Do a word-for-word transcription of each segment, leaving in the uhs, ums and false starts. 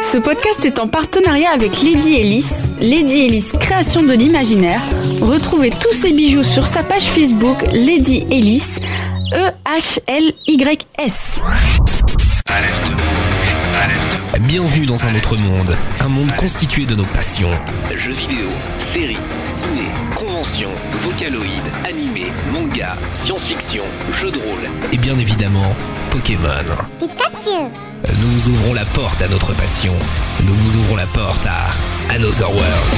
Ce podcast est en partenariat avec Lady Ellis, Lady Ellis Création de l'Imaginaire. Retrouvez tous ses bijoux sur sa page Facebook Lady Ellis, E H L Y S. Alerte rouge, alerte. Bienvenue dans un autre monde, un monde constitué de nos passions. Jeux vidéo, séries, ciné, conventions, vocaloïdes, animés, mangas, science-fiction, jeux de rôle. Et bien évidemment, Pokémon. Pikachu. Nous vous ouvrons la porte à notre passion. Nous vous ouvrons la porte à Another World.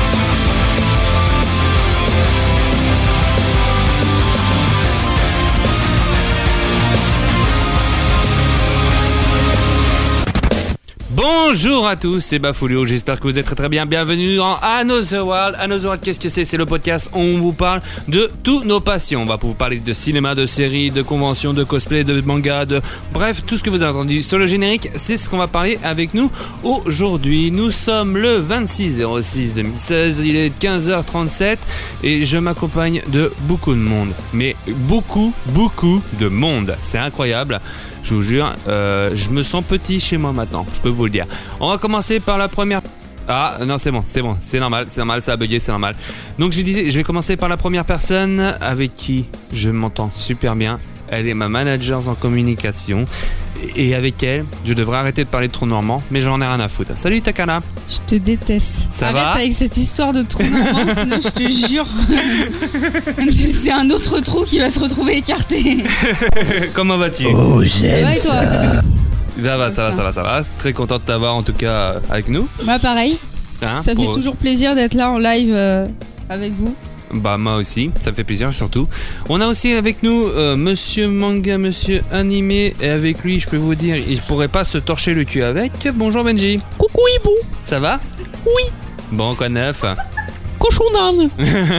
Bonjour à tous, c'est Bafoulio, j'espère que vous êtes très très bien. Bienvenue dans Another World. Another World, qu'est-ce que c'est? C'est le podcast où on vous parle de tous nos passions. On va vous parler de cinéma, de séries, de conventions, de cosplay, de manga, de... Bref, tout ce que vous avez entendu sur le générique, c'est ce qu'on va parler avec nous aujourd'hui. Nous sommes le vingt-six zéro six deux mille seize, il est quinze heures trente-sept et je m'accompagne de beaucoup de monde. Mais beaucoup, beaucoup de monde. C'est incroyable. Je vous jure, euh, je me sens petit chez moi maintenant, je peux vous le dire. On va commencer par la première... Ah non, c'est bon, c'est bon, c'est normal, c'est normal, ça a bugué, c'est normal. Donc je disais, je vais commencer par la première personne avec qui je m'entends super bien. Elle est ma manager en communication. Et avec elle, je devrais arrêter de parler de trou normand, mais j'en ai rien à foutre. Salut Takana. Je te déteste. Ça Arrête va avec cette histoire de trou normand, sinon je te jure, c'est un autre trou qui va se retrouver écarté. Comment vas-tu? Oh, Ça j'aime va et toi? ça. Ça va, ça va, ça va, ça va. Très content de t'avoir en tout cas avec nous. Bah pareil, Hein, ça pour- fait toujours plaisir d'être là en live euh, avec vous. Bah moi aussi, ça me fait plaisir surtout. On a aussi avec nous euh, Monsieur Manga, Monsieur Animé, et avec lui je peux vous dire, il pourrait pas se torcher le cul avec. Bonjour Benji. Coucou hibou. Ça va? Oui. Bon, quoi de neuf? Cochon d'âne.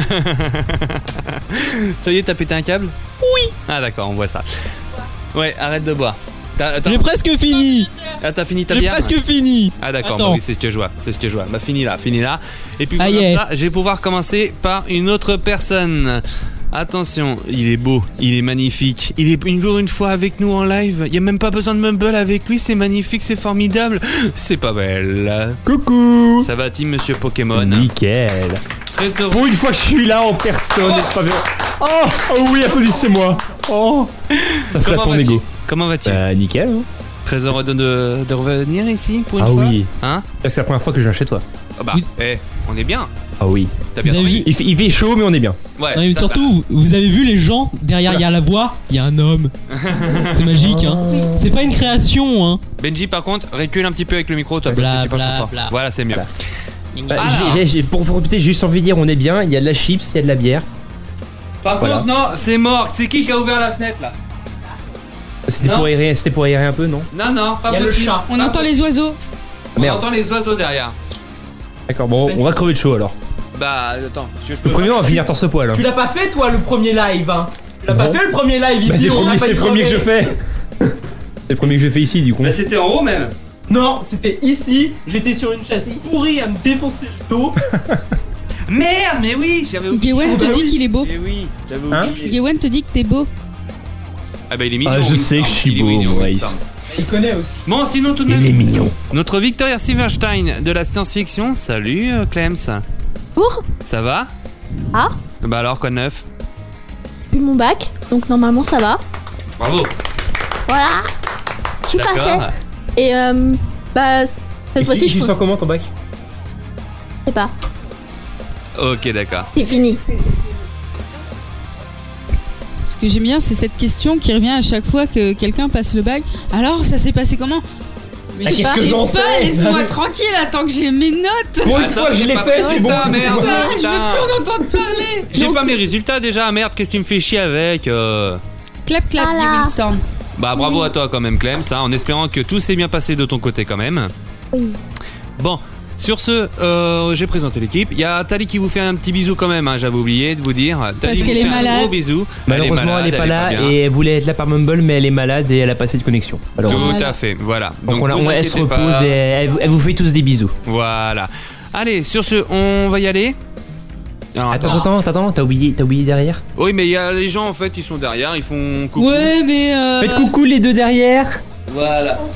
Ça y est, t'as pété un câble? Oui. Ah d'accord, on voit ça. Ouais, arrête de boire. T'as, attends. J'ai presque fini. Ah, t'as fini ta J'ai bière? presque fini. Ah d'accord, Attends. bah oui, c'est ce que je vois, c'est ce que je vois. Bah fini là, fini là. Et puis Ah, comme yeah. ça, je vais pouvoir commencer par une autre personne. Attention, il est beau, il est magnifique. Il est une jour une fois avec nous en live. Il y a même pas besoin de mumble avec lui, c'est magnifique, c'est formidable. C'est pas belle. Coucou. Ça va, team Monsieur Pokémon? Nickel. Très heureux. Pour une fois, je suis là en personne. n'est-ce pas bien? Oh, oh oui, applaudissez-moi. Oh, ça flatte Comment mon vas-tu? ego. Comment vas-tu? Bah, nickel. Hein. Très heureux de, de, de revenir ici pour une Ah fois. oui. Hein? C'est la première fois que je viens chez toi. Ah bah, Vous- eh, on est bien. Ah oui. T'as Vous bien avez dormi? vu- Il fait, il fait chaud, mais on est bien. Ouais. Non, mais ça surtout, vous, vous avez vu les gens derrière, il y a la voix, il y a un homme. C'est magique, hein. C'est pas une création, hein. va. Benji, par contre, recule un petit peu avec le micro, toi, parce Bla, que tu parles bla, trop fort. bla. Voilà, c'est mieux. Bah, Alors. j'ai- j'ai- pour pour répéter, j'ai juste envie de dire, on est bien. Il y a de la chips, il y a de la bière. Par Voilà. contre, non, c'est mort. C'est qui qui a ouvert la fenêtre là? C'était Non. pour aérer, c'était pour aérer un peu, non? Non, non, pas possible. On entend les oiseaux. On Merde. entend les oiseaux derrière. D'accord, bon, on va crever de chaud alors. Bah, attends, parce que je Le peux premier, pas- on va finir torse poil. Hein. Tu l'as pas fait toi le premier live hein. Tu l'as Bon. pas fait le premier live ici Bah, c'est le on a premier, pas c'est le eu premier que je crever. fais. C'est le premier que je fais ici, du coup. Bah, c'était en haut même. Non, c'était ici, j'étais sur une chaise pourrie à me défoncer le dos. Merde, mais oui, j'avais oublié. Gawain te bah dit oui. qu'il est beau. Eh oui, j'avais Hein oublié. Gawain te dit que t'es beau. Ah bah, il est mignon. Ah, je Winston. sais que je suis Il est beau, mignon, Bryce. Winston. Il connaît aussi. Bon, sinon, tout de Il est même, mignon. notre Victoria Silverstein de la science-fiction. Salut, euh, Clems. Pour Ça va? Ah. Bah, alors, quoi de neuf? Puis mon bac, donc normalement ça va. Bravo. Voilà. Je suis D'accord. passée. Et euh, bah cette fois-ci Tu je sens comment ton bac? sais pas. Ok, d'accord. C'est fini. Ce que j'aime bien, c'est cette question qui revient à chaque fois que quelqu'un passe le bac. Alors, ça s'est passé comment? Mais Ah, je qu'est-ce sais que j'en pas, sais laisse-moi tranquille, attends que j'ai mes notes. Pour une Attends, fois, je j'ai l'ai pas- fait, c'est bon. Putain, merde. Ça, je putain. veux plus en entendre parler. J'ai Donc- pas mes résultats déjà, merde, qu'est-ce qui me fait chier avec euh... Clap, clap, Voilà. dit Windstorm. Bah bravo Oui. à toi quand même Clem, ça, en espérant que tout s'est bien passé de ton côté quand même. Oui. Bon, sur ce, euh, j'ai présenté l'équipe. Il y a Tali qui vous fait un petit bisou quand même, hein, j'avais oublié de vous dire. Tali vous qu'elle fait est un malade. gros bisou. Malheureusement, elle est pas là bien. et elle voulait être là par Mumble, mais elle est malade et elle a pas assez de connexion. Alors, Tout Voilà. à fait, voilà. donc, on, la- vous on- elle se inquiétez repose pas. et elle, vous- elle vous fait tous des bisous. Voilà. Allez, sur ce, on va y aller. Alors, Attends, attends, attends, t'as oublié, t'as oublié derrière. Oui, mais il y a les gens en fait, ils sont derrière, ils font coucou. Ouais, mais euh... Faites coucou les deux derrière. Voilà. On,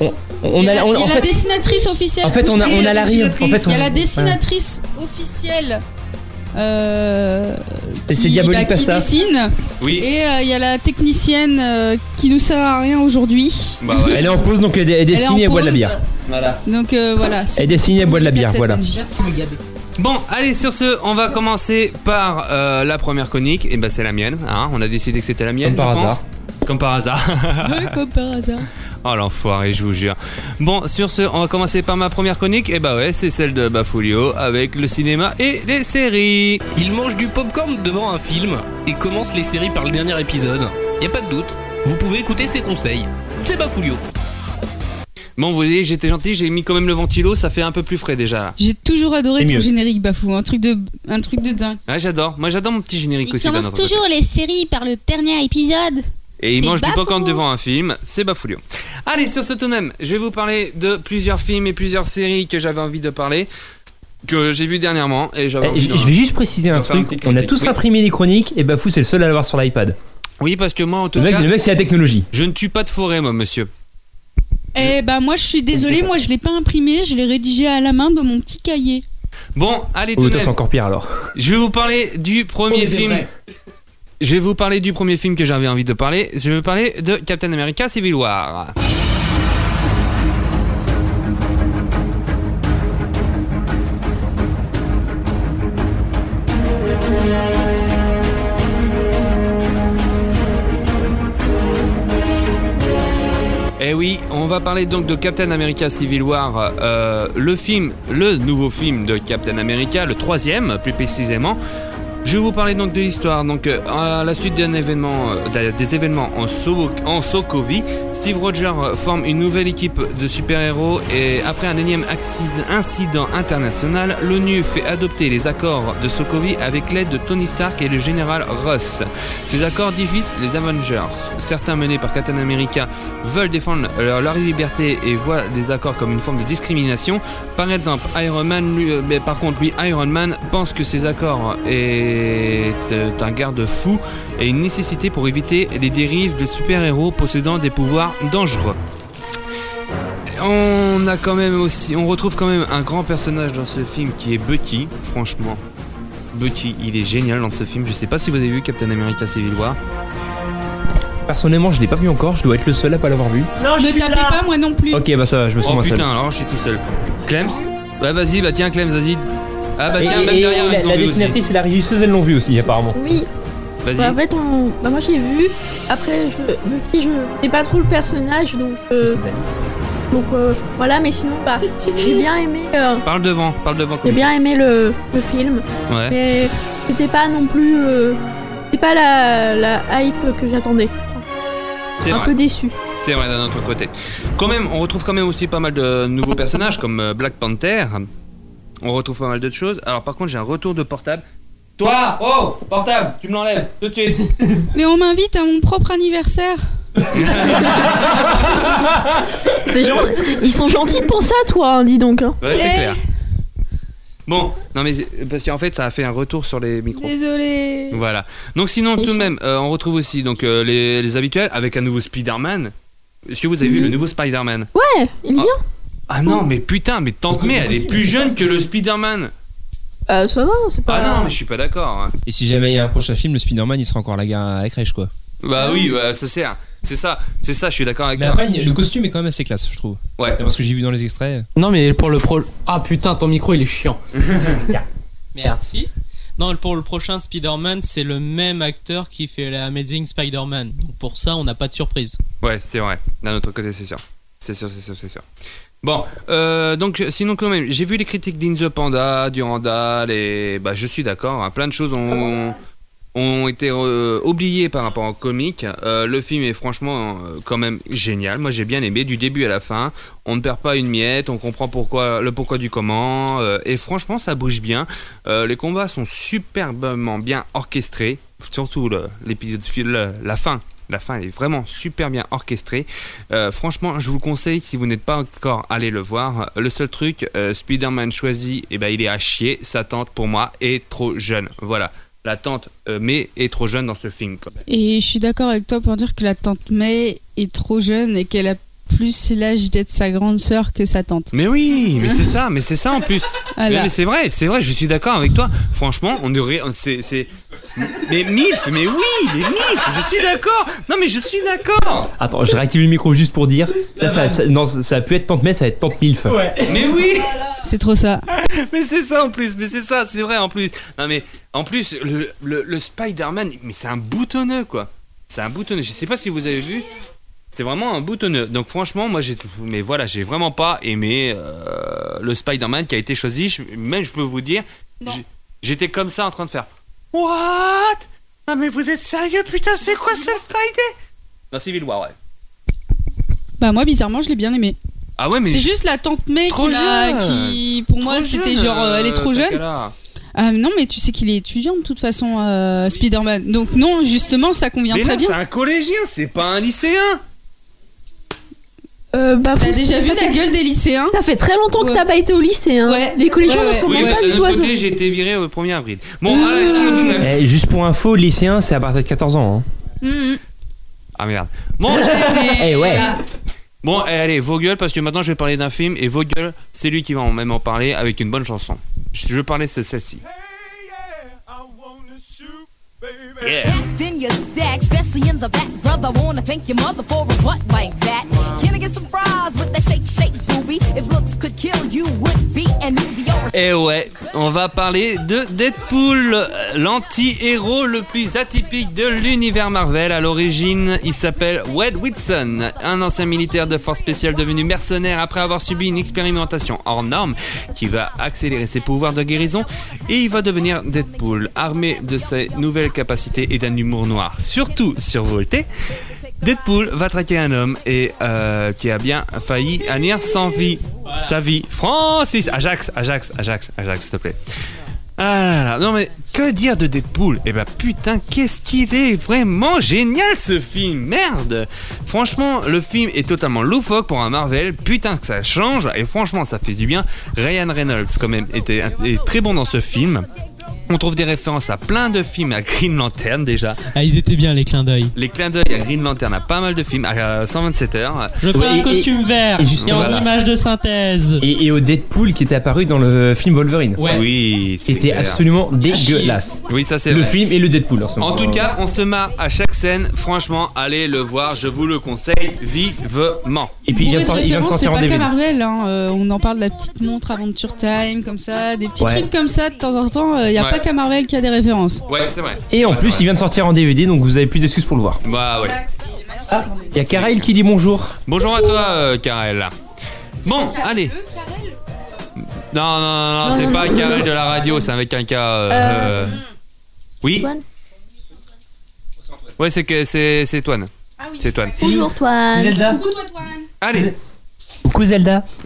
On il y a, a, on- il y a en la fait, dessinatrice officielle. en fait, on a, on a la rire. En fait, Il y a on- la dessinatrice officielle. Euh, Et c'est qui, Diabolique bah, qui Pasta. dessine. Oui. Et euh, il y a la technicienne euh, qui nous sert à rien aujourd'hui. Bah ouais. Elle est en pause, donc elle, elle Elle est dessine en et elle boit de la pause. bière. Voilà. Donc euh, voilà. c'est Elle dessine et elle boit de la bière, Captain voilà. Bungie. Bon, allez, sur ce, on va commencer par euh, la première chronique. Et bah, c'est la mienne. Hein. On a décidé que c'était la mienne, Comme par je pense. hasard. Comme par hasard. Ouais, comme par hasard. Oh l'enfoiré, je vous jure. Bon, sur ce, on va commencer par ma première chronique. Et bah ouais, c'est celle de Bafulio avec le cinéma et les séries. Il mange du popcorn devant un film et commence les séries par le dernier épisode. Y a pas de doute, vous pouvez écouter ses conseils. C'est Bafulio. Bon, vous voyez, j'étais gentil, j'ai mis quand même le ventilo, ça fait un peu plus frais déjà. Là. J'ai toujours adoré C'est ton mieux. générique, Bafou. Un truc de, un truc de dingue. Ouais, j'adore. Moi, j'adore mon petit générique Il aussi. d'un commence autre côté. toujours les séries par le dernier épisode. Et il C'est mange du Bafou. popcorn devant un film, c'est Bafulio. Allez, sur ce tout de même, je vais vous parler de plusieurs films et plusieurs séries que j'avais envie de parler, que j'ai vu dernièrement et j'avais Eh, envie Je de... je vais juste préciser un de faire une truc. petite On a critique. tous Oui. imprimé les chroniques et Bafou c'est le seul à l'avoir sur l'iPad. Oui, parce que moi, en tout Le mec, cas, le mec c'est la technologie. je ne tue pas de forêt, moi, monsieur. Eh bah moi je suis désolée, moi je l'ai pas imprimé, je l'ai rédigé à la main dans mon petit cahier. Bon, allez, Oh, tout de toi c'est même. encore pire alors. Je vais vous parler du premier film. Je vais vous parler du premier film que j'avais envie de parler. Je vais vous parler de Captain America Civil War. Eh oui, on va parler donc de Captain America Civil War, euh, le film, le nouveau film de Captain America, le troisième plus précisément. Je vais vous parler donc de l'histoire. Donc, euh, à la suite d'un événement, euh, des événements en, so en Sokovie, Steve Rogers forme une nouvelle équipe de super-héros et après un énième accident, incident international, l'ONU fait adopter les accords de Sokovie avec l'aide de Tony Stark et le général Ross. Ces accords divisent les Avengers. Certains menés par Captain America veulent défendre leur, leur liberté et voient les accords comme une forme de discrimination. Par exemple, Iron Man, lui, euh, mais par contre, lui, Iron Man pense que ces accords est un garde-fou et une nécessité pour éviter les dérives de super-héros possédant des pouvoirs dangereux. On a quand même aussi, on retrouve quand même un grand personnage dans ce film qui est Bucky. Franchement, Bucky, il est génial dans ce film. Je sais pas si vous avez vu Captain America Civil War. Personnellement je l'ai pas vu encore, je dois être le seul à pas l'avoir vu. Non, je Ne suis tapez là. pas moi non plus. Ok bah ça va, je me sens Oh moins seul. putain, alors je suis tout seul. Clems, ouais vas-y, bah tiens Clems, vas-y. Ah bah Et, tiens, et- même et derrière la, ils ont la vu aussi. dessinatrice et la régisseuse elles l'ont vu aussi apparemment. Oui, Vas-y. bah, en fait, on... bah, moi j'ai vu. Après, je... Bucky, je n'ai pas trop le personnage, donc euh, donc euh, voilà. Mais sinon, bah, j'ai bien aimé. euh, Parle devant, parle devant. J'ai comme bien aimé le, le film, Ouais. mais c'était pas non plus. Euh... C'était pas la, la hype que j'attendais. C'est Un vrai. peu déçu. C'est vrai d'un autre côté. Quand même, on retrouve quand même aussi pas mal de nouveaux personnages comme euh, Black Panther. On retrouve pas mal d'autres choses. Alors par contre, j'ai un retour de portable. Toi, oh, portable, tu me l'enlèves tout de suite. Mais on m'invite à mon propre anniversaire. C'est gen- Ils sont gentils pour ça, toi, hein, dis donc. Hein. Ouais, c'est Eh. clair. Bon, non mais c'est- parce qu'en fait, ça a fait un retour sur les micros. Désolée. Voilà. Donc sinon, tout de même, euh, on retrouve aussi donc euh, les, les habituels avec un nouveau Spider-Man. Est-ce que vous avez vu Oui. le nouveau Spider-Man? Ouais, il est Ah. bien. Ah non, mais putain, mais Tante May, elle est plus jeune que le Spider-Man. Euh, ça va, c'est pas. Ah non, mais je suis pas d'accord. hein. Et si jamais il y a un prochain film, le Spider-Man il sera encore à la, gare- à la crèche quoi. Bah oui, bah, ça sert. C'est ça, c'est ça, je suis d'accord avec Mais toi. après, le costume est quand même assez classe, je trouve. Ouais. Parce que j'ai vu dans les extraits. Non, mais pour le pro. Ah putain, ton micro il est chiant. Merci. Non, pour le prochain Spider-Man, c'est le même acteur qui fait la Amazing Spider-Man. Donc pour ça, on n'a pas de surprise. Ouais, c'est vrai. D'un autre côté, c'est sûr. C'est sûr, c'est sûr, c'est sûr. Bon, euh, donc sinon quand même, j'ai vu les critiques d'In the Panda, Durandal, et bah je suis d'accord. Hein, plein de choses ont, ont été euh, oubliées par rapport au comic. Euh, le film est franchement euh, quand même génial. Moi, j'ai bien aimé du début à la fin. On ne perd pas une miette, on comprend pourquoi le pourquoi du comment, euh, et franchement, ça bouge bien. Euh, les combats sont superbement bien orchestrés, surtout le- l'épisode, le- la fin. La fin elle est vraiment super bien orchestrée. Euh, franchement, je vous le conseille si vous n'êtes pas encore allé le voir. Le seul truc, euh, Spider-Man choisi, eh ben, il est à chier. Sa tante, pour moi, est trop jeune. Voilà. La tante euh, May est trop jeune dans ce film. Quoi. Et je suis d'accord avec toi pour dire que la tante May est trop jeune et qu'elle a plus l'âge d'être sa grande sœur que sa tante. Mais oui, mais c'est ça, mais c'est ça en plus. Voilà. Mais, mais c'est vrai, c'est vrai, je suis d'accord avec toi. Franchement, on devrait, c'est, c'est, mais MILF, mais oui, mais MILF, je suis d'accord. Non mais je suis d'accord. Attends, je réactive le micro juste pour dire. Ça, ça, ça, non, ça a pu être tante May, ça va être tante MILF. Ouais. Mais oui. C'est trop ça. Mais c'est ça en plus, mais c'est ça, c'est vrai en plus. Non mais en plus, le, le, le Spider-Man, mais c'est un boutonneux quoi. C'est un boutonneux. Je sais pas si vous avez vu. C'est vraiment un boutonneux. Donc franchement, moi j'ai, mais voilà, j'ai vraiment pas aimé euh, le Spider-Man qui a été choisi. Je, même je peux vous dire, j'ai, j'étais comme ça en train de faire. What? Ah mais vous êtes sérieux, putain, c'est quoi ce Spider? Dans Civil War, ouais. Bah moi bizarrement je l'ai bien aimé. Ah ouais mais c'est juste la tante May trop qui, m'a, qui pour trop moi c'était jeune, genre euh, elle est trop jeune. Ah non mais tu sais qu'il est étudiant de toute façon euh, Spider-Man. Donc non justement ça convient mais très là, bien. C'est un collégien, c'est pas un lycéen. Euh, bah, t'as déjà vu la gueule des lycéens? Ça fait très longtemps ouais. que t'as pas été au lycée. Hein. Ouais. Les collégiens ouais, ouais. ne sont oui, même bah, pas du tout. Côté, j'ai été viré au premier avril. Bon, mmh. allez, si eh, juste pour info, lycéen, c'est à partir de quatorze ans. Hein. Mmh. Ah merde. Bon, allez. Eh ouais. Bon, eh, allez, vos gueules, parce que maintenant je vais parler d'un film et vos gueules, c'est lui qui va même en parler avec une bonne chanson. Je veux parler de celle-ci. Yeah. In your stack, especially in the back, brother. Wanna thank your mother for a butt like that. Can I get some fries with that shake, shake, booby? If looks could kill you, would be an easy. Eh ouais, on va parler de Deadpool, l'anti-héros le plus atypique de l'univers Marvel. À l'origine, il s'appelle Wade Wilson, un ancien militaire de force spéciale devenu mercenaire après avoir subi une expérimentation hors norme qui va accélérer ses pouvoirs de guérison et il va devenir Deadpool, armé de ses nouvelles capacités et d'un humour noir, surtout survolté. Deadpool va traquer un homme et euh, qui a bien failli annir sans vie, sa vie. Francis, Ajax, Ajax, Ajax, Ajax, s'il te plaît. Ah, non mais que dire de Deadpool? Eh ben putain, qu'est-ce qu'il est vraiment génial ce film, merde. Franchement, le film est totalement loufoque pour un Marvel. Putain que ça change et franchement ça fait du bien. Ryan Reynolds quand même était est très bon dans ce film. On trouve des références à plein de films, à Green Lantern déjà. Ah, ils étaient bien les clins d'œil. Les clins d'œil à Green Lantern, à pas mal de films, à cent vingt-sept heures. Je prends un costume et, vert et, et en voilà. image de synthèse. Et, et au Deadpool qui était apparu dans le film Wolverine. Ouais. Oui, c'était clair. Absolument dégueulasse. Oui, ça c'est le vrai. film et le Deadpool. En, en tout cas, on se marre à chaque scène. Franchement, allez le voir, je vous le conseille vivement. Et puis il vient, de sortir, il vient de sortir en D V D. C'est pas qu'à Marvel, hein. euh, on en parle de la petite montre Adventure Time, comme ça, des petits ouais. trucs comme ça de temps en temps. Il euh, y a ouais. pas qu'à Marvel qui a des références. Ouais, c'est vrai. Et en ouais, plus, il vient de sortir en D V D, donc vous avez plus d'excuses pour le voir. Bah ouais. Ah, il y a Karel qui dit bonjour. Bonjour à toi, euh, Karel. Bon, allez. Non, non, non, non, c'est pas Karel de la radio, c'est avec un K. Euh, euh... Oui. Ouais, c'est que c'est c'est Toine. Ah oui. C'est Toine. Bonjour Toine. Zelda. Coucou toi Toine. Allez. Coucou Zelda. On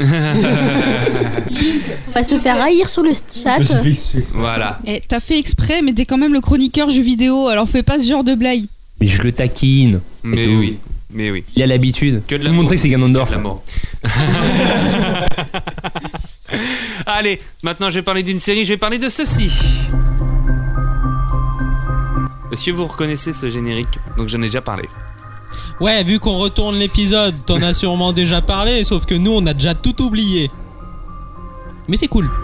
va se faire haïr sur le chat. Voilà. Et t'as fait exprès, mais t'es quand même le chroniqueur jeux vidéo, alors fais pas ce genre de blague. Mais je le taquine. Mais tout. oui, mais oui. Il a l'habitude. Que de tout le monde sait que c'est Ganondorf. Allez, maintenant je vais parler d'une série, je vais parler de ceci. Monsieur, vous reconnaissez ce générique? Donc j'en ai déjà parlé. Ouais, vu qu'on retourne l'épisode, t'en as sûrement déjà parlé, sauf que nous on a déjà tout oublié. Mais c'est cool.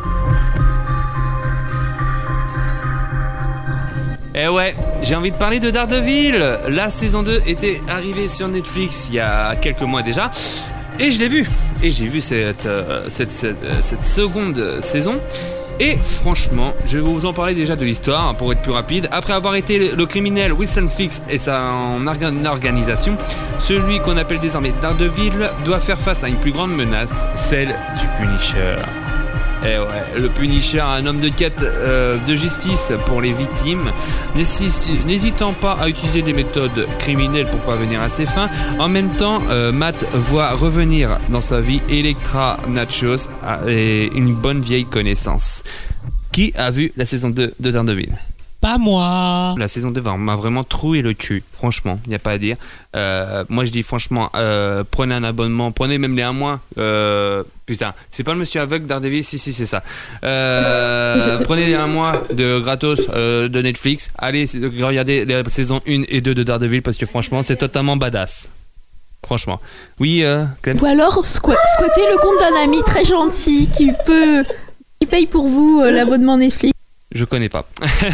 Eh ouais, j'ai envie de parler de Daredevil. La saison deux était arrivée sur Netflix il y a quelques mois déjà. Et je l'ai vu. Et j'ai vu cette, euh, cette, cette, cette seconde saison. Et franchement, je vais vous en parler déjà de l'histoire pour être plus rapide. Après avoir été le criminel Wilson Fisk et sa organisation, celui qu'on appelle désormais Daredevil doit faire face à une plus grande menace, celle du Punisher. Eh ouais, le Punisher, un homme de quête euh, de justice pour les victimes, n'hésitant pas à utiliser des méthodes criminelles pour parvenir à ses fins. En même temps, euh, Matt voit revenir dans sa vie Elektra Nachos et une bonne vieille connaissance. Qui a vu la saison deux de Daredevil? Pas moi. La saison deux m'a vraiment troué le cul, franchement, il n'y a pas à dire. Euh, moi je dis franchement, euh, prenez un abonnement, prenez même les un mois. Euh, putain, c'est pas le monsieur aveugle Daredevil? Si, si, c'est ça. Euh, prenez les un mois de gratos euh, de Netflix. Allez, regardez les saisons un et deux de Daredevil parce que franchement, c'est totalement badass. Franchement. Oui, euh, Clem. Ou alors squa- squatter le compte d'un ami très gentil qui peut, qui paye pour vous euh, l'abonnement Netflix. Je connais pas.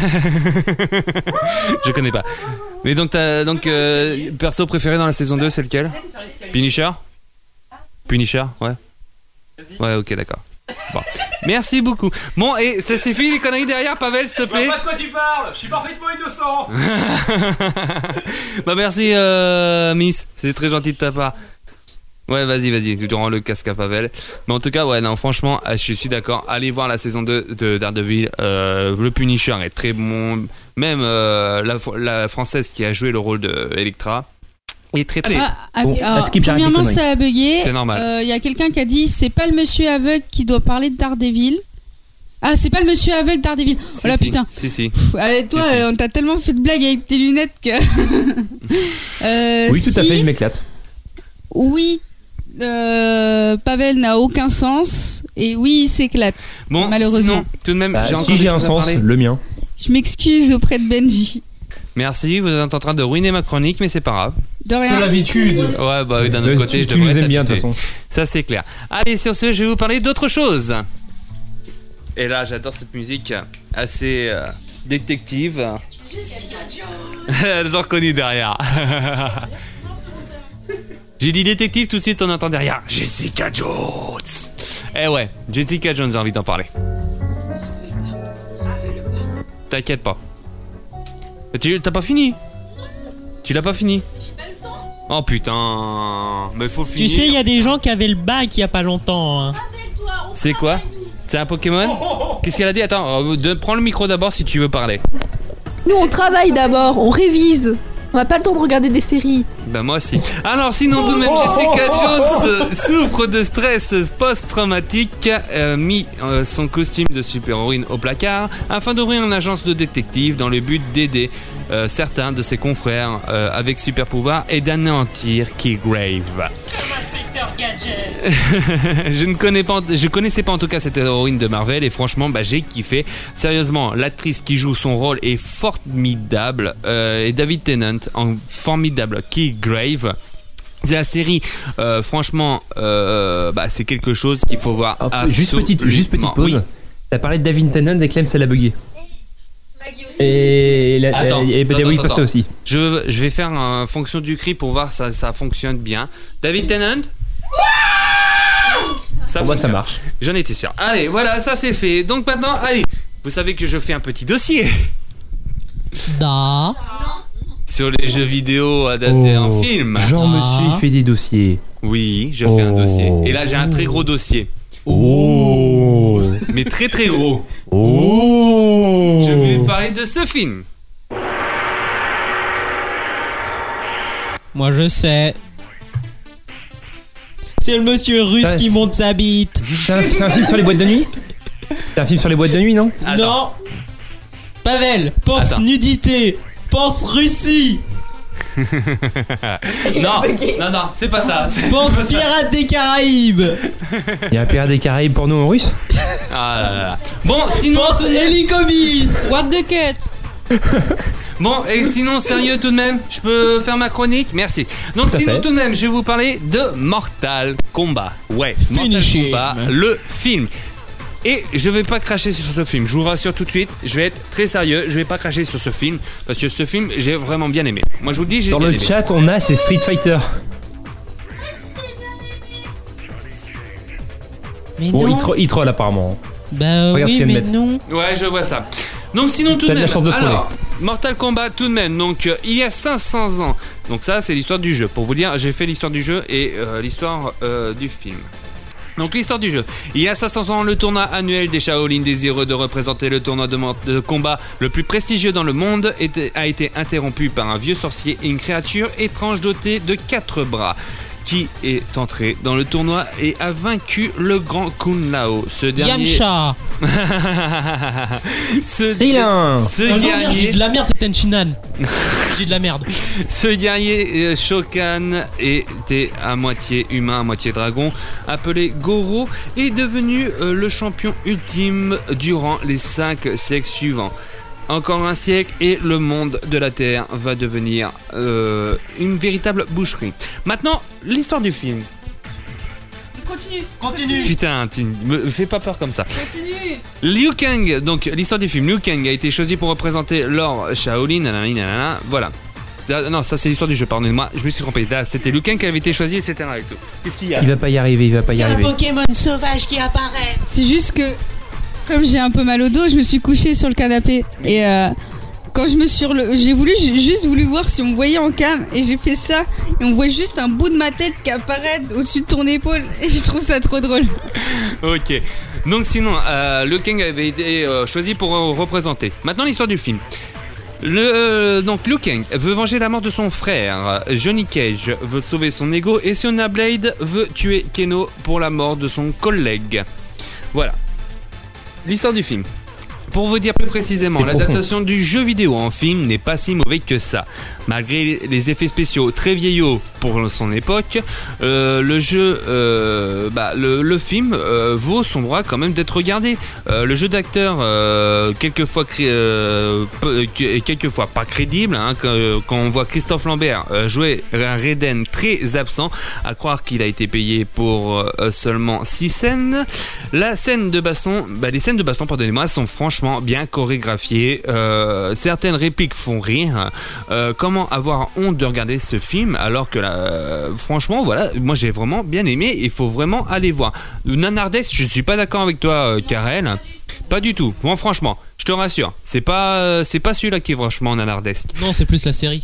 Je connais pas. Mais donc, t'as, donc euh, perso préféré dans la saison deux, c'est lequel? Punisher? Punisher, ouais. Ouais, ok, d'accord. Bon. Merci beaucoup. Bon, et ça suffit les conneries derrière, Pavel, s'il te plaît. Je vois pas de quoi tu parles. Je suis parfaitement innocent. Bah merci, euh, Miss. C'est très gentil de ta part. Ouais, vas-y, vas-y, tu te rends le casque à Pavel. Mais en tout cas, ouais, non, franchement, je suis d'accord. Allez voir la saison deux de Daredevil. Euh, le Punisher est très bon. Même euh, la, la française qui a joué le rôle de Elektra est très très. Ah, ah, Bon, alors, est-ce qu'il peut premièrement, arrêter, ça a bugué. C'est normal. Il y a quelqu'un qui a dit c'est pas le monsieur aveugle qui doit parler de Daredevil. Ah, c'est pas le monsieur aveugle Daredevil. Oh Si, là si. putain. Si, si. Pff, avec toi, Si, si. euh, on t'a tellement fait de blagues avec tes lunettes que. Euh, Oui, tout à si. fait, je m'éclate. Oui, euh, Pavel n'a aucun sens et oui, il s'éclate. Bon, malheureusement. sinon, tout de même, Bah, j'ai encore si des j'ai un choses à sens, parler. le mien. Je m'excuse auprès de Benji. Merci, vous êtes en train de ruiner ma chronique, mais c'est pas grave. De rien. C'est l'habitude. Ouais, bah oui, d'un autre Euh, côté, tu- je tu devrais nous être aimes bien, de toute habitué. façon. Ça, c'est clair. Allez, sur ce, je vais vous parler d'autre chose. Et là, j'adore cette musique assez euh, détective. Elles ont reconnu derrière. J'ai dit détective, tout de suite, on entend derrière Jessica Jones. Eh ouais, Jessica Jones, j'ai envie d'en parler. T'inquiète pas. Tu t'as pas fini? Tu l'as pas fini? Oh putain, mais faut Tu finir. sais, il y a des gens qui avaient le bac il y a pas longtemps. Hein. C'est quoi? C'est un Pokémon? Qu'est-ce qu'elle a dit? Attends, euh, de- prends le micro d'abord si tu veux parler. Nous, on travaille d'abord, on révise. On n'a pas le temps de regarder des séries. Bah moi aussi. Alors sinon tout de même Jessica Jones souffre de stress post-traumatique, euh, mis euh, son costume de super-héroïne au placard afin d'ouvrir une agence de détectives dans le but d'aider euh, certains de ses confrères euh, avec super pouvoir et d'anéantir Killgrave. je ne connais pas, je connaissais pas en tout cas cette héroïne de Marvel et franchement bah, j'ai kiffé. Sérieusement, l'actrice qui joue son rôle est formidable euh, et David Tennant en formidable Killgrave. C'est la série, euh, franchement, euh, bah, c'est quelque chose qu'il faut voir. Alors, juste petite, juste petite pause. Oui. T'as parlé de David Tennant et Clem, ça l'a bugué. Et la, Attends, et attends, David attends, Costa attends. aussi. Je, je vais faire en fonction du cri pour voir si ça, ça fonctionne bien. David Tennant. Ça Pour moi, ça fonctionne. marche. J'en étais sûr. Allez, voilà, ça c'est fait. Donc maintenant, allez, vous savez que je fais un petit dossier Da. sur les jeux vidéo adaptés en Oh, film. Jean-Monsieur, il fait des dossiers. Oui, je fais un Oh. dossier. Et là, j'ai un très gros dossier. Oh. Mais très très gros. Oh. Je vais parler de ce film. Moi je sais. C'est le monsieur russe Ça, qui c'est- monte sa bite. C'est un, c'est un film sur les boîtes de nuit? C'est un film sur les boîtes de nuit, non? Attends. Non. Pavel, pense Attends. nudité. Pense Russie. Non, non, non, c'est pas ça. C'est Pense pas ça. Pirates des Caraïbes. Il y a un pirate des Caraïbes pour nous en russe? Ah là là là. Bon, sinon. Pense Hélicobite. What the cut? Bon, et sinon, sérieux tout de même, je peux faire ma chronique? Merci. Donc, Tout à sinon, fait. tout de même, je vais vous parler de Mortal Kombat. Ouais, Mortal Finish him. Kombat, le film. Et je vais pas cracher sur ce film, je vous rassure tout de suite, je vais être très sérieux, je vais pas cracher sur ce film, parce que ce film, j'ai vraiment bien aimé. Moi, je vous le dis, j'ai Dans bien le aimé. chat, on a c'est Street Fighter. Mais Bon, non. il, tro- il troll apparemment. Bah Regarde ce oui, qu'il vient de mais mettre. non. Ouais, je vois ça. Donc sinon tout T'as de de même, la chance de troller. alors, Mortal Kombat tout de même, donc euh, il y a cinq cents ans. Donc ça c'est l'histoire du jeu. Pour vous dire, j'ai fait l'histoire du jeu et euh, l'histoire euh, du film. Donc l'histoire du jeu. Il y a cinq cents ans, le tournoi annuel des Shaolin, désireux de représenter le tournoi de, mor- de combat le plus prestigieux dans le monde, était- a été interrompu par un vieux sorcier et une créature étrange dotée de quatre bras, qui est entré dans le tournoi et a vaincu le grand Kun Lao. Ce dernier... Yamcha. ce, Krillin. ce Oh non, merde, j'ai guerrier... de la merde, c'est Tenchinan. J'ai de la merde. Ce guerrier euh, Shokan était à moitié humain, à moitié dragon, appelé Goro, est devenu euh, le champion ultime durant les cinq siècles suivants. Encore un siècle et le monde de la Terre va devenir euh, une véritable boucherie. Maintenant, l'histoire du film. Continue. Continue. Putain, tu me fais pas peur comme ça. Continue. Liu Kang, donc l'histoire du film. Liu Kang a été choisi pour représenter Lord Shaolin. Nanana, nanana, voilà. Non, ça c'est l'histoire du jeu, pardonnez-moi, je me suis trompé. Là, c'était Liu Kang qui avait été choisi, et cetera. Et tout. Qu'est-ce qu'il y a ? Il va pas y arriver, il va pas y, Il y a un arriver. Pokémon sauvage qui apparaît. C'est juste que, comme j'ai un peu mal au dos, je me suis couchée sur le canapé. Et euh, quand je me suis rele... j'ai voulu, j'ai juste voulu voir si on me voyait en cam. Et j'ai fait ça. Et on voit juste un bout de ma tête qui apparaît au-dessus de ton épaule. Et je trouve ça trop drôle. Ok. Donc sinon, euh, Liu Kang avait été euh, choisi pour euh, représenter. Maintenant, l'histoire du film. Le, euh, donc Liu Kang veut venger la mort de son frère, Johnny Cage veut sauver son ego et Sonya Blade veut tuer Kano pour la mort de son collègue. Voilà. L'histoire du film. Pour vous dire plus précisément, l'adaptation du jeu vidéo en film n'est pas si mauvais que ça. Malgré les effets spéciaux très vieillots pour son époque, euh, le jeu, euh, bah, le, le film euh, vaut son droit quand même d'être regardé. Euh, le jeu d'acteur, euh, quelquefois, euh, quelquefois pas crédible, hein, quand, quand on voit Christophe Lambert euh, jouer un Raiden très absent, à croire qu'il a été payé pour euh, seulement six scènes. La scène de baston, bah, les scènes de baston, pardonnez-moi, sont franchement bien chorégraphiées. Euh, certaines répliques font rire. Euh, comment avoir honte de regarder ce film alors que là, euh, franchement, voilà, moi j'ai vraiment bien aimé. Il faut vraiment aller voir. Nanardesque, je suis pas d'accord avec toi, euh, Karel. Pas du tout. Bon, franchement, je te rassure, c'est pas, euh, c'est pas celui-là qui est franchement nanardesque. Non, c'est plus la série.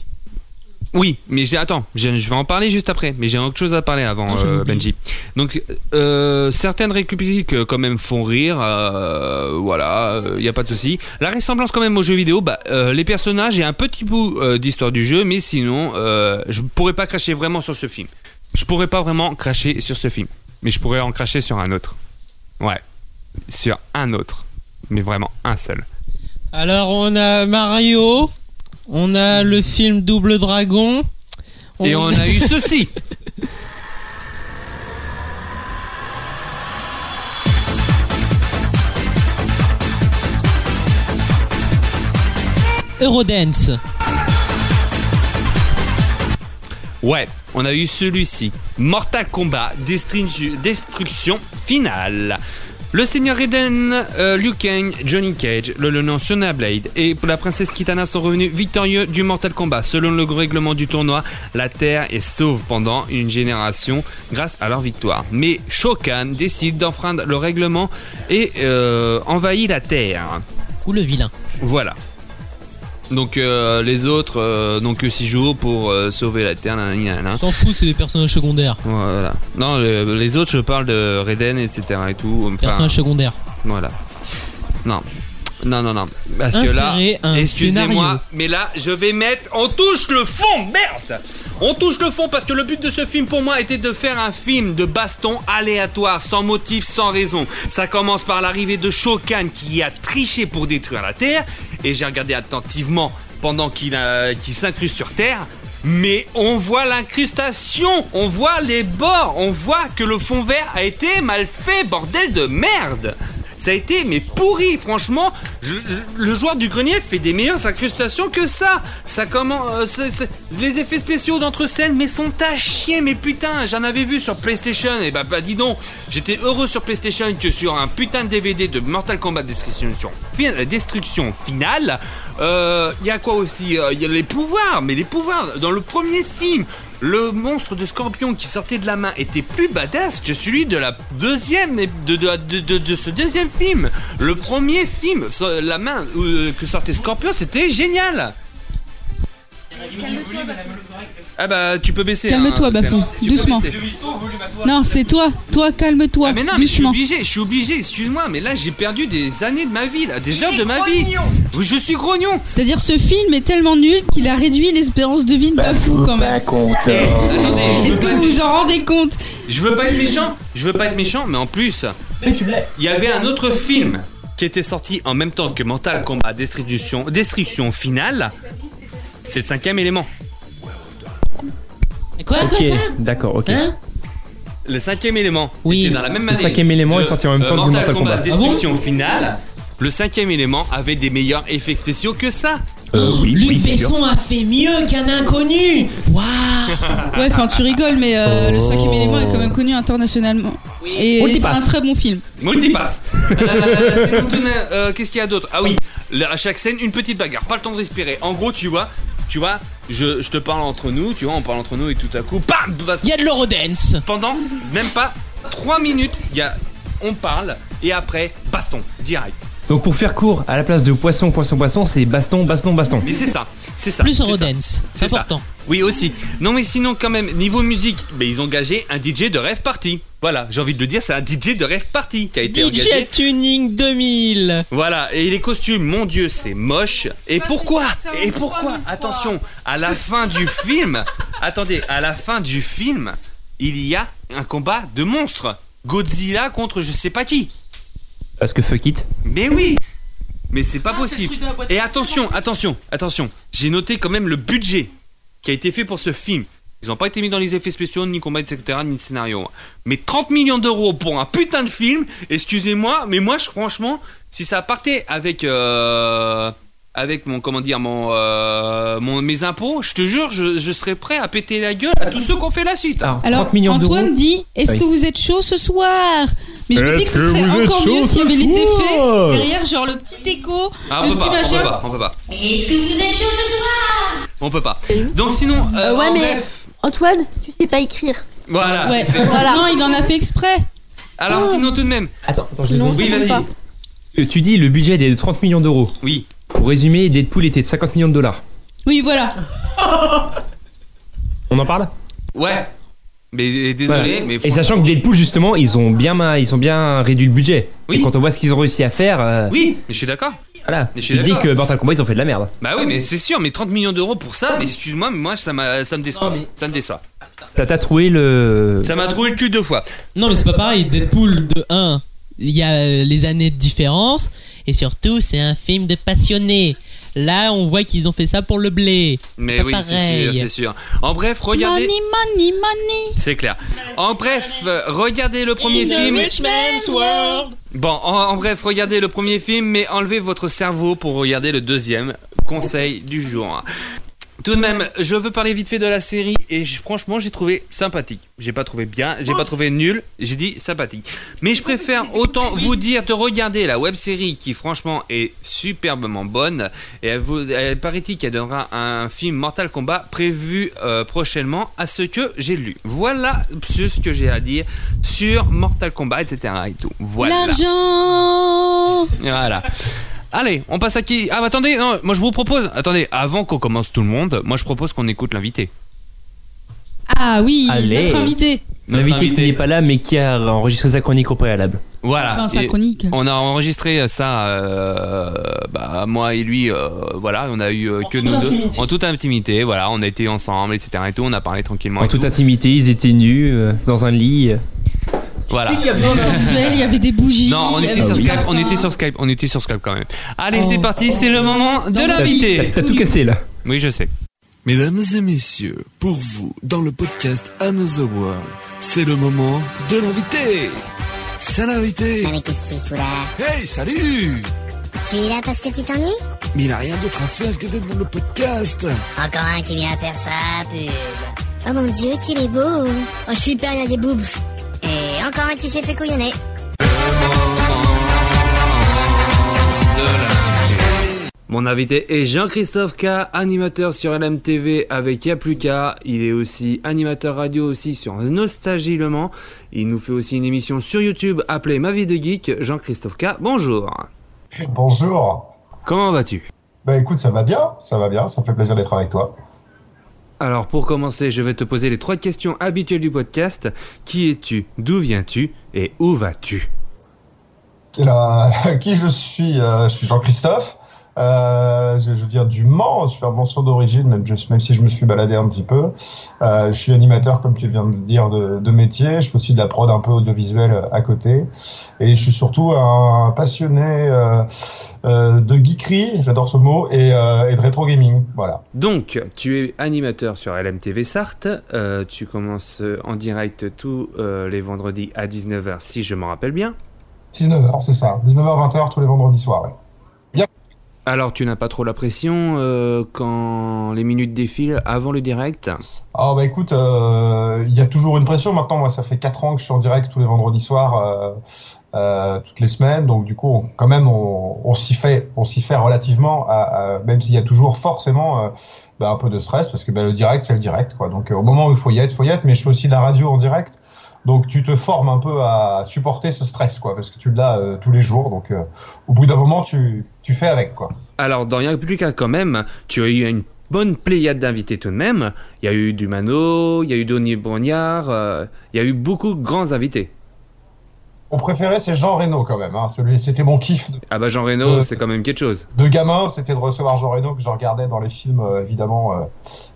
Oui, mais j'ai attends, j'ai, je vais en parler juste après, mais j'ai autre chose à parler avant, euh, Benji. Donc euh, certaines répliques euh, quand même font rire, euh, voilà, il euh, y a pas de souci. La ressemblance quand même aux jeux vidéo, bah euh, les personnages et un petit bout euh, d'histoire du jeu, mais sinon euh, je pourrais pas cracher vraiment sur ce film. Je pourrais pas vraiment cracher sur ce film, mais je pourrais en cracher sur un autre. Ouais, sur un autre, mais vraiment un seul. Alors on a Mario. On a le film Double Dragon. On Et on a, a eu ceci. Eurodance. Ouais, on a eu celui-ci. Mortal Kombat Destru- Destruction Finale. Le Seigneur Raiden, euh, Liu Kang, Johnny Cage, le lieutenant Sonya Blade et la princesse Kitana sont revenus victorieux du Mortal Kombat. Selon le règlement du tournoi, la Terre est sauve pendant une génération grâce à leur victoire. Mais Shao Kahn décide d'enfreindre le règlement et euh, envahit la Terre. Ou le vilain. Voilà. Donc euh, les autres euh, n'ont que six jours pour euh, sauver la Terre. On s'en fout, c'est des personnages secondaires. Voilà. Non, les, les autres, je parle de Raiden, et cetera et tout. Enfin, personnages secondaires. Voilà. Non. Non, non, non. Parce Insérer que là, un excusez-moi, scénario. mais là, je vais mettre... On touche le fond, merde. On touche le fond parce que le but de ce film, pour moi, était de faire un film de baston aléatoire, sans motif, sans raison. Ça commence par l'arrivée de Shao Kahn qui a triché pour détruire la Terre. Et j'ai regardé attentivement pendant qu'il, a, qu'il s'incruste sur Terre. Mais on voit l'incrustation, on voit les bords, on voit que le fond vert a été mal fait, bordel de merde. Ça a été mais pourri, franchement. Je, je, le joueur du grenier fait des meilleures incrustations que ça. Ça comment euh, c'est, c'est, les effets spéciaux d'entre-scènes mais sont à chier. Mais putain, j'en avais vu sur PlayStation. Et bah, bah dis donc, j'étais heureux sur PlayStation que sur un putain de D V D de Mortal Kombat Destruction, Destruction Finale. Il euh, y a quoi aussi? Il euh, y a les pouvoirs, mais les pouvoirs dans le premier film. Le monstre de Scorpion qui sortait de la main était plus badass que celui de la deuxième de, de, de, de, de ce deuxième film. Le premier film, la main que sortait Scorpion, c'était génial. Ah bah tu peux baisser. Calme-toi, hein, Bafou, doucement. Non, c'est toi, toi calme-toi. Ah mais non, mais je suis obligé, je suis obligé. Excuse-moi, mais là j'ai perdu des années de ma vie, là, des heures de ma vie. Je suis grognon. C'est-à-dire ce film est tellement nul qu'il a réduit l'espérance de vie de Bafou quand même. Eh, attendez, est-ce que vous vous en rendez compte? Je veux pas être méchant, je veux pas être méchant, mais en plus, il y avait un autre film qui était sorti en même temps que Mortal Kombat Destruction, Destruction Finale. C'est le cinquième élément. Quoi, ok, quoi, quoi d'accord, ok. Hein le cinquième élément oui. était dans la même année. Le cinquième élément de, est sorti en même temps euh, que Mortal Kombat Kombat. Destruction ah bon Finale. le cinquième élément avait des meilleurs effets spéciaux que ça. Euh, oui, Luc oui, c'est sûr. Besson a fait mieux qu'un inconnu. Waouh. Ouais, enfin tu rigoles, mais euh, Oh. le cinquième élément est quand même connu internationalement. Et c'est Multipass. un très bon film. Multipass. euh, sinon, tout de même, euh, qu'est-ce qu'il y a d'autre? Ah oui, là, à chaque scène, une petite bagarre, pas le temps de respirer. En gros, tu vois, tu vois, je, je te parle entre nous, tu vois, on parle entre nous et tout à coup, bam, baston. Il y a de l'eurodance. Pendant même pas trois minutes, il y a, on parle et après, baston, direct. Donc pour faire court, à la place de poisson, poisson, poisson, c'est baston, baston, baston. Mais c'est ça, c'est ça. Plus c'est eurodance. ça. C'est ça. important. Oui aussi. Non mais sinon quand même niveau musique, ben, ils ont engagé un D J de rêve party. Voilà, j'ai envie de le dire, c'est un D J de rêve party qui a été D J engagé. Tuning deux mille. Voilà, et les costumes, mon Dieu, c'est moche. Et pourquoi Et pourquoi Attention, à la fin du film, attendez, à la fin du film, il y a un combat de monstres. Godzilla contre je sais pas qui. Parce que fuck it. Mais oui. Mais c'est pas Ah, c'est le possible. truc de la boîte Et de attention, attention, attention. J'ai noté quand même le budget qui a été fait pour ce film. Ils n'ont pas été mis dans les effets spéciaux, ni combat, et cetera, ni scénario. Mais trente millions d'euros pour un putain de film, excusez-moi, mais moi, je, franchement, si ça partait avec, euh, avec mon, comment dire, mon, euh, mon, mes impôts, je te jure, je, je serais prêt à péter la gueule à tous ceux qui ont fait la suite. Alors, Alors trente millions d'euros. Antoine dit, est-ce Oui. que vous êtes chaud ce soir? Mais je me dis que Est-ce ce que serait vous êtes encore chaud mieux ce s'il y avait les soir effets derrière, genre le petit écho, Ah, le on peut petit pas, on machin. peut pas, on peut pas, Est-ce que vous êtes chaud ce soir? on peut pas. Donc sinon, euh, Euh, ouais, en mais bref, Antoine, tu sais pas écrire. voilà. Ouais. c'est fait. Voilà. Non, il en a fait exprès. Alors Oh. sinon tout de même, Attends, attends, je l'ai Non, demandé. oui, ça compte vas-y. pas. Euh, Tu dis le budget est de trente millions d'euros. Oui. Pour résumer, Deadpool était de cinquante millions de dollars. Oui, voilà. On en parle? Ouais. Mais désolé, Voilà. mais Et franchement- sachant que Deadpool justement, ils ont bien, ma- ils ont bien réduit le budget. Oui. Et quand on voit ce qu'ils ont réussi à faire, euh, Oui, mais je suis d'accord. voilà. Mais je suis Tu te dis d'accord. que Mortal Kombat ils ont fait de la merde. Bah oui, mais c'est sûr, mais trente millions d'euros pour ça, mais excuse-moi, mais moi ça, m'a, ça me déçoit. Ça me déçoit. Ça t'a trouvé le. Ça m'a trouvé le cul deux fois. Non, mais c'est pas pareil. Deadpool de un, il y a euh, les années de différence. Et surtout, c'est un film de passionnés. Là, on voit qu'ils ont fait ça pour le blé. Mais Pas oui, c'est pareil. sûr, c'est sûr. En bref, regardez. Money, money, money. C'est clair. En bref, euh, regardez le premier In the film. rich man's world. Bon, en, en bref, regardez le premier film, mais enlevez votre cerveau pour regarder le deuxième. Conseil du jour. Tout de même, je veux parler vite fait de la série et j- franchement, j'ai trouvé sympathique. J'ai pas trouvé bien, j'ai pas trouvé nul, j'ai dit sympathique. Mais je préfère autant vous dire de regarder la web série qui franchement est superbement bonne et elle, vous, elle paraît-il qu'elle donnera un film Mortal Kombat prévu euh, prochainement à ce que j'ai lu. Voilà ce que j'ai à dire sur Mortal Kombat, et cetera et tout. Voilà. L'argent. Voilà. Allez, on passe à qui? Ah, bah, attendez, non, moi je vous propose. Attendez, avant qu'on commence tout le monde, moi je propose qu'on écoute l'invité. Ah oui, Allez. notre invité. Notre L'invité qui invité. n'est pas là mais qui a enregistré sa chronique au préalable. Voilà. Enfin, sa Et chronique. on a enregistré ça, euh, bah, moi et lui, euh, voilà, on a eu euh, que nous deux. En toute intimité, voilà, on a été ensemble, et cetera et tout, on a parlé tranquillement. En et toute tout. intimité, ils étaient nus euh, dans un lit. euh. Voilà. C'était sensuel, il y avait des bougies. Non, on il y était avait sur des Skype, parfums. on était sur Skype, on était sur Skype quand même. Allez, Oh. c'est parti, c'est le moment de Dans T'as l'invité. t'as tout cassé là. Oui, je sais. Mesdames et messieurs, pour vous, dans le podcast Another World, c'est le moment de l'invité. C'est l'invité. Ah mais qu'est-ce qu'il fout là? Hey, salut. Tu es là parce que tu t'ennuies? Mais il a rien d'autre à faire que d'être dans le podcast. Encore un qui vient faire ça, pub. Oh mon dieu, qu'il est beau. Oh super, il y a des boobs. Et encore un qui s'est fait couillonner. Mon invité est Jean-Christophe K, animateur sur L M T V avec Y'a plus qu'à. Il est aussi animateur radio aussi sur Nostalgie Le Mans. Il nous fait aussi une émission sur YouTube appelée Ma vie de geek. Jean-Christophe K, bonjour. Bonjour. Comment vas-tu? Bah écoute, ça va bien, ça va bien, ça fait plaisir d'être avec toi. Alors pour commencer, je vais te poser les trois questions habituelles du podcast. Qui es-tu? D'où viens-tu? Et où vas-tu? Là, qui je suis euh, Je suis Jean-Christophe. Euh, je, je viens du Mans, je suis un Mançon d'origine, même, je- même si je me suis baladé un petit peu. Euh, je suis animateur, comme tu viens de dire, de, de métier. Je fais aussi de la prod un peu audiovisuelle à côté. Et je suis surtout un passionné euh, euh, de geekerie, j'adore ce mot, et, euh, et de rétro gaming. Voilà. Donc, tu es animateur sur L M T V Sarthe. Euh, tu commences en direct tous euh, les vendredis à dix-neuf heures, si je m'en rappelle bien. dix-neuf heures, c'est ça. dix-neuf heures, vingt heures tous les vendredis soirs, ouais. Bien. Alors, tu n'as pas trop la pression euh, quand les minutes défilent avant le direct? Ah bah écoute, il euh, y a toujours une pression. Maintenant, moi, ça fait quatre ans que je suis en direct tous les vendredis soirs, euh, euh, toutes les semaines. Donc du coup, on, quand même, on, on s'y fait, on s'y fait relativement, à, à, même s'il y a toujours forcément euh, bah, un peu de stress, parce que bah, le direct, c'est le direct, quoi. Donc euh, au moment où il faut y être, il faut y être. Mais je fais aussi de la radio en direct. Donc tu te formes un peu à supporter ce stress, quoi, parce que tu l'as euh, tous les jours. Donc euh, au bout d'un moment, tu, tu fais avec, quoi. Alors dans Y'a plus qu'à quand même, tu as eu une bonne pléiade d'invités tout de même. Il y a eu du Mano, il y a eu Denis Brognard, euh, il y a eu beaucoup de grands invités. Mon préféré, c'est Jean Reno quand même. Hein. Celui, c'était mon kiff. De, ah bah Jean Reno, de, c'est quand même quelque chose. De gamin, c'était de recevoir Jean Reno que je regardais dans les films, euh, évidemment. Euh,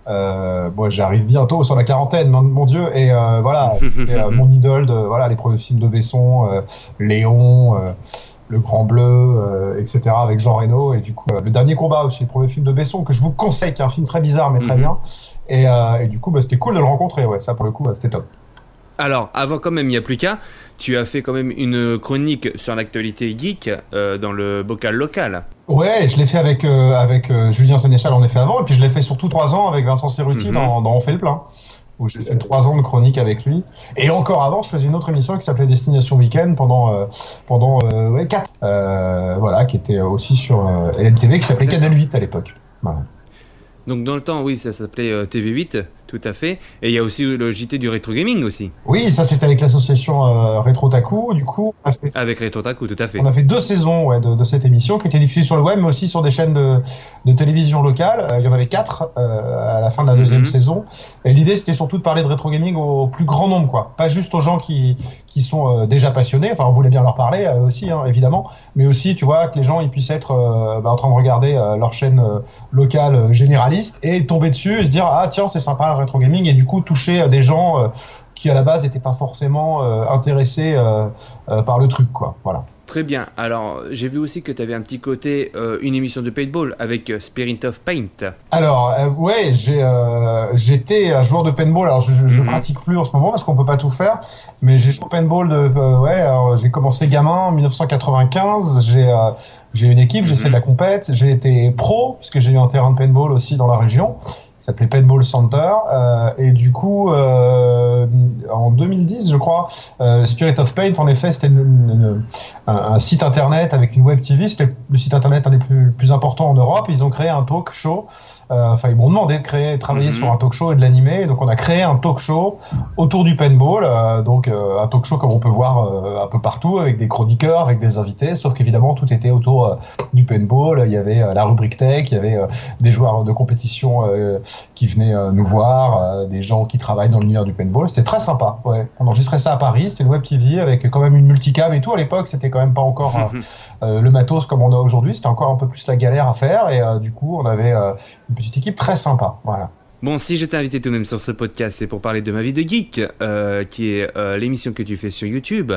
euh, moi, j'arrive bientôt sur la quarantaine, mon, mon Dieu, et euh, voilà, c'était, euh, mon idole de voilà les premiers films de Besson, euh, Léon, euh, Le Grand Bleu, euh, et cetera. Avec Jean Reno, et du coup, euh, le dernier combat aussi, le premier film de Besson que je vous conseille, qui est un film très bizarre mais très mm-hmm. bien. Et, euh, et du coup, bah, c'était cool de le rencontrer. Ouais, ça pour le coup, bah, c'était top. Alors, avant quand même, il n'y a plus qu'à, tu as fait quand même une chronique sur l'actualité geek euh, dans le bocal local. Ouais, je l'ai fait avec, euh, avec euh, Julien Sénéchal en effet avant, et puis je l'ai fait surtout trois ans avec Vincent Cerruti mm-hmm. dans, dans On fait le plein, où j'ai fait trois ans de chronique avec lui. Et encore avant, je faisais une autre émission qui s'appelait Destination Week-end pendant, euh, pendant euh, ouais, quatre. Euh, voilà, qui était aussi sur euh, L M T V, qui s'appelait Canal huit à l'époque. Voilà. Donc dans le temps, oui, ça s'appelait euh, T V huit, tout à fait. Et il y a aussi le J T du Rétro Gaming aussi. Oui, ça c'était avec l'association euh, Rétro Taku, du coup. On a fait... Avec Rétro Taku, tout à fait. On a fait deux saisons ouais, de, de cette émission qui était diffusée sur le web, mais aussi sur des chaînes de, de télévision locales. Euh, il y en avait quatre euh, à la fin de la deuxième mm-hmm. saison. Et l'idée c'était surtout de parler de Rétro Gaming au plus grand nombre, quoi. Pas juste aux gens qui, qui sont euh, déjà passionnés, enfin on voulait bien leur parler euh, aussi, hein, évidemment, mais aussi, tu vois, que les gens ils puissent être euh, bah, en train de regarder euh, leur chaîne euh, locale euh, généraliste et tomber dessus et se dire ah tiens c'est sympa le rétro gaming et du coup toucher euh, des gens euh, qui à la base n'étaient pas forcément euh, intéressés euh, euh, par le truc, quoi. Voilà. Très bien. Alors, j'ai vu aussi que tu avais un petit côté, euh, une émission de paintball avec euh, Spirit of Paint. Alors, euh, ouais, j'ai, euh, j'étais un joueur de paintball. Alors, je, je, je mm-hmm. pratique plus en ce moment parce qu'on peut pas tout faire. Mais j'ai joué au paintball de, euh, ouais, alors, j'ai commencé gamin en dix-neuf cent quatre-vingt-quinze. J'ai, euh, j'ai une équipe, j'ai mm-hmm. fait de la compète. J'ai été pro parce que j'ai eu un terrain de paintball aussi dans la région. Ça s'appelait Paintball Center euh, et du coup euh, en deux mille dix je crois euh, Spirit of Paint en effet c'était une, une, une, un, un site internet avec une web T V, c'était le site internet un des plus, plus importants en Europe. Ils ont créé un talk show, euh, enfin ils m'ont demandé de créer, de travailler mm-hmm. sur un talk show et de l'animer, donc on a créé un talk show autour du paintball, euh, donc euh, un talk show comme on peut voir euh, un peu partout avec des chroniqueurs, avec des invités, sauf qu'évidemment tout était autour euh, du paintball. Il y avait euh, la rubrique tech, il y avait euh, des joueurs de compétition euh, qui venaient euh, nous voir, euh, des gens qui travaillent dans l'univers du paintball. C'était très sympa. Ouais. On enregistrait ça à Paris, c'était une web T V avec quand même une multicam et tout. À l'époque, c'était quand même pas encore euh, euh, le matos comme on a aujourd'hui. C'était encore un peu plus la galère à faire et euh, du coup, on avait euh, une petite équipe très sympa. Voilà. Bon, si je t'ai invité tout de même sur ce podcast, c'est pour parler de Ma vie de geek, euh, qui est euh, l'émission que tu fais sur YouTube.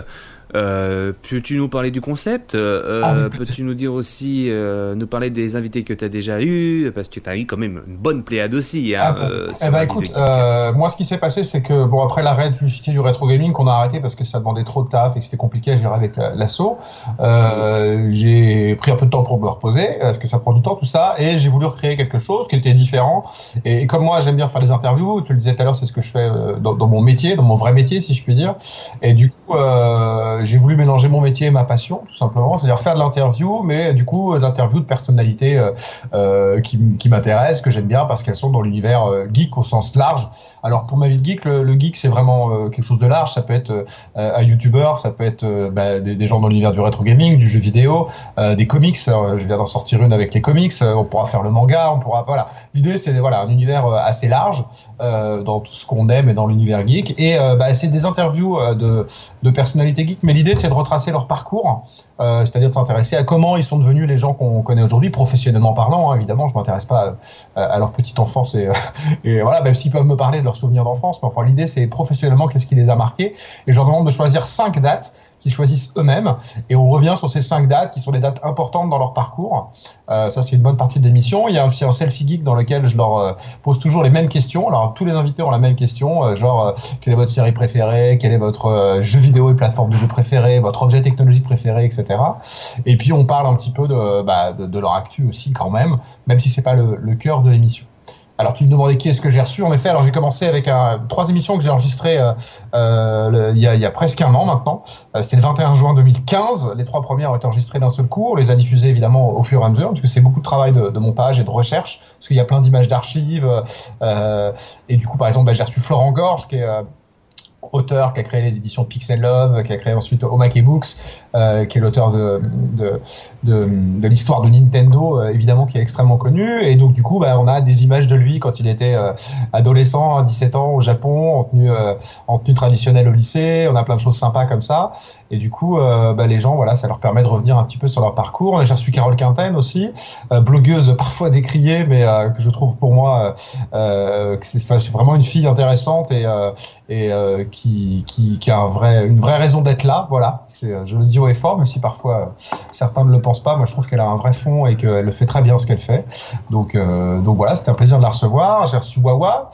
Euh, peux-tu nous parler du concept euh, ah, oui, peux-tu nous dire aussi, euh, nous parler des invités que tu as déjà eu, parce que tu as eu quand même une bonne pléiade aussi. Hein, ah, euh, eh ben écoute, euh, moi ce qui s'est passé, c'est que bon après l'arrêt du J T du rétro gaming qu'on a arrêté parce que ça demandait trop de taf et que c'était compliqué à gérer avec la, l'assaut, euh, j'ai pris un peu de temps pour me reposer parce que ça prend du temps tout ça et j'ai voulu recréer quelque chose qui était différent. Et, et comme moi j'aime bien faire des interviews, tu le disais tout à l'heure, c'est ce que je fais dans, dans mon métier, dans mon vrai métier si je puis dire. Et du coup euh, j'ai voulu mélanger mon métier et ma passion, tout simplement, c'est-à-dire faire de l'interview, mais du coup de l'interview de personnalités euh, euh, qui, qui m'intéressent, que j'aime bien parce qu'elles sont dans l'univers euh, geek au sens large. Alors pour Ma vie de geek, le, le geek c'est vraiment euh, quelque chose de large, ça peut être euh, un youtubeur, ça peut être euh, bah, des, des gens dans l'univers du rétro gaming, du jeu vidéo, euh, des comics, euh, je viens d'en sortir une avec les comics, euh, on pourra faire le manga, on pourra, voilà. L'idée c'est voilà, un univers euh, assez large euh, dans tout ce qu'on aime et dans l'univers geek, et euh, bah, c'est des interviews euh, de, de personnalités geek, mais l'idée c'est de retracer leur parcours, euh, c'est-à-dire de s'intéresser à comment ils sont devenus les gens qu'on connaît aujourd'hui, professionnellement parlant, hein, évidemment, je m'intéresse pas à, à leur petite enfance et, et voilà, même s'ils peuvent me parler de leurs souvenirs d'enfance, mais enfin l'idée c'est professionnellement qu'est-ce qui les a marqués, et je leur demande de choisir cinq dates qu'ils choisissent eux-mêmes. Et on revient sur ces cinq dates qui sont des dates importantes dans leur parcours. Euh, ça, c'est une bonne partie de l'émission. Il y a aussi un selfie geek dans lequel je leur euh, pose toujours les mêmes questions. Alors, tous les invités ont la même question, euh, genre, euh, quelle est votre série préférée, quel est votre euh, jeu vidéo et plateforme de jeu préféré, votre objet technologique préféré, et cetera. Et puis, on parle un petit peu de, bah, de, de leur actu aussi, quand même, même si c'est pas le, le cœur de l'émission. Alors, tu me demandais qui est-ce que j'ai reçu. En effet, alors j'ai commencé avec un, trois émissions que j'ai enregistrées euh, euh, le, il, y a, il y a presque un an maintenant. Euh, C'était le vingt et un juin deux mille quinze. Les trois premières ont été enregistrées d'un seul coup. On les a diffusées évidemment au fur et à mesure, parce que c'est beaucoup de travail de, de montage et de recherche, parce qu'il y a plein d'images d'archives. Euh, et du coup, par exemple, bah, j'ai reçu Florent Gorge, qui est euh, auteur, qui a créé les éditions Pixel Love, qui a créé ensuite Omake Books, euh, qui est l'auteur de, de, de, de l'histoire de Nintendo, euh, évidemment, qui est extrêmement connu. Et donc, du coup, bah, on a des images de lui quand il était euh, adolescent, à dix-sept ans, au Japon, en tenue, euh, en tenue traditionnelle au lycée. On a plein de choses sympas comme ça. Et du coup, euh, bah, les gens, voilà, ça leur permet de revenir un petit peu sur leur parcours. J'ai reçu Carole Quinten aussi, euh, blogueuse parfois décriée, mais euh, que je trouve pour moi euh, que c'est, c'est vraiment une fille intéressante et, euh, et euh, qui, qui, qui a un vrai, une vraie raison d'être là. Voilà, c'est, je le dis haut et fort, même si parfois euh, certains ne le pensent pas. Moi, je trouve qu'elle a un vrai fond et qu'elle fait très bien ce qu'elle fait. Donc, euh, donc voilà, c'était un plaisir de la recevoir. J'ai reçu Wawa,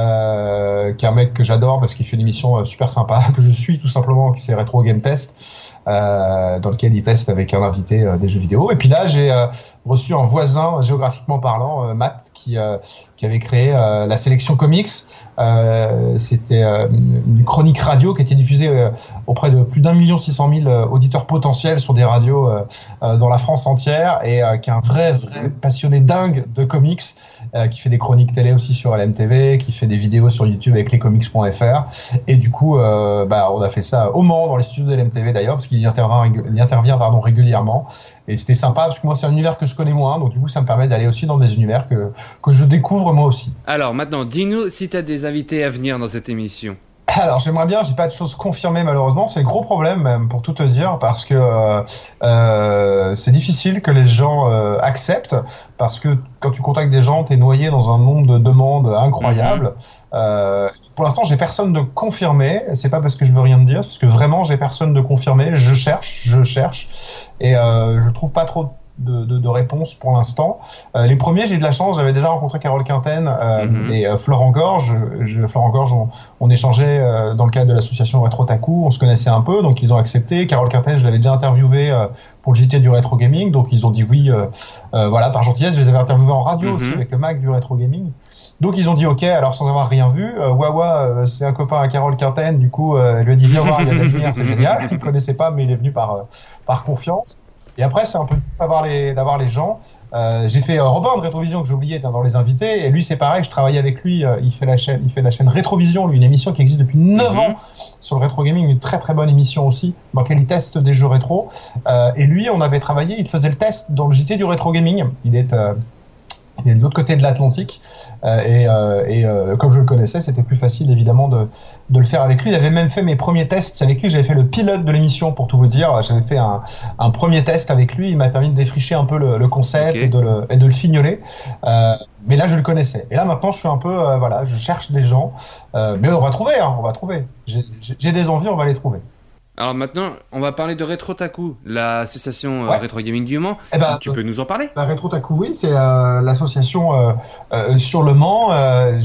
euh, qui est un mec que j'adore parce qu'il fait une émission super sympa, que je suis tout simplement, qui c'est Retro Game Test. Euh, dans lequel il teste avec un invité euh, des jeux vidéo. Et puis là, j'ai euh, reçu un voisin, géographiquement parlant, euh, Matt, qui, euh, qui avait créé euh, la sélection comics. Euh, c'était euh, une chronique radio qui a été diffusée euh, auprès de plus d'un million six cent mille euh, auditeurs potentiels sur des radios euh, euh, dans la France entière, et euh, qui est un vrai, vrai passionné dingue de comics, euh, qui fait des chroniques télé aussi sur L M T V, qui fait des vidéos sur YouTube avec lescomics point F R. Et du coup, euh, bah, on a fait ça au Mans, dans les studios de L M T V d'ailleurs, parce qu'il y intervient, il intervient pardon, régulièrement. Et c'était sympa parce que moi, c'est un univers que je connais moins, donc du coup, ça me permet d'aller aussi dans des univers que, que je découvre moi aussi. Alors maintenant, dis-nous si tu as des invités à venir dans cette émission. Alors j'aimerais bien, j'ai pas de choses confirmées malheureusement, c'est le gros problème même pour tout te dire, parce que euh, euh, c'est difficile que les gens euh, acceptent, parce que quand tu contactes des gens, t'es noyé dans un nombre de demandes incroyables. Mmh. Euh, pour l'instant, j'ai personne de confirmé. C'est pas parce que je veux rien te dire, parce que vraiment j'ai personne de confirmé. Je cherche, je cherche, et euh, je trouve pas trop de, de, de réponses pour l'instant. Euh, les premiers, j'ai eu de la chance. J'avais déjà rencontré Carole Quinten euh, mm-hmm. et euh, Florent Gorge. Je, Florent Gorge, on, on échangeait euh, dans le cadre de l'association Retro Taku. On se connaissait un peu, donc ils ont accepté. Carole Quinten, je l'avais déjà interviewé euh, pour le J T du Retro Gaming, donc ils ont dit oui. Euh, euh, voilà, par gentillesse, je les avais interviewés en radio mm-hmm. aussi avec le Mac du Retro Gaming. Donc ils ont dit ok, alors sans avoir rien vu. Euh, Wawa, euh, c'est un copain à Carole Quinten, du coup, euh, elle lui a dit viens voir, il y a de l'avenir, c'est génial. Il ne connaissait pas, mais il est venu par euh, par confiance. Et après, c'est un peu d'avoir les d'avoir les gens. Euh, j'ai fait euh, Robin de Rétrovision que j'ai oublié dans les invités, et lui c'est pareil, je travaillais avec lui. Euh, il fait la chaîne, il fait la chaîne Rétrovision, lui, une émission qui existe depuis neuf mm-hmm. ans sur le rétro gaming, une très très bonne émission aussi, dans laquelle il teste des jeux rétro. Euh, et lui, on avait travaillé, il faisait le test dans le J T du Rétro Gaming. Il est euh, Il est de l'autre côté de l'Atlantique, euh, et, euh, et euh, comme je le connaissais, c'était plus facile évidemment de, de le faire avec lui. Il avait même fait mes premiers tests avec lui. J'avais fait le pilote de l'émission pour tout vous dire. J'avais fait un, un premier test avec lui. Il m'a permis de défricher un peu le, le concept okay. et, de le, et de le fignoler. Euh, mais là, je le connaissais. Et là, maintenant, je suis un peu, euh, voilà, je cherche des gens. Euh, mais on va trouver, hein, on va trouver. J'ai, j'ai des envies, on va les trouver. Alors maintenant, on va parler de Retro Taku, l'association ouais. euh, Retro Gaming du Mans. Eh ben, tu euh, peux nous en parler? bah, Retro Taku, oui, c'est euh, l'association euh, euh, sur le Mans. Euh,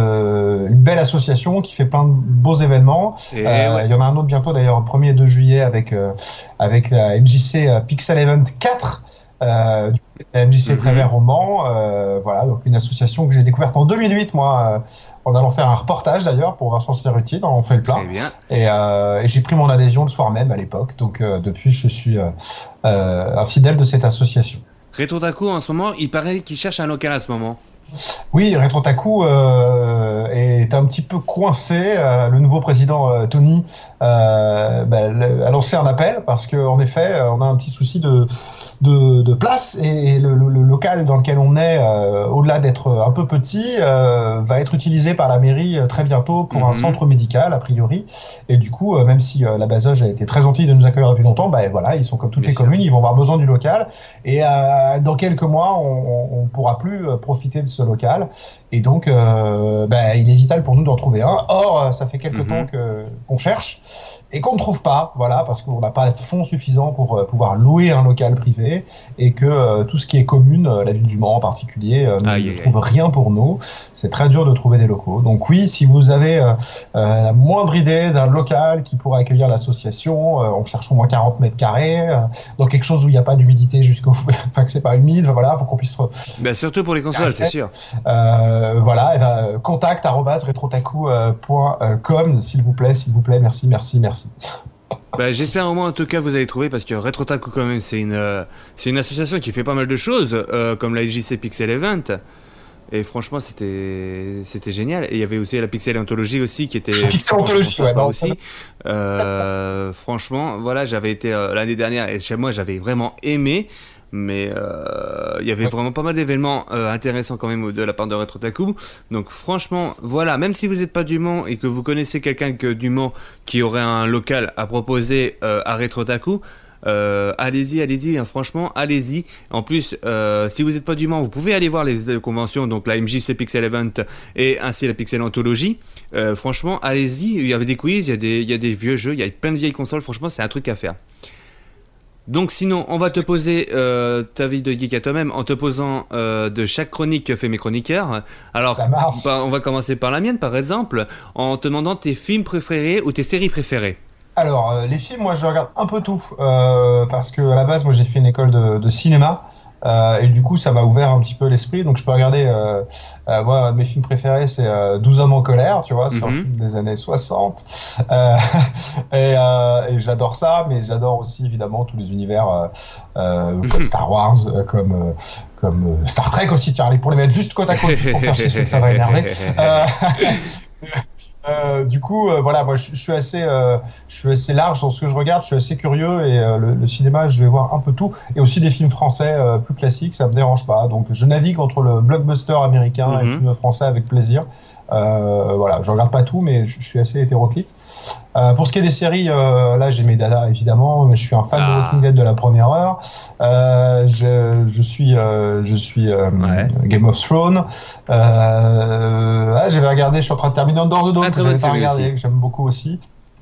je, une belle association qui fait plein de beaux événements. Il euh, ouais. y en a un autre bientôt d'ailleurs, le premier et deux juillet avec euh, avec la M J C euh, Pixel Event quatre. Euh, la M J C mm-hmm. Prévert au Mans, euh, voilà, donc une association que j'ai découverte en deux mille huit, moi, euh, en allant faire un reportage d'ailleurs pour Vincent Cerruti, on fait le plein. Bien. Et, euh, et j'ai pris mon adhésion le soir même à l'époque, donc euh, depuis je suis euh, euh, un fidèle de cette association. Retro Taku en ce moment, il paraît qu'il cherche un local à ce moment. Oui, Retro Taku euh, est un petit peu coincé. Euh, le nouveau président euh, Tony euh, bah, a lancé un appel parce qu'en effet, on a un petit souci de de, de place, et, et le, le, le local dans lequel on est, euh, au-delà d'être un peu petit, euh, va être utilisé par la mairie très bientôt pour mm-hmm. un centre médical a priori. Et du coup, euh, même si euh, la Bazoge a été très gentille de nous accueillir depuis longtemps, bah voilà, ils sont comme toutes Bien les sûr. communes, ils vont avoir besoin du local. Et euh, dans quelques mois, on, on pourra plus profiter de ce local, et donc euh, bah, il est vital pour nous d'en trouver un. Or, ça fait quelque mm-hmm. temps que qu'on cherche, et qu'on ne trouve pas, voilà, parce qu'on n'a pas de fonds suffisants pour euh, pouvoir louer un local privé et que euh, tout ce qui est commune, euh, la ville du Mans en particulier, euh, Aïe, ne aïe, trouve rien pour nous. C'est très dur de trouver des locaux. Donc oui, si vous avez euh, euh, la moindre idée d'un local qui pourrait accueillir l'association, euh, on cherche au moins quarante mètres carrés, euh, dans quelque chose où il n'y a pas d'humidité jusqu'au, enfin que c'est pas humide, voilà, faut qu'on puisse. Re... Bah, surtout pour les consoles, c'est sûr. Euh, voilà, et ben, contact arobase retrotaku point com, s'il vous plaît, s'il vous plaît, merci, merci, merci. Bah, j'espère au moins en tout cas vous allez trouver, parce que RetroTaku quand même c'est une euh, c'est une association qui fait pas mal de choses euh, comme la L J C Pixel Event, et franchement c'était c'était génial. Et il y avait aussi la Pixel Anthology aussi qui était Pixel Anthology, ouais, bah, aussi euh, franchement voilà, j'avais été euh, l'année dernière et chez moi j'avais vraiment aimé. Mais euh, il y avait ouais. vraiment pas mal d'événements euh, intéressants quand même de la part de RetroTaku. Donc franchement, voilà, même si vous n'êtes pas du Mans et que vous connaissez quelqu'un que du Mans qui aurait un local à proposer euh, à RetroTaku, euh, allez-y, allez-y, hein, franchement, allez-y. En plus, euh, si vous n'êtes pas du Mans, vous pouvez aller voir les, les conventions, donc la M J C Pixel Event et ainsi la Pixel Anthology. Euh, franchement, allez-y, il y a des quiz, il y a des, il y a des vieux jeux, il y a plein de vieilles consoles, franchement, c'est un truc à faire. Donc sinon, on va te poser euh, ta vie de geek à toi-même en te posant euh, de chaque chronique que fait mes chroniqueurs. Alors, bah, on va commencer par la mienne, par exemple, en te demandant tes films préférés ou tes séries préférées. Alors, euh, les films, moi, je regarde un peu tout, euh, parce que à la base, moi, j'ai fait une école de, de cinéma. Euh, et du coup, ça m'a ouvert un petit peu l'esprit. Donc, je peux regarder. Euh, euh, moi, un de mes films préférés, c'est euh, douze hommes en colère. Tu vois, c'est mm-hmm. un film des années soixante. Euh, et, euh, et j'adore ça, mais j'adore aussi évidemment tous les univers euh, euh, comme Star Wars, euh, comme euh, comme euh, Star Trek aussi. Tiens, allez, pour les mettre juste côte à côte pour faire chier ceux que ça va énerver. Euh, Euh, du coup, euh, voilà, moi je, je suis assez, euh, je suis assez large dans ce que je regarde. Je suis assez curieux et euh, le, le cinéma, je vais voir un peu tout, et aussi des films français euh, plus classiques, ça me dérange pas. Donc, je navigue entre le blockbuster américain mm-hmm. et le film français avec plaisir. Euh, voilà, je regarde pas tout, mais je, je suis assez hétéroclite. Euh, pour ce qui est des séries, euh, là j'ai mes dadas évidemment. Je suis un fan ah. de Walking Dead de la première heure. Euh, je, je suis, euh, je suis euh, ouais. Game of Thrones. Euh, ah, j'avais regardé, je suis en train de terminer Under the Dome, que j'avais pas regardé, que j'aime beaucoup aussi.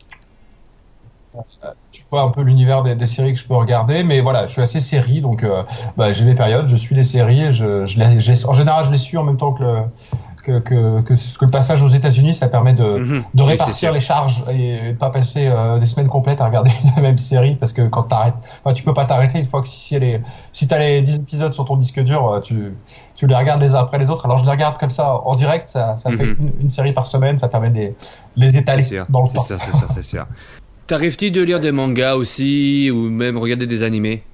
Tu vois un peu l'univers des, des séries que je peux regarder, mais voilà, je suis assez série, donc euh, bah, j'ai mes périodes, je suis les séries, et je, je les, j'ai, en général je les suis en même temps que le Que, que, que, que le passage aux États-Unis, ça permet de, mmh, de répartir oui, les charges et de pas passer euh, des semaines complètes à regarder la même série, parce que quand t'arrêtes, enfin, tu peux pas t'arrêter une fois que si, elle est, si t'as les dix épisodes sur ton disque dur, tu, tu les regardes les uns après les autres. Alors je les regarde comme ça en direct, ça, ça mmh. fait une, une série par semaine, ça permet de les, les étaler dans le c'est temps. C'est sûr, c'est sûr, c'est sûr. T'arrives-tu de lire des mangas aussi, ou même regarder des animés?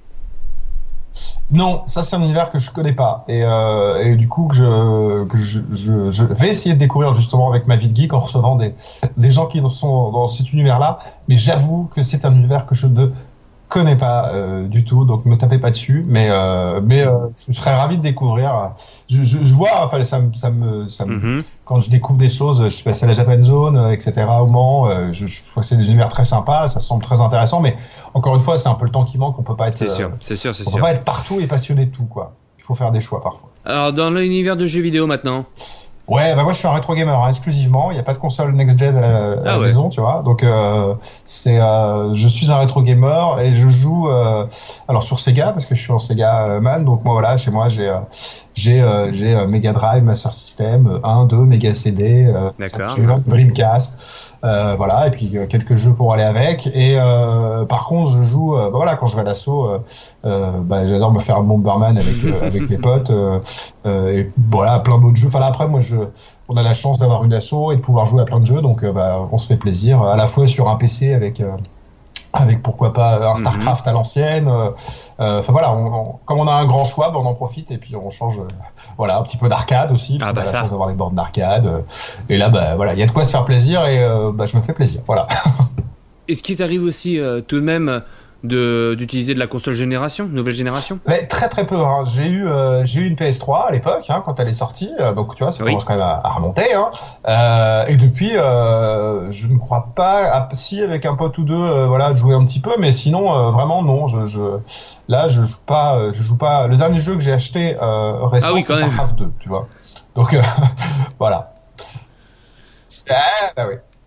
Non, ça c'est un univers que je connais pas, et, euh, et du coup que je que je, je je vais essayer de découvrir justement avec ma vie de geek en recevant des des gens qui sont dans cet univers-là. Mais j'avoue que c'est un univers que je ne connais pas euh, du tout, donc me tapez pas dessus. Mais euh, mais euh, je serais ravi de découvrir. Je je, je vois, enfin ça me ça me ça me mm-hmm. quand je découvre des choses, je suis passé à la Japan Zone, et cetera au Mans. Euh, je, je trouve que c'est des univers très sympas, ça semble très intéressant, mais encore une fois, c'est un peu le temps qui manque. On peut pas être, c'est sûr, c'est sûr, c'est on sûr. peut pas être partout et passionné de tout, quoi. Il faut faire des choix parfois. Alors, dans l'univers de jeux vidéo maintenant. Ouais, bah moi je suis un rétro gamer hein, exclusivement. Il y a pas de console next gen à la, à ah la ouais. maison, tu vois. Donc euh, c'est, euh, je suis un rétro gamer et je joue euh, alors sur Sega parce que je suis en Sega man. Donc moi voilà, chez moi j'ai euh, j'ai euh, j'ai euh, Mega Drive, Master System, un, deux, Mega C D, euh, Saturn, Dreamcast. Euh, voilà, et puis euh, quelques jeux pour aller avec. Et euh, par contre, je joue. Euh, bah voilà, quand je vais à l'assaut, euh, euh, bah, j'adore me faire un Bomberman avec euh, avec les potes. Euh, euh, et voilà, plein d'autres jeux. Enfin là, après, moi, je, on a la chance d'avoir une asso et de pouvoir jouer à plein de jeux, donc euh, bah, on se fait plaisir. À la fois sur un P C avec. Euh, avec pourquoi pas un Starcraft à l'ancienne. Enfin euh, voilà, on, on, comme on a un grand choix, ben on en profite et puis on change. Euh, voilà, un petit peu d'arcade aussi. Ah bah on a ça. La chance d'avoir des bornes d'arcade. Euh, et là, bah voilà, il y a de quoi se faire plaisir et euh, bah je me fais plaisir. Voilà. Est-ce qu'il t'arrive aussi euh, tout de même de d'utiliser de la console génération, nouvelle génération? Mais très très peu. Hein. J'ai eu euh, j'ai eu une P S trois à l'époque hein, quand elle est sortie, euh, donc tu vois ça oui. commence quand même à, à remonter. Hein. Euh, et depuis, euh, je ne crois pas. À, si avec un pote ou deux, euh, voilà, de jouer un petit peu, mais sinon euh, vraiment non. Je, je là je joue pas. Euh, je joue pas. Le dernier jeu que j'ai acheté euh, récent, ah oui, c'est Starcraft deux, tu vois. Donc euh, voilà. Ah, bah oui.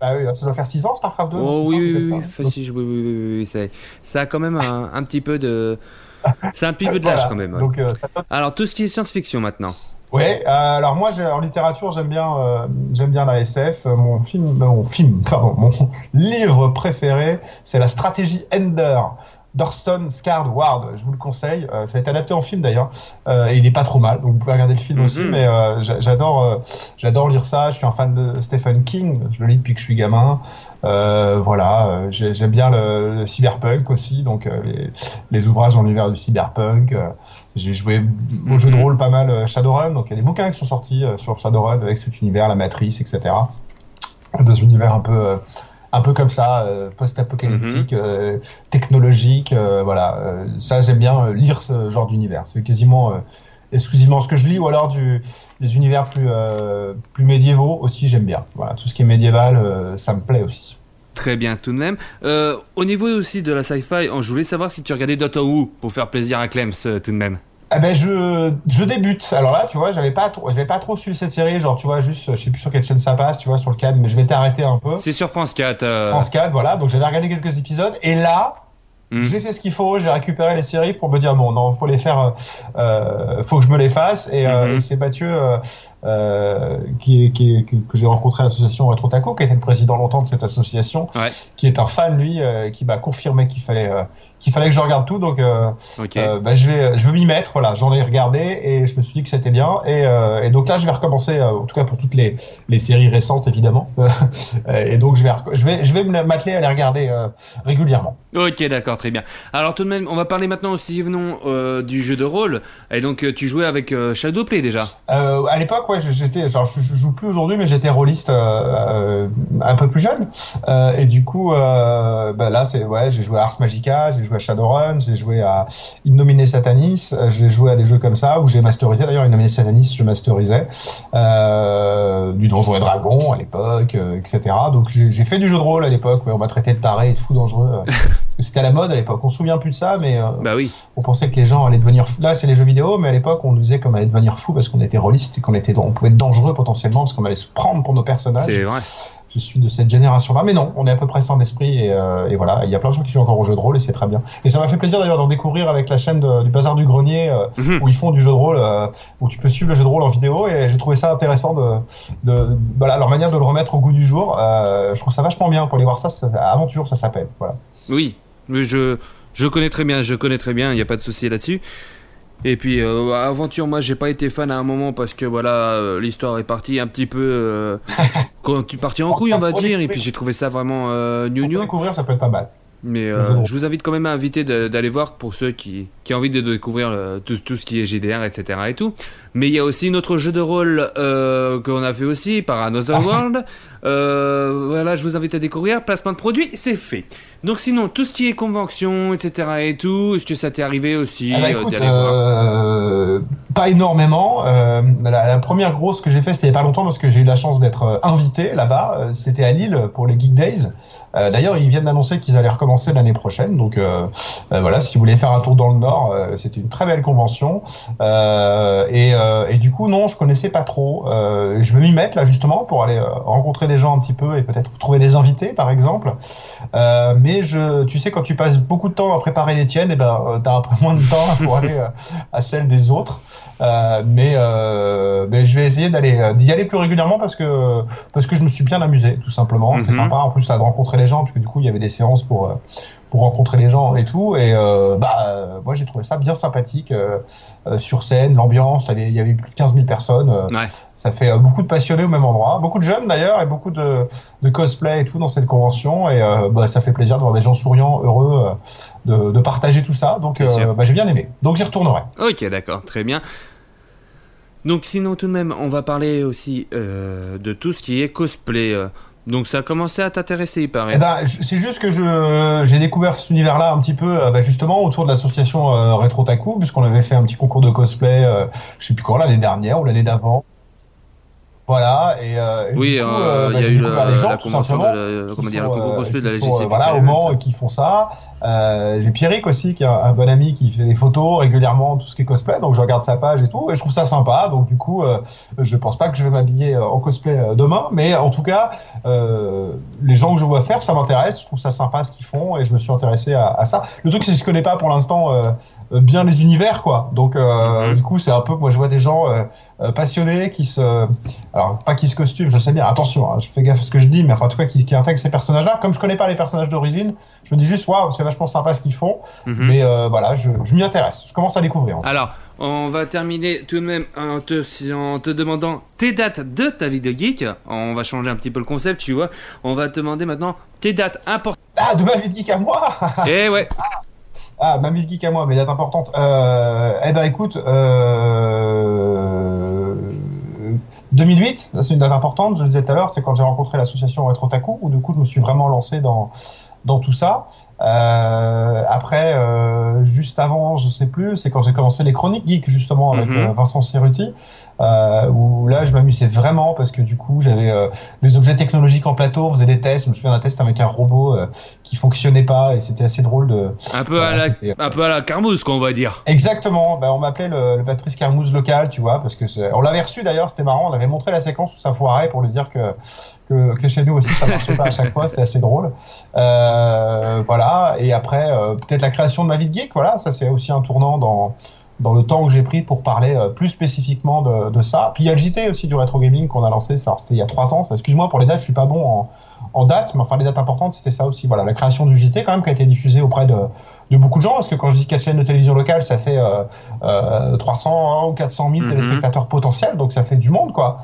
Bah oui, ça doit faire six ans Starcraft deux. Oh oui, oui, oui, ça. facile, oui, oui, oui, oui, oui, c'est, ça a quand même un, un petit peu de, c'est un petit peu de l'âge Voilà. quand même. Ouais. Donc, euh, ça donne- Alors tout ce qui est science-fiction maintenant. Ouais, euh, alors moi j'ai, en littérature j'aime bien euh, j'aime bien la S F. Euh, Mon film, mon film, pardon, mon livre préféré, c'est la stratégie Ender d'Orson Scard Ward. Je vous le conseille. Euh, ça a été adapté en film d'ailleurs, euh, et il est pas trop mal. Donc vous pouvez regarder le film Mhm. aussi. Mais euh, j'a- j'adore euh, j'adore lire ça. Je suis un fan de Stephen King. Je le lis depuis que je suis gamin. Euh, voilà, euh, j'ai- j'aime bien le, le cyberpunk aussi. Donc euh, les, les ouvrages dans l'univers du cyberpunk. Euh, j'ai joué au jeu de rôle pas mal euh, Shadowrun. Donc il y a des bouquins qui sont sortis euh, sur Shadowrun avec cet univers, la matrice, et cetera. Dans un univers un peu euh, un peu comme ça, euh, post-apocalyptique, euh, technologique, euh, voilà. Euh, ça, j'aime bien euh, lire ce genre d'univers. C'est quasiment euh, exclusivement ce que je lis, ou alors du, des univers plus, euh, plus médiévaux aussi, j'aime bien. Voilà, tout ce qui est médiéval, euh, ça me plaît aussi. Très bien tout de même. Euh, au niveau aussi de la sci-fi, je voulais savoir si tu regardais Doctor Who pour faire plaisir à Clems euh, tout de même. Ah ben je, je débute. Alors là, tu vois, j'avais pas trop, j'avais pas trop suivi cette série. Genre, tu vois, juste, je sais plus sur quelle chaîne ça passe, tu vois, sur le cadre, mais je m'étais arrêté un peu. C'est sur France quatre. Euh... France quatre, voilà. Donc j'avais regardé quelques épisodes, et là, mm. j'ai fait ce qu'il faut. J'ai récupéré les séries pour me dire bon, non, faut les faire, euh, faut que je me les fasse. Et, euh, mm-hmm. et c'est Mathieu euh, euh, qui, qui, que, que j'ai rencontré à l'association Retro Taco, qui était le président longtemps de cette association, ouais. qui est un fan lui, euh, qui m'a confirmé qu'il fallait. Euh, qu'il fallait que je regarde tout, donc euh, okay. euh, bah, je vais je vais m'y mettre. Voilà, j'en ai regardé et je me suis dit que c'était bien, et, euh, et donc là je vais recommencer, euh, en tout cas pour toutes les, les séries récentes évidemment, et donc je vais je vais je vais m'atteler à les regarder euh, régulièrement. Ok, d'accord, très bien. Alors tout de même, on va parler maintenant aussi venons euh, du jeu de rôle. Et donc tu jouais avec euh, Shadowplay déjà. Euh, à l'époque, ouais, j'étais, genre je, je joue plus aujourd'hui, mais j'étais rôliste euh, euh, un peu plus jeune, euh, et du coup, euh, bah là c'est ouais, j'ai joué à Ars Magica, j'ai joué à Shadowrun, j'ai joué à Innomine Satanis, j'ai joué à des jeux comme ça où j'ai masterisé. D'ailleurs, Innomine Satanis, je masterisais euh, du Donjon et Dragon à l'époque, euh, et cetera. Donc j'ai, j'ai fait du jeu de rôle à l'époque. Ouais, on m'a traité de taré et de fou dangereux. Euh, parce que c'était à la mode à l'époque. On se souvient plus de ça, mais euh, bah oui. On pensait que les gens allaient devenir fous. Là, c'est les jeux vidéo, mais à l'époque, on nous disait qu'on allait devenir fou parce qu'on était rôliste et qu'on était, on pouvait être dangereux potentiellement parce qu'on allait se prendre pour nos personnages. C'est vrai. Je suis de cette génération-là, mais non, on est à peu près sain d'esprit, et, euh, et voilà, il y a plein de gens qui jouent encore au jeu de rôle et c'est très bien. Et ça m'a fait plaisir d'ailleurs d'en découvrir avec la chaîne de, du Bazar du Grenier, euh, mmh. où ils font du jeu de rôle, euh, où tu peux suivre le jeu de rôle en vidéo, et j'ai trouvé ça intéressant de, de, de voilà, leur manière de le remettre au goût du jour. Euh, je trouve ça vachement bien pour aller voir ça, ça Aventure, ça s'appelle. Voilà. Oui, je je connais très bien, je connais très bien, il n'y a pas de souci là-dessus. Et puis euh, Aventure, moi j'ai pas été fan à un moment parce que voilà, euh, l'histoire est partie un petit peu euh, quand tu partis en couille on va dire, et puis j'ai trouvé ça vraiment euh, new new. Pour découvrir, ça peut être pas mal. Mais euh, je vous invite quand même à inviter de, d'aller voir pour ceux qui, qui ont envie de découvrir le, tout, tout ce qui est G D R, et cetera et tout. Mais il y a aussi notre jeu de rôle euh, qu'on a fait aussi par Another World. Euh, voilà, je vous invite à découvrir. Placement de produit, c'est fait. Donc sinon, tout ce qui est convention, et cetera et tout, est-ce que ça t'est arrivé aussi ah bah, écoute, d'y aller voir euh, Pas énormément. Euh, la, la première grosse que j'ai fait, c'était il y a pas longtemps parce que j'ai eu la chance d'être invité là-bas. Euh, c'était à Lille pour les Geek Days. Euh, d'ailleurs, ils viennent d'annoncer qu'ils allaient recommencer l'année prochaine. Donc euh, euh, voilà, si vous voulez faire un tour dans le Nord, euh, c'était une très belle convention. Euh, et, euh, et du coup, non, je connaissais pas trop. Euh, je veux m'y mettre là justement pour aller euh, rencontrer des gens un petit peu et peut-être trouver des invités, par exemple. Euh, mais je, tu sais, quand tu passes beaucoup de temps à préparer les tiennes, et ben, euh, t'as un peu moins de temps pour aller euh, à celle des autres. Euh, mais, euh, mais je vais essayer d'aller d'y aller plus régulièrement parce que parce que je me suis bien amusé, tout simplement. C'était mm-hmm. sympa. En plus, ça de rencontrer les gens, parce que du coup, il y avait des séances pour euh, pour rencontrer les gens et tout. Et euh, bah, euh, moi, j'ai trouvé ça bien sympathique euh, euh, sur scène, l'ambiance. Il y avait plus de quinze mille personnes. Euh, ouais. Ça fait euh, beaucoup de passionnés au même endroit, beaucoup de jeunes d'ailleurs, et beaucoup de, de cosplay et tout dans cette convention. Et euh, bah, ça fait plaisir de voir des gens souriants, heureux, euh, de, de partager tout ça. Donc, euh, bah, j'ai bien aimé. Donc, j'y retournerai. Ok, d'accord, très bien. Donc, sinon, tout de même, on va parler aussi euh, de tout ce qui est cosplay. Euh. Donc ça a commencé à t'intéresser, il paraît. Eh ben, c'est juste que je j'ai découvert cet univers-là un petit peu, bah, justement autour de l'association euh, Retro Taku, puisqu'on avait fait un petit concours de cosplay, euh, je sais plus quand, l'année dernière ou l'année d'avant. Voilà, et, euh, et Oui, du coup, euh, euh, bah, il y a j'ai eu découvert la- des gens, la tout convention simplement, de la- comment qui dire, sont, le concours euh, cosplay de la qui G C sont, C euh, voilà, qui au Mans et qui font ça. Euh, j'ai Pierrick aussi, qui est un, un bon ami qui fait des photos régulièrement, tout ce qui est cosplay, donc je regarde sa page et tout, et je trouve ça sympa, donc du coup, euh, je pense pas que je vais m'habiller euh, en cosplay euh, demain, mais en tout cas, euh, les gens que je vois faire, ça m'intéresse, je trouve ça sympa ce qu'ils font, et je me suis intéressé à, à ça. Le truc, c'est que je connais pas pour l'instant euh, euh, bien les univers, quoi, donc euh, Mhm. du coup, c'est un peu, moi je vois des gens euh, euh, passionnés qui se... Alors, pas qui se costument, je sais bien, attention, hein, je fais gaffe à ce que je dis, mais enfin, en tout cas, qui, qui intègrent ces personnages-là. Comme je connais pas les personnages d'origine, je me dis juste, waouh, c'est vachement sympa ce qu'ils font, Mhm. mais euh, voilà, je, je m'y intéresse, je commence à découvrir. Alors, on va terminer tout de même en te, en te demandant tes dates de ta vie de geek. On va changer un petit peu le concept, tu vois. On va te demander maintenant tes dates importantes. Ah, de ma vie de geek à moi. Eh ouais. Ah, ma vie de geek à moi, mes dates importantes. Euh, eh ben, écoute, euh, deux mille huit, ça, c'est une date importante, je le disais tout à l'heure, c'est quand j'ai rencontré l'association Retrotaku, où du coup je me suis vraiment lancé dans, dans tout ça. Euh, après, euh, juste avant, je sais plus, c'est quand j'ai commencé les chroniques geek justement avec Mhm. euh, Vincent Cerruti, euh, où là je m'amusais vraiment parce que du coup j'avais euh, des objets technologiques en plateau, on faisait des tests, je me souviens d'un test avec un robot euh, qui fonctionnait pas et c'était assez drôle de... Un peu, à Voilà, la, c'était- un peu à la Carmouze, quoi, on va dire. Exactement, ben, on m'appelait le, le Patrice Carmouze local, tu vois, parce que c'est... on l'avait reçu d'ailleurs, c'était marrant, on avait montré la séquence où ça foirait pour lui dire que, que, que chez nous aussi ça marchait pas à chaque fois, c'était assez drôle. Euh, voilà, et après euh, peut-être la création de ma vie de geek, voilà, ça c'est aussi un tournant dans, dans le temps que j'ai pris pour parler euh, plus spécifiquement de, de ça. Puis il y a le J T aussi du rétro gaming qu'on a lancé, ça, alors, c'était il y a trois ans, ça, excuse-moi pour les dates, je suis pas bon en, en date, mais enfin les dates importantes c'était ça aussi, voilà, la création du J T quand même qui a été diffusée auprès de, de beaucoup de gens, parce que quand je dis quatre chaînes de télévision locale, ça fait euh, euh, trois cents ou quatre cent mille Mhm. téléspectateurs potentiels, donc ça fait du monde quoi,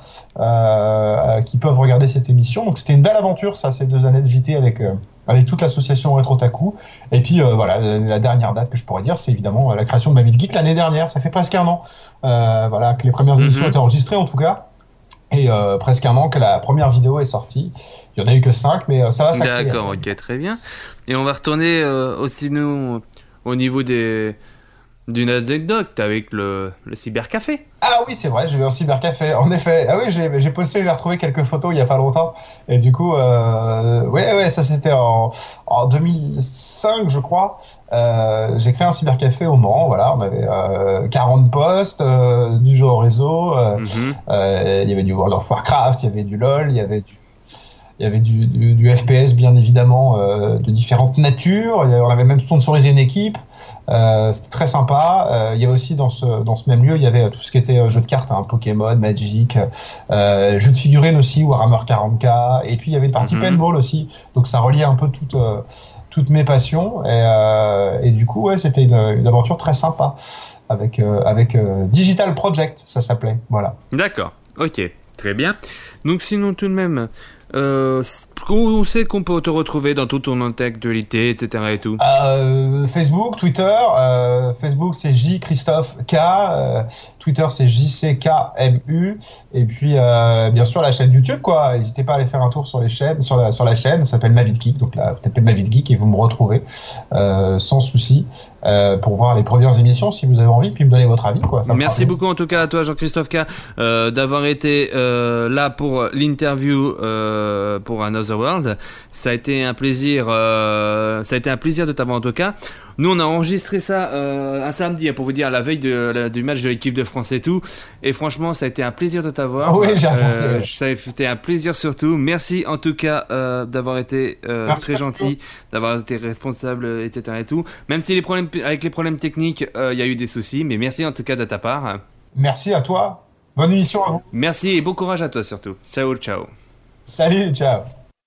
euh, qui peuvent regarder cette émission, donc c'était une belle aventure ça, ces deux années de J T avec... Euh, avec toute l'association Retrotaku. Et puis euh, voilà, la, la dernière date que je pourrais dire, c'est évidemment euh, la création de ma vie de geek l'année dernière. Ça fait presque un an, euh, voilà, que les premières émissions Mhm. ont été enregistrées en tout cas, et euh, presque un an que la première vidéo est sortie. Il y en a eu que cinq, mais euh, ça va s'accélérer. D'accord, ok, très bien. Et on va retourner euh, aussi, nous, au niveau des d'une anecdote avec le, le cybercafé. Ah oui, c'est vrai, j'ai eu un cybercafé, en effet. Ah oui, j'ai, j'ai posté, j'ai retrouvé quelques photos il y a pas longtemps. Et du coup, euh, ouais, ouais, ça c'était en, en deux mille cinq, je crois. Euh, j'ai créé un cybercafé au Mans, voilà, on avait euh, quarante postes, euh, du jeu au réseau, euh, Mhm. euh, il y avait du World of Warcraft, il y avait du LoL, il y avait du... Il y avait du, du, du F P S bien évidemment euh, de différentes natures. Il y avait- on avait même sponsorisé une équipe. Euh, c'était très sympa. Euh, il y avait aussi dans ce dans ce même lieu, il y avait tout ce qui était euh, jeux de cartes, hein, Pokémon, Magic, euh, jeux de figurines aussi, Warhammer quarante K. Et puis il y avait une partie Mhm. paintball aussi. Donc ça reliait un peu toutes euh, toutes mes passions. Et, euh, et du coup, ouais, c'était une, une aventure très sympa avec euh, avec euh, Digital Project, ça s'appelait. Voilà. D'accord, ok, très bien. Donc sinon tout de même, euh, où c'est qu'on peut te retrouver dans tout ton actualité, et cetera et tout. Euh, Facebook, Twitter. Euh, Facebook c'est J Christophe K. Euh, Twitter c'est J C K M U. Et puis euh, bien sûr la chaîne YouTube quoi. N'hésitez pas à aller faire un tour sur les chaînes, sur la sur la chaîne. Ça s'appelle Ma Vie de Geek. Donc là vous tapez Ma Vie de Geek et vous me retrouvez euh, sans souci euh, pour voir les premières émissions si vous avez envie puis me donner votre avis quoi. Ça me Merci fera plaisir. beaucoup en tout cas à toi Jean-Christophe K euh, d'avoir été euh, là pour l'interview euh, pour Another World. Ça a été un plaisir, euh, ça a été un plaisir de t'avoir en tout cas. Nous on a enregistré ça euh, un samedi hein, pour vous dire la veille de, la, du match de l'équipe de France et tout. Et franchement ça a été un plaisir de t'avoir. Oui, j'ai euh, remarqué. Ça a été un plaisir surtout. Merci en tout cas euh, d'avoir été euh, Merci très beaucoup. gentil, d'avoir été responsable, et cetera et tout. Même si les problèmes avec les problèmes techniques, euh, il y a eu des soucis, mais merci en tout cas de ta part. Merci à toi. Bonne émission à vous. Merci et bon courage à toi surtout. Ciao, ciao. Salut, ciao.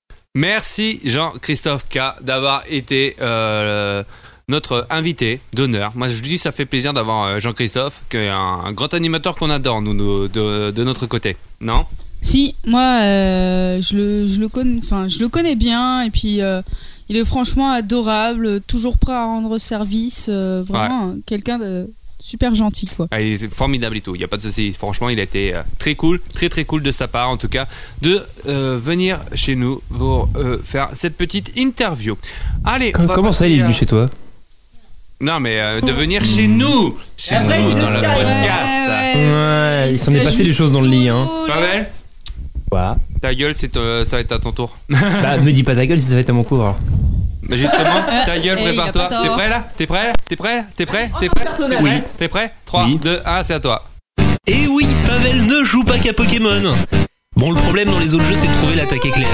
Merci Jean-Christophe K d'avoir été euh, notre invité d'honneur. Moi je dis ça fait plaisir d'avoir euh, Jean-Christophe, qui est un, un grand animateur qu'on adore nous, nous de, de notre côté. Non ? Si, moi, euh, je le, je le connais, enfin, je le connais bien, et puis euh, il est franchement adorable, toujours prêt à rendre service, euh, vraiment euh, quelqu'un de super gentil, quoi. Ah, il est formidable et tout, il n'y a pas de souci. Franchement, il a été euh, très cool, très très cool de sa part en tout cas, de euh, venir chez nous pour euh, faire cette petite interview. Allez, on va Comment ça, il est passer venu à- chez toi? Non mais euh, de venir chez nous, chez Après, nous il dans le se calme. podcast. Ouais, il s'en est passé des choses dans le lit, hein. Pas mal. Quoi ? Ta gueule, c'est euh, ça va être à ton tour. Bah, me dis pas ta gueule si ça va être à mon cours. Alors. Bah justement, ta gueule, Eh, prépare-toi. il a pas T'es tort. prêt là ? T'es prêt ? T'es prêt ? T'es prêt ? T'es prêt ? T'es prêt ? T'es prêt ? T'es prêt ? trois, Oui. deux, un, c'est à toi. Et oui, Pavel ne joue pas qu'à Pokémon. Bon, le problème dans les autres jeux, c'est de trouver l'attaque éclair.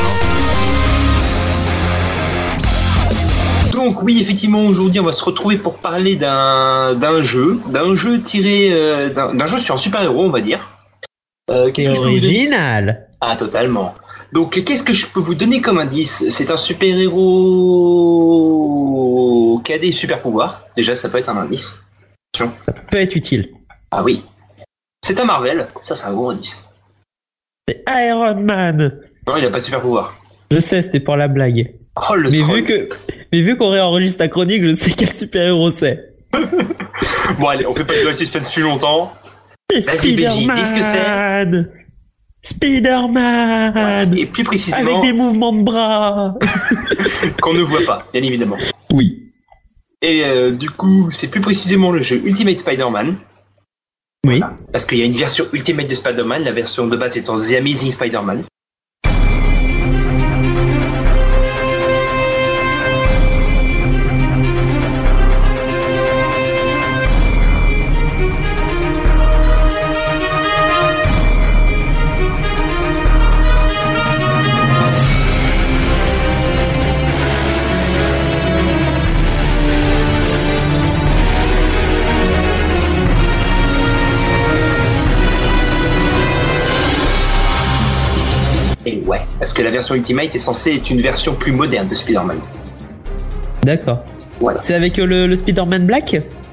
Donc oui, effectivement, aujourd'hui, on va se retrouver pour parler d'un d'un jeu, d'un jeu tiré, euh, d'un d'un jeu sur un super-héros, on va dire. Euh, qu'est-ce que je peux vous donner Original. Ah, totalement. Donc, qu'est-ce que je peux vous donner comme indice ? C'est un super-héros qui a des super-pouvoirs. Déjà, ça peut être un indice. Attention. Ça peut être utile. Ah oui. C'est un Marvel. Ça, c'est un gros indice. C'est Iron Man. Non, il a pas de super-pouvoir. Je sais, c'était pour la blague. Oh, le mais troll. vu que, mais vu qu'on réenregistre la chronique, je sais quel super-héros c'est. Bon, allez, on fait pas de suspense plus longtemps. Vas-y, Benji, dis ce que c'est. Spider-Man. Spider-Man. Et plus précisément, Avec des mouvements de bras. qu'on ne voit pas, bien évidemment. Oui. Et euh, du coup, c'est plus précisément le jeu Ultimate Spider-Man. Oui. Voilà. Parce qu'il y a une version Ultimate de Spider-Man, la version de base étant The Amazing Spider-Man. Et ouais, parce que la version Ultimate est censée être une version plus moderne de Spider-Man. D'accord. Voilà. C'est avec euh, le, le Spider-Man Black.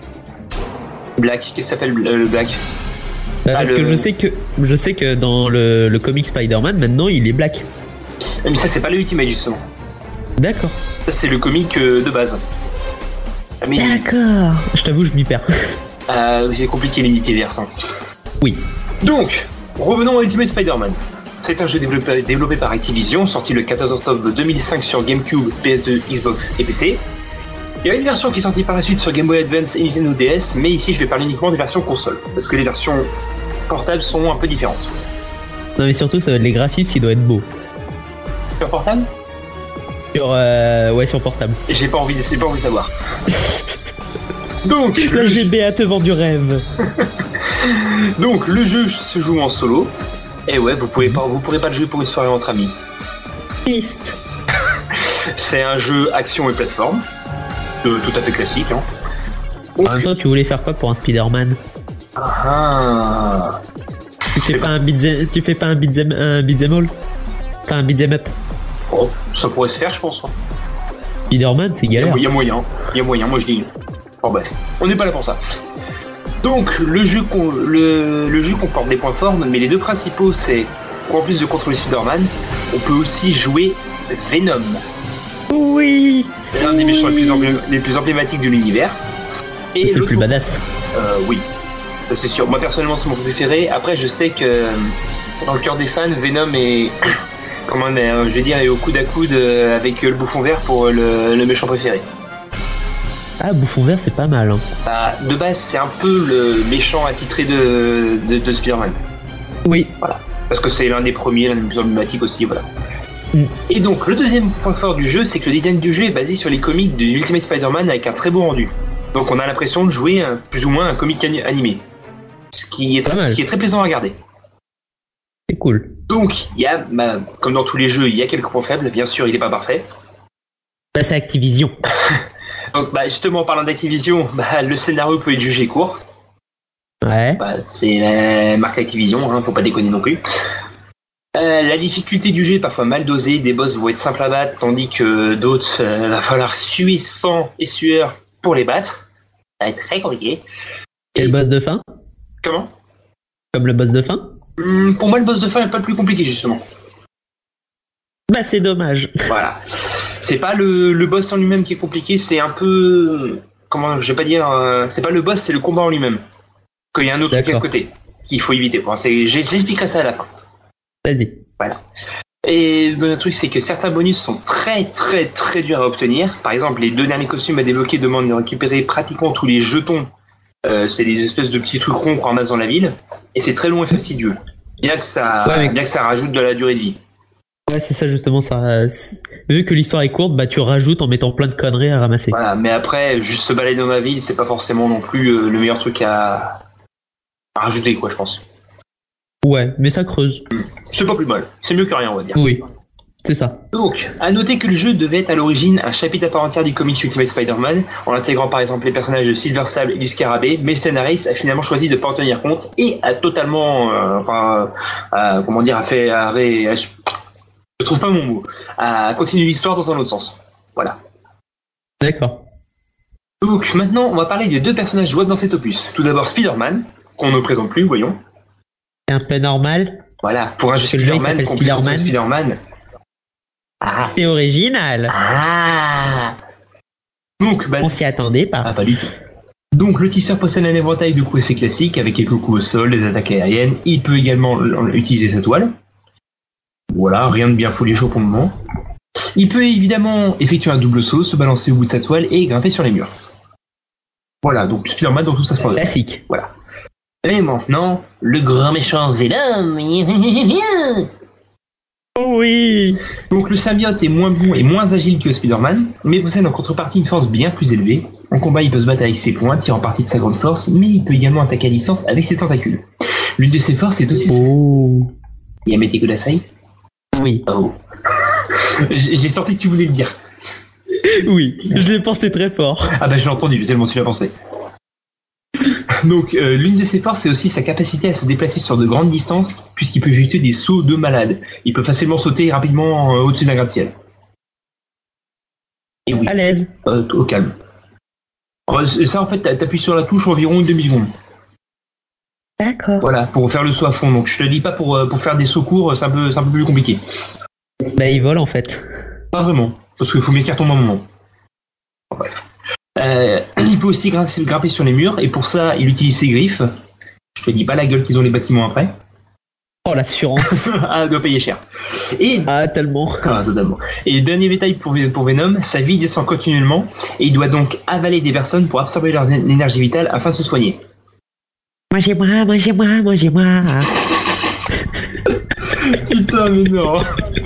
Black, qu'est-ce que ça s'appelle le, le Black Bah, Ah, parce le- que je sais que je sais que dans le, le comic Spider-Man maintenant il est black. Mais ça, c'est pas le Ultimate justement. D'accord. Ça, c'est le comic euh, de base. Ah, mais D'accord. Je t'avoue, je m'y perds. euh, c'est compliqué les multiverses. Hein. Oui. Donc, revenons à Ultimate Spider-Man. C'est un jeu développé, développé par Activision, sorti le quatorze octobre deux mille cinq sur GameCube, P S deux, Xbox et P C. Il y a une version qui est sortie par la suite sur Game Boy Advance et Nintendo D S, mais ici je vais parler uniquement des versions console, parce que les versions portables sont un peu différentes. Non mais surtout ça va être les graphismes qui doivent être beaux. Sur portable Sur euh, ouais sur portable. J'ai pas envie de, j'ai pas envie de savoir. Donc, Le G B A te vend du rêve. donc le jeu se joue en solo. Et ouais, vous pouvez pas, vous pourrez pas le jouer pour une soirée entre amis. Triste. C'est un jeu action et plateforme, euh, tout à fait classique. Hein. En même temps, tu voulais faire quoi pour un Spider-Man? Ah. Tu fais pas un beat'em, tu fais pas un beat'em, un beat'em all? Enfin un beat'em up. Oh, ça pourrait se faire, je pense. Spider-Man, c'est Il y, a- galère. il y a moyen, il y a moyen, moi je dis. Bon bref, on n'est pas là pour ça. Donc le jeu, con- le, le jeu comporte des points forts, mais les deux principaux c'est qu'en plus de contrôler Spider-Man, on peut aussi jouer Venom. Oui. L'un des méchants les plus, emblé- les plus emblématiques de l'univers. Et C'est le l'autre- plus badass. Euh, oui, ça c'est sûr. Moi personnellement c'est mon préféré. Après je sais que dans le cœur des fans, Venom est, comment mais, euh, je vais dire, est au coude à coude euh, avec euh, le Bouffon Vert pour euh, le, le méchant préféré. Ah, Bouffon Vert, c'est pas mal. Hein. Bah, de base c'est un peu le méchant attitré de, de, de Spider-Man. Oui. Voilà. Parce que c'est l'un des premiers, l'un des plus emblématiques aussi, voilà. Mm. Et donc le deuxième point fort du jeu, c'est que le design du jeu est basé sur les comics de Ultimate Spider-Man avec un très beau rendu. Donc on a l'impression de jouer un, plus ou moins un comic ani- animé. Ce qui est, Pas très, mal. ce qui est très plaisant à regarder. C'est cool. Donc, il y a, bah, comme dans tous les jeux, il y a quelques points faibles. Bien sûr, il n'est pas parfait. Bah, c'est Activision. Donc, bah, justement, en parlant d'Activision, bah, le scénario peut être jugé court. Ouais. Bah, c'est la marque Activision, hein, faut pas déconner non plus. Euh, la difficulté du jeu est parfois mal dosée. Des boss vont être simples à battre, tandis que d'autres, euh, va falloir suer sang et sueur pour les battre. Ça va être très compliqué. Et le boss de fin? Comment? Comme le boss de fin? Hum, pour moi, le boss de fin n'est pas le plus compliqué, justement. Bah, c'est dommage. Voilà. C'est pas le, le boss en lui-même qui est compliqué, c'est un peu... Comment, je vais pas dire... euh, c'est pas le boss, c'est le combat en lui-même. Qu'il y a un autre truc à côté qu'il faut éviter. Bon, c'est, j'expliquerai ça à la fin. Vas-y. Voilà. Et le truc, c'est que certains bonus sont très très très durs à obtenir. Par exemple, les deux derniers costumes à débloquer demandent de récupérer pratiquement tous les jetons. Euh, c'est des espèces de petits trucs ronds qu'on ramasse dans la ville. Et c'est très long et fastidieux. Bien que ça, Ouais, mais- bien que ça rajoute de la durée de vie. Ouais, c'est ça justement. Ça, c'est- vu que l'histoire est courte, bah tu rajoutes en mettant plein de conneries à ramasser. Voilà, mais après, juste se balader dans la ville, c'est pas forcément non plus euh, le meilleur truc à... à rajouter, quoi, je pense. Ouais, mais ça creuse. C'est pas plus mal. C'est mieux que rien, on va dire. Oui, c'est ça. Donc, à noter que le jeu devait être à l'origine un chapitre à part entière du comic Ultimate Spider-Man, en intégrant par exemple les personnages de Silver Sable et du Scarabée, mais le scénariste a finalement choisi de pas en tenir compte et a totalement, euh, enfin, euh, comment dire, a fait, a ré- a- je trouve pas mon mot, a continué l'histoire dans un autre sens. Voilà. D'accord. Donc, maintenant, on va parler des deux personnages jouables dans cet opus. Tout d'abord Spider-Man, qu'on ne présente plus, voyons. C'est un peu normal. Voilà, pour un jeu Parce que le jeu, il Spider-Man, s'appelle qu'on présente Spider-Man. Spider-Man. Ah. C'est original. Ah. Donc, bah, on s'y attendait pas. Ah, pas du tout. Donc, le tisseur possède un éventail de coups assez classiques avec quelques coups au sol, des attaques aériennes. Il peut également l- utiliser sa toile. Voilà, rien de bien folichon pour le moment. Il peut évidemment effectuer un double saut, se balancer au bout de sa toile et grimper sur les murs. Voilà, donc Spider-Man dans tout ça se passe. Classique. Voilà. Et maintenant, le grand méchant Venom. Oui. Donc le symbiote est moins bon et moins agile que Spider-Man, mais possède en contrepartie une force bien plus élevée. En combat, il peut se battre avec ses poings, tirant parti de sa grande force, mais il peut également attaquer à distance avec ses tentacules. L'une de ses forces est aussi... Oh. Yamete Kudasai. Oui. Oh. J'ai j'ai senti que tu voulais le dire. Oui, je l'ai pensé très fort. Ah bah je l'ai entendu, tellement tu l'as pensé. Donc euh, l'une de ses forces, c'est aussi sa capacité à se déplacer sur de grandes distances, puisqu'il peut effectuer des sauts de malade. Il peut facilement sauter rapidement euh, au-dessus d'un gratte-ciel. Et oui. À l'aise. Euh, au calme. Euh, c'est ça en fait, t'appuies sur la touche environ une demi-seconde. D'accord. Voilà, pour faire le saut à fond. Donc je te dis pas pour, euh, pour faire des sauts courts, c'est un peu, c'est un peu plus compliqué. Bah il vole en fait. Pas vraiment, parce qu'il faut bien qu'il retombe un moment. Bon, bref. Euh, il peut aussi grimper, grimper sur les murs, et pour ça, il utilise ses griffes. Je te dis pas la gueule qu'ils ont les bâtiments après. Oh l'assurance. Ah, elle doit payer cher. Et, ah tellement. Ah, totalement. Et dernier détail pour, pour Venom, sa vie descend continuellement, et il doit donc avaler des personnes pour absorber leur énergie vitale afin de se soigner. Mangez-moi, mangez-moi, mangez-moi. Putain, mais non.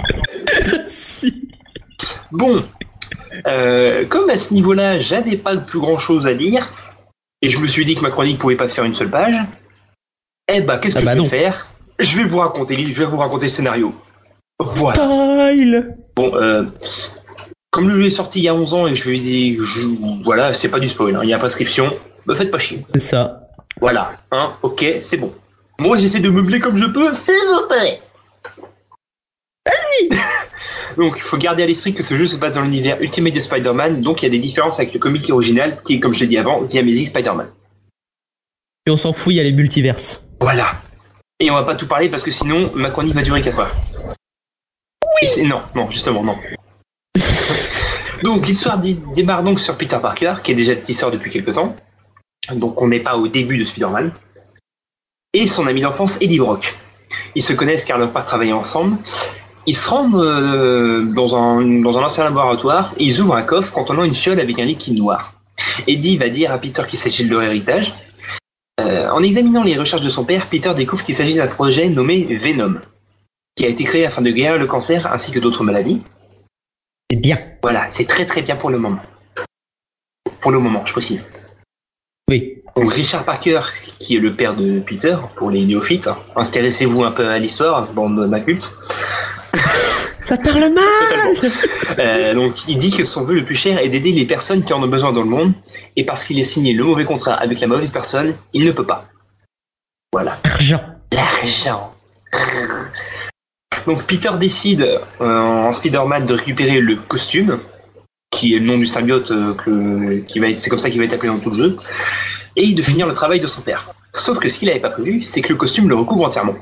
Bon, euh, comme à ce niveau-là, j'avais pas plus grand-chose à dire, et je me suis dit que ma chronique pouvait pas faire une seule page, eh bah, qu'est-ce que ah bah je vais non. faire? Je vais vous raconter, je vais vous raconter le scénario. Voilà. Spoil. Bon, euh, comme le jeu est sorti il y a onze ans et je vais dire, je- voilà, c'est pas du spoil, hein, il y a prescription, me faites pas chier. C'est ça. Voilà, hein, ok, c'est bon. Moi, j'essaie de meubler comme je peux, s'il vous plaît. Vas-y. Donc, il faut garder à l'esprit que ce jeu se passe dans l'univers Ultimate de Spider-Man, donc il y a des différences avec le comic original, qui est, comme je l'ai dit avant, The Amazing Spider-Man. Et on s'en fout, il y a les multiverses. Voilà. Et on va pas tout parler parce que sinon, ma chronique va durer quatre heures. Oui. Et c'est- non, non, justement, non. Donc, l'histoire dé- démarre donc sur Peter Parker, qui est déjà le tisseur depuis quelque temps. Donc, on n'est pas au début de Spider-Man. Et son ami d'enfance, Eddie Brock. Ils se connaissent car leurs pères travaillaient ensemble. Ils se rendent euh, dans, un, dans un ancien laboratoire et ils ouvrent un coffre contenant une fiole avec un liquide noir. Eddie va dire à Peter qu'il s'agit de leur héritage. Euh, en examinant les recherches de son père, Peter découvre qu'il s'agit d'un projet nommé Venom, qui a été créé afin de guérir le cancer ainsi que d'autres maladies. C'est bien. Voilà, c'est très très bien pour le moment. Pour le moment, je précise. Oui. Donc Richard Parker, qui est le père de Peter, pour les néophytes, intéressez-vous un peu à l'histoire, bande d'incultes. Ça parle mal. Euh, donc il dit que son vœu le plus cher est d'aider les personnes qui en ont besoin dans le monde, et parce qu'il a signé le mauvais contrat avec la mauvaise personne, il ne peut pas. Voilà. Argent. L'argent. Donc Peter décide euh, en Spider-Man de récupérer le costume, qui est le nom du symbiote euh, que, qui va être, c'est comme ça qu'il va être appelé dans tout le jeu, et de finir le travail de son père. Sauf que ce qu'il n'avait pas prévu, c'est que le costume le recouvre entièrement.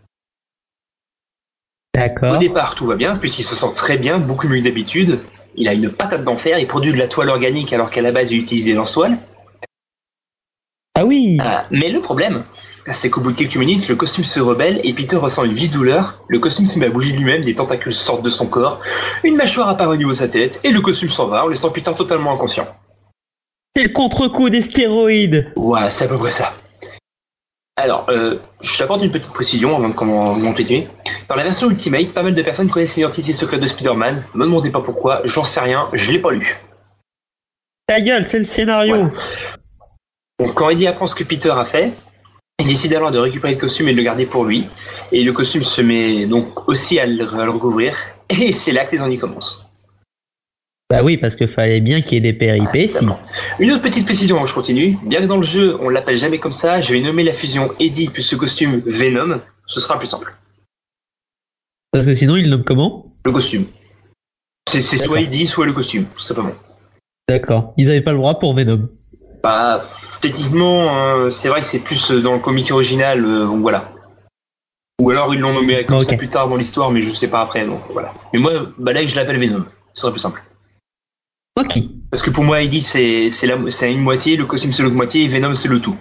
D'accord. Au départ, tout va bien, puisqu'il se sent très bien, beaucoup mieux que d'habitude. Il a une patate d'enfer, il produit de la toile organique alors qu'à la base il utilisait lance-toile. Ah oui. Euh, mais le problème, c'est qu'au bout de quelques minutes, le costume se rebelle et Peter ressent une vive douleur. Le costume se met à bouger de lui-même, des tentacules sortent de son corps, une mâchoire apparaît au niveau de sa tête, et le costume s'en va en laissant Peter totalement inconscient. C'est le contre-coup des stéroïdes. Voilà, c'est à peu près ça. Alors, euh, je t'apporte une petite précision avant de continuer. Dans la version Ultimate, pas mal de personnes connaissent l'identité secrète de Spider-Man. Ne me demandez pas pourquoi, j'en sais rien, je l'ai pas lu. Ta gueule, c'est le scénario. Ouais. Donc, quand Eddie apprend ce que Peter a fait, il décide alors de récupérer le costume et de le garder pour lui. Et le costume se met donc aussi à le, à le recouvrir. Et c'est là que les ennuis commencent. Bah oui, parce qu'il fallait bien qu'il y ait des péripéties. Ah, une autre petite précision avant que je continue. Bien que dans le jeu, on l'appelle jamais comme ça, je vais nommer la fusion Eddie plus ce costume Venom. Ce sera plus simple. Parce que sinon, il le nomme comment ? Le costume. C'est, c'est soit Eddie, soit le costume, tout simplement. D'accord. Ils avaient pas le droit pour Venom. Bah, techniquement, euh, c'est vrai que c'est plus dans le comic original, euh, donc voilà. Ou alors ils l'ont nommé comme okay. ça plus tard dans l'histoire, mais je sais pas après, donc voilà. Mais moi, bah là, je l'appelle Venom. Ce sera plus simple. Ok. Parce que pour moi, Eddie, c'est, c'est, la, c'est une moitié, le costume, c'est l'autre moitié, et Venom, c'est le tout.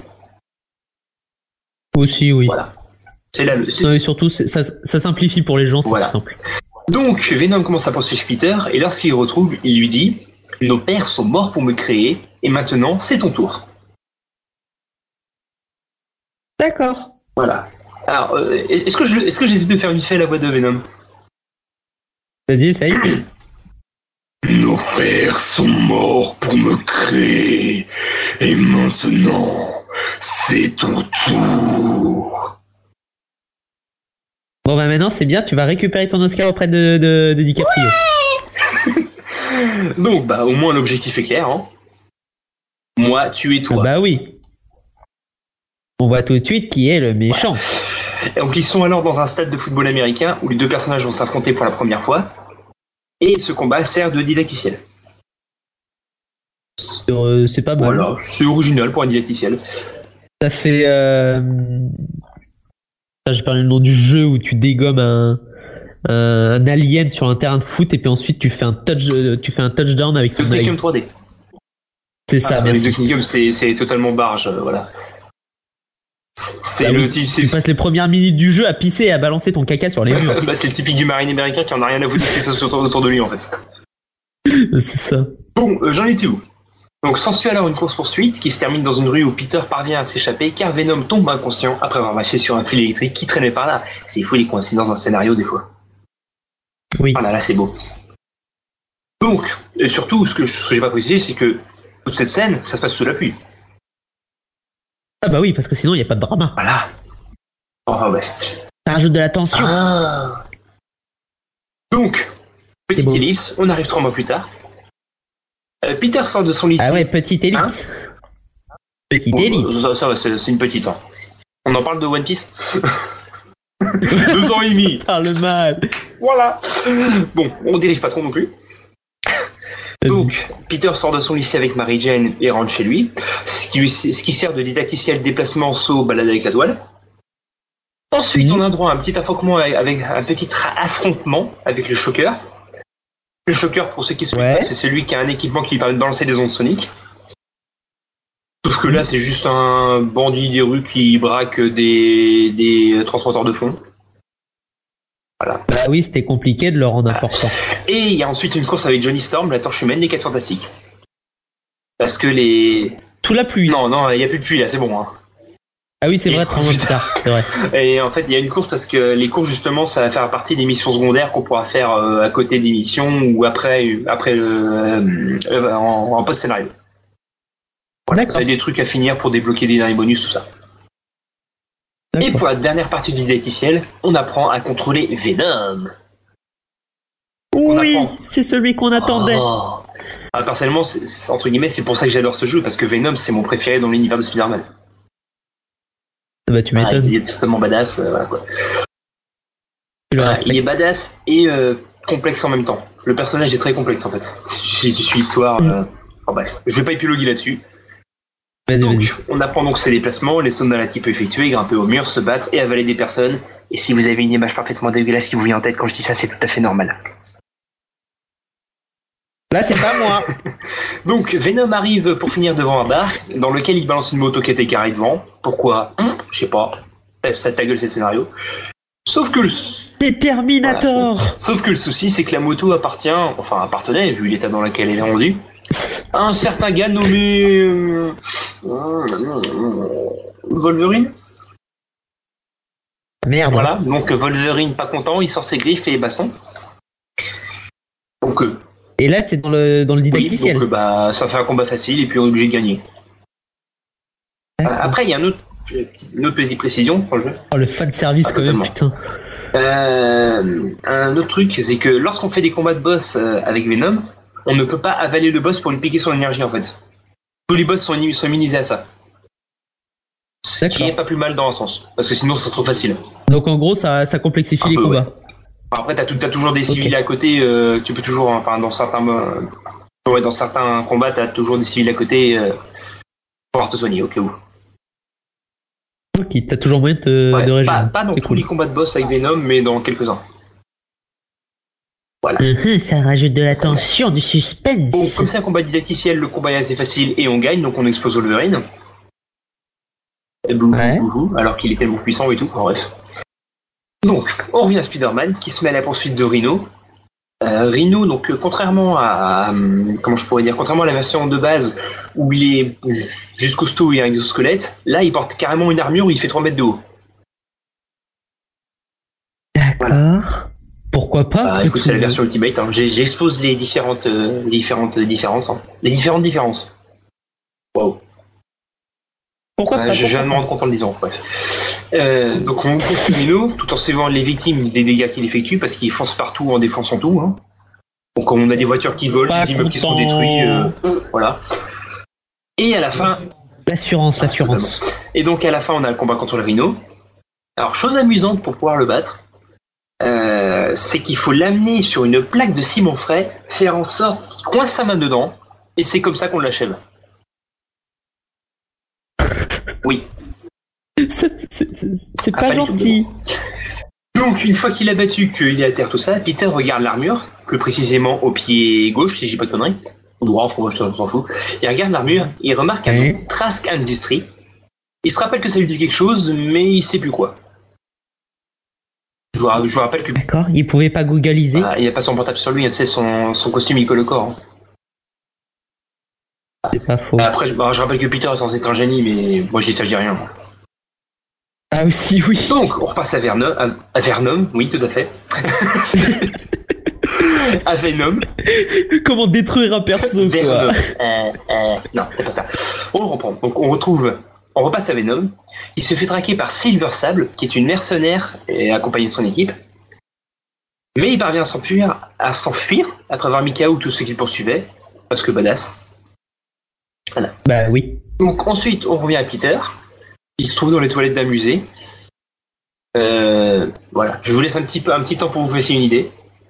Aussi, oui. Voilà. C'est là le. C'est... Non, et surtout, c'est, ça, ça simplifie pour les gens, c'est voilà. plus simple. Donc, Venom commence à poursuivre Peter, et lorsqu'il le retrouve, il lui dit « Nos pères sont morts pour me créer, et maintenant, c'est ton tour. » D'accord. Voilà. Alors, euh, est-ce que je, est-ce que j'essaie de faire une fait la voix de Venom ? Vas-y, essaye. Nos pères sont morts pour me créer, et maintenant, c'est ton tour. Bon bah maintenant c'est bien, tu vas récupérer ton Oscar auprès de, de, de DiCaprio. Ouais. Donc bah au moins l'objectif est clair. Hein. Moi, tu es toi. Ah bah oui. On voit tout de suite qui est le méchant. Voilà. Donc ils sont alors dans un stade de football américain où les deux personnages vont s'affronter pour la première fois. Et ce combat sert de didacticiel. Euh, c'est pas mal. Voilà, c'est original pour un didacticiel. Ça fait... Euh... J'ai parlé le nom du jeu où tu dégommes un, un, un alien sur un terrain de foot et puis ensuite tu fais un, touch, tu fais un touchdown avec son œil. Technium trois D. C'est ça, ah, merci. Les Technium, c'est, c'est totalement barge, euh, voilà. C'est bah le oui, type, c'est... Tu passes les premières minutes du jeu à pisser et à balancer ton caca sur les murs. Bah, c'est le typique du marine américain qui en a rien à foutre de ce qui se passe autour, autour de lui en fait. C'est ça. Bon, euh, j'en étais où ? Donc s'ensuit alors une course-poursuite qui se termine dans une rue où Peter parvient à s'échapper car Venom tombe inconscient après avoir marché sur un fil électrique qui traînait par là. C'est fou les coïncidences dans le scénario des fois. Oui. Voilà, là c'est beau. Donc, et surtout, ce que, ce que j'ai pas précisé, c'est que toute cette scène, ça se passe sous la pluie. Ah bah oui, parce que sinon il n'y a pas de drama. Voilà. Oh ouais. Ça rajoute de la tension. Ah. Donc, petite ellipse, on arrive trois mois plus tard. Euh, Peter sort de son lycée. Ah ouais, petite ellipse. Hein petite bon, ellipse. Ça, ça va, c'est, c'est une petite. Hein. On en parle de One Piece. Deux ans et demi. Parle mal. Voilà. Bon, on dérive pas trop non plus. Donc, Peter sort de son lycée avec Mary Jane et rentre chez lui, ce qui, lui, ce qui sert de didacticiel déplacement, saut, balade avec la toile. Ensuite, mmh. on a droit à un petit affrontement avec, avec un petit affrontement avec le Shocker. Le Shocker, pour ceux qui se ouais. c'est celui qui a un équipement qui lui permet de balancer des ondes soniques. Sauf que là, c'est juste un bandit des rues qui braque des, des transporteurs de fonds. Voilà. Bah oui, c'était compliqué de le rendre important. Et il y a ensuite une course avec Johnny Storm, la torche humaine des quatre fantastiques. Parce que les... Sous la pluie. Non, non, il n'y a plus de pluie là, c'est bon. Hein. Ah oui, c'est vrai, trente mois plus tard, c'est vrai. Et en fait, il y a une course parce que les courses, justement, ça va faire partie des missions secondaires qu'on pourra faire euh, à côté des missions ou après, après euh, euh, en, en post-scénario. Voilà, D'accord. Ça a des trucs à finir pour débloquer des derniers bonus, tout ça. D'accord. Et pour la dernière partie du didacticiel, on apprend à contrôler Venom. Oui, apprend... c'est celui qu'on attendait. Oh. Ah, personnellement, c'est, c'est, entre guillemets, c'est pour ça que j'adore ce jeu, parce que Venom, c'est mon préféré dans l'univers de Spider-Man. Bah, tu m'étonnes. Ah, il est totalement badass, euh, voilà quoi. Voilà, il est badass et euh, complexe en même temps. Le personnage est très complexe en fait. Si tu suis l'histoire, euh... oh, bref, je vais pas épiloguer là-dessus. Vas-y, donc, vas-y. On apprend donc ses déplacements, les sauts malades qu'il peut effectuer, grimper au mur, se battre et avaler des personnes. Et si vous avez une image parfaitement dégueulasse qui vous vient en tête quand je dis ça, c'est tout à fait normal. Là, c'est pas moi. Donc, Venom arrive pour finir devant un bar, dans lequel il balance une moto qui était carrée devant. Pourquoi ? Je sais pas. Ça ta gueule, c'est le scénario. Sauf que le... C'est Terminator. Voilà. Sauf que le souci, c'est que la moto appartient, enfin appartenait, vu l'état dans lequel elle est rendue, à un certain gars nommé... Euh... Wolverine ? Merde. Voilà, donc Wolverine pas content, il sort ses griffes et baston. Donc, euh, Et là, c'est dans le, dans le oui, didacticiel. donc euh, bah, ça fait un combat facile et puis on est obligé de gagner. Euh, Après, il y a un autre, une autre petite précision pour le jeu. Oh, le fan service Ah, quand même, totalement. putain. Euh, un autre truc, c'est que lorsqu'on fait des combats de boss euh, avec Venom, on ne peut pas avaler le boss pour lui piquer son énergie en fait. Tous les boss sont, sont immunisés à ça. Ce qui est pas plus mal dans un sens, parce que sinon c'est trop facile. Donc en gros, ça, ça complexifie Un les peu, combats. ouais. Après, t'as, tout, t'as toujours des civils à côté. Euh, tu peux toujours, enfin, dans certains, euh, ouais, dans certains combats, t'as toujours des civils à côté euh, pour pouvoir te soigner au cas où. Ok, t'as toujours moyen de, te- Ouais, de régénérer. pas, pas dans C'est tous cool. les combats de boss avec Venom, mais dans quelques-uns. Voilà. Mhm, ça rajoute de la tension, du suspense. Bon, comme c'est un combat didacticiel, le combat est assez facile et on gagne, donc on explose Wolverine. Et blou, blou, blou, alors qu'il est tellement puissant et tout, en bref. Donc, on revient à Spider-Man qui se met à la poursuite de Rhino. Euh, Rhino, donc euh, contrairement à, à, euh, comment je pourrais dire, contrairement à la version de base où il est euh, juste costaud et un exosquelette, là il porte carrément une armure où il fait trois mètres de haut. D'accord. Pourquoi pas Bah, après écoute, tout. c'est la version Ultimate. Hein. J'ai- J'expose les différentes, euh, les différentes différences. Hein. Les différentes différences. Waouh. Pourquoi Euh, pas, je, je viens pourquoi de me rendre compte en le disant. Bref. Euh, donc on poursuit Rhino tout en sauvant les victimes des dégâts qu'il effectue parce qu'il fonce partout en défonçant tout. Hein. Donc on a des voitures qui volent, Pas des immeubles qui sont content. détruits. Euh, voilà. Et à la fin. L'assurance, l'assurance. Et donc à la fin on a le combat contre le Rhino. Alors chose amusante pour pouvoir le battre. Euh, c'est qu'il faut l'amener sur une plaque de ciment frais, faire en sorte qu'il coince sa main dedans, et c'est comme ça qu'on l'achève. Oui. C'est, c'est- c'est- c'est Ah, pas pas du gentil. Donc une fois qu'il a battu, qu'il est à terre, tout ça, Peter regarde l'armure, plus précisément au pied gauche, si j'ai pas de conneries, ou droit, enfin, moi je s'en fous. Il regarde l'armure, il remarque un nom, Trask Industries. Il se rappelle que ça lui dit quelque chose, mais il sait plus quoi. Je vous, je vous rappelle que D'accord, il pouvait pas googliser. ah, il n'y a pas son portable sur lui, hein, tu sais, son, son costume il colle au corps. Hein. C'est pas faux. Après, je, bah, je rappelle que Peter est censé être un génie, mais moi j'y dis rien. Ah aussi, oui. Donc, on repasse à Venom, à, à Venom, oui, tout à fait. à Venom. Comment détruire un perso, Venom. quoi. Euh, euh, non, c'est pas ça. On reprend. Donc, on retrouve, on repasse à Venom, qui se fait traquer par Silver Sable, qui est une mercenaire et accompagnée de son équipe. Mais il parvient à s'enfuir, à s'enfuir après avoir mis K O tous ceux qu'il poursuivait, parce que badass. Voilà. Bah oui. Donc ensuite, on revient à Peter. Il se trouve dans les toilettes d'un musée. Euh, voilà. Je vous laisse un petit peu, un petit temps pour vous faire une idée.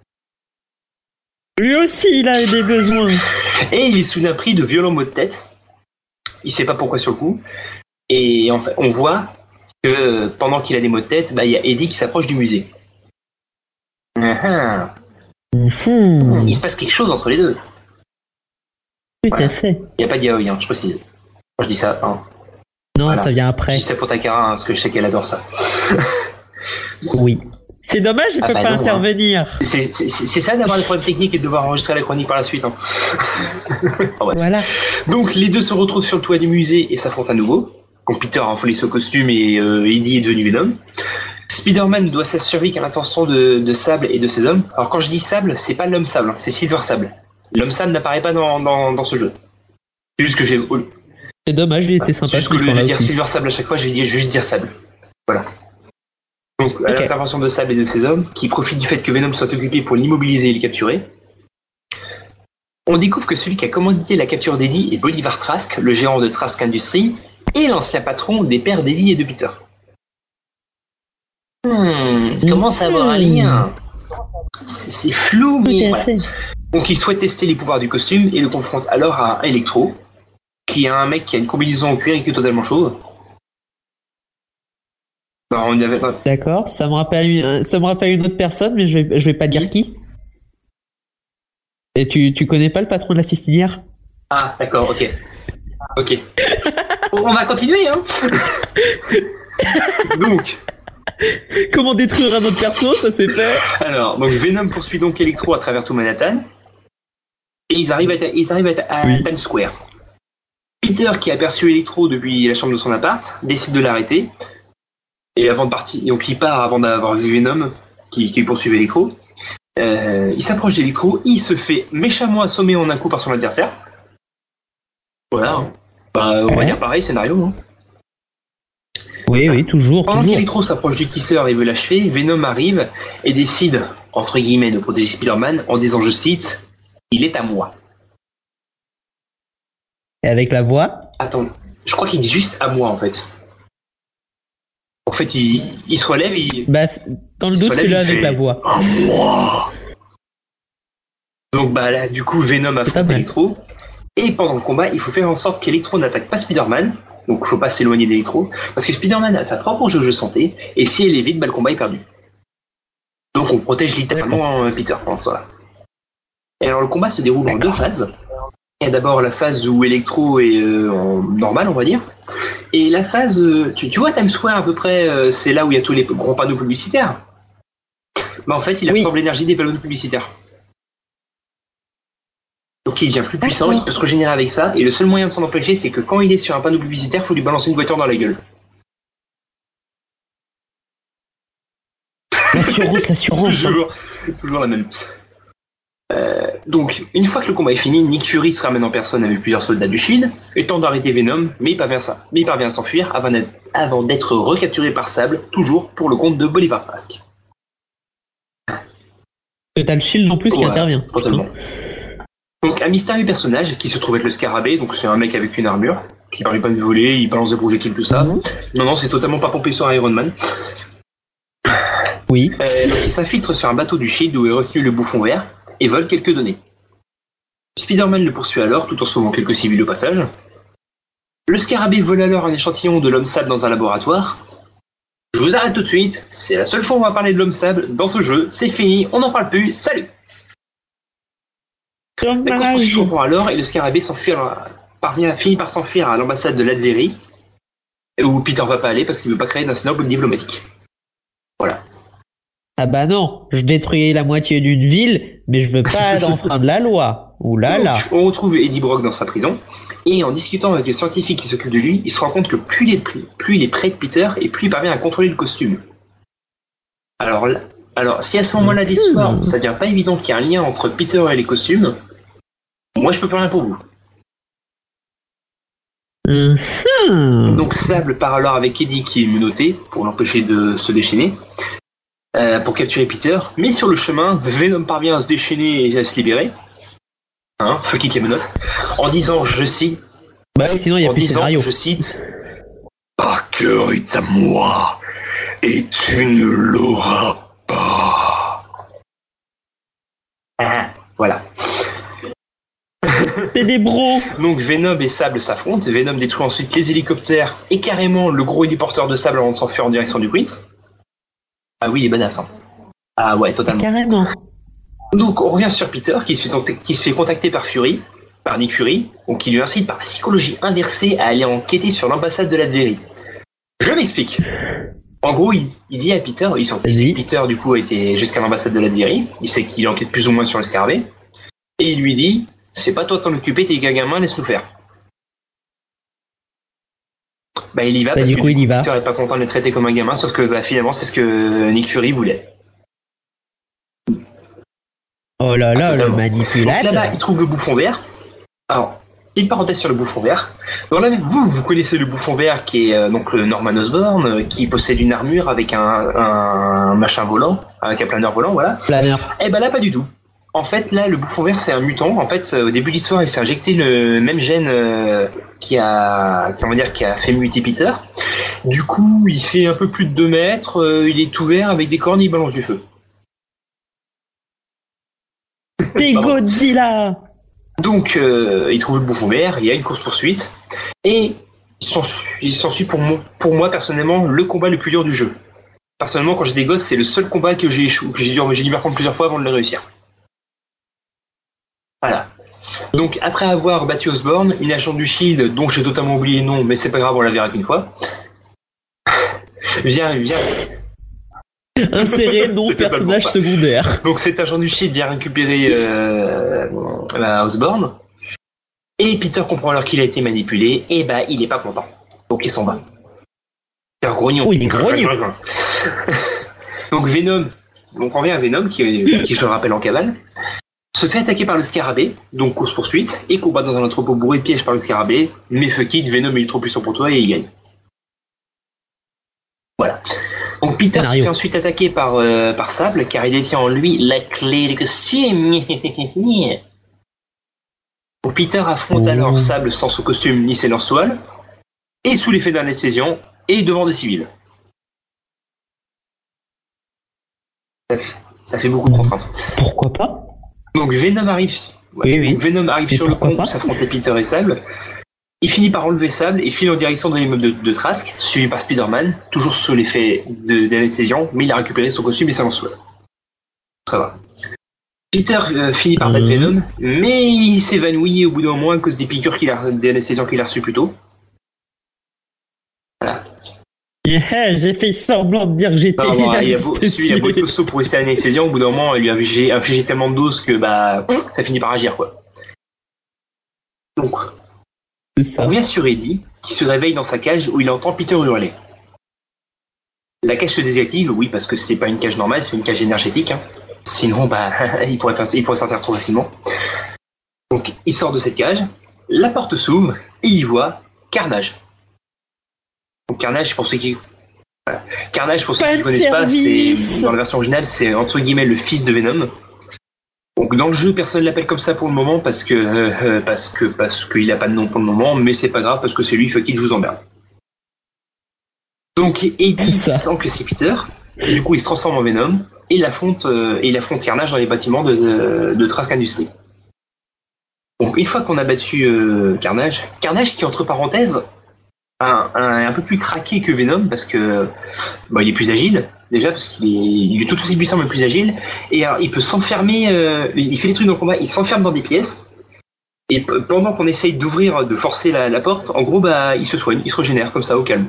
Lui aussi, il a des besoins. Et il est soudain pris de violents maux de tête. Il sait pas pourquoi sur le coup. Et en fait, on voit que pendant qu'il a des maux de tête, bah il y a Eddie qui s'approche du musée. Uh-huh. Mmh. Il se passe quelque chose entre les deux. Tout Voilà. à fait. Il n'y a pas de yaoi, hein, je précise. Moi je dis ça. Hein. Non, Voilà. ça vient après. Je dis ça pour Takara, hein, parce que je sais qu'elle adore ça. Oui. C'est dommage, je Ah peux bah pas non, intervenir. C'est, c'est, c'est ça d'avoir des problèmes techniques et de devoir enregistrer la chronique par la suite. Hein. Ah ouais. Voilà. Donc les deux se retrouvent sur le toit du musée et s'affrontent à nouveau. Quand Peter a enfoncé son costume et euh, Eddie est devenu Venom. Spider-Man doit sa survie qu'à l'intention de, de Sable et de ses hommes. Alors quand je dis Sable, c'est pas l'homme Sable, hein, c'est Silver Sable. L'homme Sable n'apparaît pas dans, dans, dans ce jeu. C'est juste que j'ai... C'est dommage, il était C'est sympa. juste ce que au lieu de méchant-là dire aussi. Silver Sable à chaque fois, je vais dire, juste dire Sable. Voilà. Donc, à Ok. l'intervention de Sable et de ses hommes, qui profitent du fait que Venom soit occupé pour l'immobiliser et le capturer, on découvre que celui qui a commandité la capture d'Eddie est Bolivar Trask, le gérant de Trask Industries, et l'ancien patron des pères d'Eddie et de Peter. Hmm, commence à avoir un lien. C'est, c'est flou, mais Tout à voilà. fait. Donc il souhaite tester les pouvoirs du costume et le confronte alors à Electro, qui est un mec qui a une combinaison en cuir et qui est totalement chauve. Non, on avait... D'accord, ça me rappelle une, ça me rappelle une autre personne, mais je vais, je vais pas dire qui. Et tu, tu connais pas le patron de la fistinière? Ah, d'accord, ok. Ok. On va continuer, hein. Donc. Comment détruire un autre perso, ça c'est fait. Alors, donc Venom poursuit donc Electro à travers tout Manhattan. Et ils arrivent à, ils arrivent à, à Times Square. Peter, qui a aperçu Electro depuis la chambre de son appart, décide de l'arrêter. Et avant de partir, donc il part avant d'avoir vu Venom, qui, qui poursuit Electro. Euh, il s'approche d'Electro, il se fait méchamment assommer en un coup par son adversaire. Voilà. Bah, on va Ouais. dire pareil, scénario. Hein. Oui, oui, toujours, Pendant toujours. qu'Electro s'approche du tisseur et veut l'achever, Venom arrive et décide, entre guillemets, de protéger Spider-Man en disant, je cite, « Il est à moi ». Et avec la voix. Attends, je crois qu'il dit juste « à moi » en fait. En fait, il, il se relève, il... Bah, dans le il se doute, relève, fais-le il avec fait, la voix. « À moi ». Donc bah là, du coup, Venom affronte Electro. Et pendant le combat, il faut faire en sorte qu'Electro n'attaque pas Spider-Man. Donc il faut pas s'éloigner d'Electro. Parce que Spider-Man a sa propre jauge de santé. Et si elle évite, bah, le combat est perdu. Donc on protège littéralement Peter pendant ça. Et alors le combat se déroule en deux phases. Il y a d'abord la phase où Electro est euh, en normal, on va dire. Et la phase... euh, tu, tu vois Times Square à peu près, euh, c'est là où il y a tous les gros panneaux publicitaires. Bah en fait, il absorbe l'énergie des panneaux publicitaires. Donc il devient plus puissant, il peut se régénérer avec ça, et le seul moyen de s'en empêcher, c'est que quand il est sur un panneau publicitaire, il faut lui balancer une voiture dans la gueule. L'assurance, l'assurance. toujours, toujours la même. Euh, donc, une fois que le combat est fini, Nick Fury se ramène en personne avec plusieurs soldats du Shield, et tente d'arrêter Venom, mais il parvient, ça, mais il parvient à s'enfuir avant d'être, avant d'être recapturé par Sable, toujours pour le compte de Bolivar Trask. Et t'as le Shield en plus qui Ouais, intervient. Totalement. Donc un mystérieux personnage qui se trouve être le Scarabée, donc c'est un mec avec une armure, qui permet pas de voler, il balance des projectiles, tout ça. Mhm. Non, non, c'est totalement pas pompé sur Iron Man. Oui. Euh, donc il s'infiltre sur un bateau du Shield où est retenu le bouffon vert, et vole quelques données. Spider-Man le poursuit alors, tout en sauvant quelques civils au passage. Le Scarabée vole alors un échantillon de l'homme sable dans un laboratoire. Je vous arrête tout de suite, c'est la seule fois où on va parler de l'homme sable dans ce jeu, c'est fini, on n'en parle plus, salut! La course se reprend alors et le Scarabée s'enfuir, parvient, finit par s'enfuir à l'ambassade de l'Advérie, où Peter va pas aller parce qu'il veut pas créer d'incident diplomatique. Voilà. Ah bah non, je détruis la moitié d'une ville, mais je veux pas d'enfreindre la loi. Ouh là là. Donc, on retrouve Eddie Brock dans sa prison, et en discutant avec le scientifique qui s'occupe de lui, il se rend compte que plus il est, plus il est près de Peter, et plus il parvient à contrôler le costume. Alors, là- alors si à ce moment-là de l'histoire, ça devient pas évident qu'il y a un lien entre Peter et les costumes, moi je peux plus rien pour vous. Donc Sable part alors avec Eddie qui est menotté pour l'empêcher de se déchaîner, euh, pour capturer Peter, mais sur le chemin, Venom parvient à se déchaîner et à se libérer. Hein, fuck it les menottes, en disant, je cite, Bah oui, sinon il y a en plus de disant, scénario. je cite, Parker est à moi, et tu ne l'auras pas. Ah, voilà. C'est des bros. Donc Venom et Sable s'affrontent, Venom détruit ensuite les hélicoptères et carrément le gros héliporteur de Sable avant de s'enfuir en direction du Queens. Ah oui, il est badass. Hein. Ah ouais, totalement. Carrément. Donc on revient sur Peter qui se fait, qui se fait contacter par Fury, par Nick Fury, donc qui lui incite par psychologie inversée à aller enquêter sur l'ambassade de l'Advérie. Je m'explique. En gros, il, il dit à Peter, il sait que Peter du coup a été jusqu'à l'ambassade de l'Advérie, il sait qu'il enquête plus ou moins sur le Scarabée, et il lui dit, c'est pas toi de t'en occuper, t'es qu'un gamin, laisse-nous faire. Bah il y va Bah, parce du que coup, il y va. Peter est pas content d'être traité comme un gamin, sauf que bah, finalement c'est ce que Nick Fury voulait. Oh là là, le Donc là-bas, manipulateur. il trouve le bouffon vert. Alors, petite parenthèse sur le bouffon vert. Dans la même, vous, vous connaissez le bouffon vert qui est euh, donc le Norman Osborn, euh, qui possède une armure avec un, un machin volant, avec un planeur volant, voilà. Planeur. Eh ben là, pas du tout. En fait, là, le bouffon vert, c'est un mutant. En fait, euh, au début de l'histoire, il s'est injecté le même gène euh, qui a, comment dire, qui a fait muter Peter. Du coup, il fait un peu plus de deux mètres, euh, il est tout vert avec des cornes, il balance du feu. T'es Godzilla. Donc, euh, il trouve le bouffon vert, il y a une course-poursuite, et il s'ensuit, il s'ensuit pour, moi, pour moi, personnellement, le combat le plus dur du jeu. Personnellement, quand j'étais gosse, c'est le seul combat que j'ai échoué, que j'ai dû, j'ai dû me reprendre plusieurs fois avant de le réussir. Voilà. Donc, après avoir battu Osborn, une agent du Shield, dont j'ai totalement oublié le nom, mais c'est pas grave, on la verra qu'une fois, vient, vient... Inséré non personnage secondaire. Donc cet agent du Shield vient récupérer euh, bah, Osborn. Et Peter comprend alors qu'il a été manipulé. Et bah il est pas content. Donc il s'en va. C'est un grognon. Oui, il est grognon. Donc Venom, donc on revient à Venom, qui, qui je le rappelle en cavale, se fait attaquer par le scarabée, donc course-poursuite, et combat dans un entrepôt bourré de pièges par le scarabée, mais fuck it, Venom est trop puissant pour toi et il gagne. Voilà. Donc Peter se fait ensuite attaquer par, euh, par Sable, car il détient en lui la clé du costume. Donc Peter affronte alors Sable sans son costume ni ses lance-toiles, et sous l'effet d'anesthésion, et devant des civils. Ça fait, ça fait beaucoup de contraintes. Pourquoi pas? Donc Venom arrive, ouais, oui, oui. donc Venom arrive sur le pont pour s'affronter Peter et Sable. Il finit par enlever Sable et file en direction de l'immeuble de, de Trask, suivi par Spider-Man, toujours sous l'effet de, d'anesthésion, mais il a récupéré son costume et sa lance-toile. Ça va. Peter euh, finit par battre mmh. Venom, mais il s'évanouit au bout d'un moment à cause des piqûres qu'il a, des anesthésiants qu'il a reçues plus tôt. Voilà. Yeah, j'ai fait semblant de dire que j'étais. Ah, bon, il a beau, celui, il a beau être costaud pour rester anesthésiant, au bout d'un moment, il lui a infligé, infligé tellement de doses que bah, ça finit par agir, quoi. Donc, on vient sur Eddie, qui se réveille dans sa cage où il entend Peter hurler. La cage se désactive, oui, parce que c'est pas une cage normale, c'est une cage énergétique. Hein. Sinon, bah, il pourrait, il pourrait sortir trop facilement. Donc, il sort de cette cage, la porte s'ouvre et il voit Carnage. Donc, Carnage, pour ceux qui, voilà. Carnage, pour ceux qui ne connaissent pas, c'est dans la version originale, c'est entre guillemets le fils de Venom. Donc dans le jeu, personne l'appelle comme ça pour le moment parce que euh, parce que parce qu'il a pas de nom pour le moment, mais c'est pas grave parce que c'est lui qui joue emmerde. Donc Eddie sent que c'est Peter, et du coup il se transforme en Venom et il affronte euh, et il affronte Carnage dans les bâtiments de de, de Trask Industries. Donc une fois qu'on a battu euh, Carnage, Carnage qui entre parenthèses un, un un peu plus craqué que Venom parce que bah, il est plus agile. Déjà parce qu'il est, il est tout aussi puissant mais plus agile et alors, il peut s'enfermer, euh, il fait des trucs dans le combat, il s'enferme dans des pièces et p- pendant qu'on essaye d'ouvrir, de forcer la, la porte, en gros bah il se soigne, il se régénère comme ça au calme.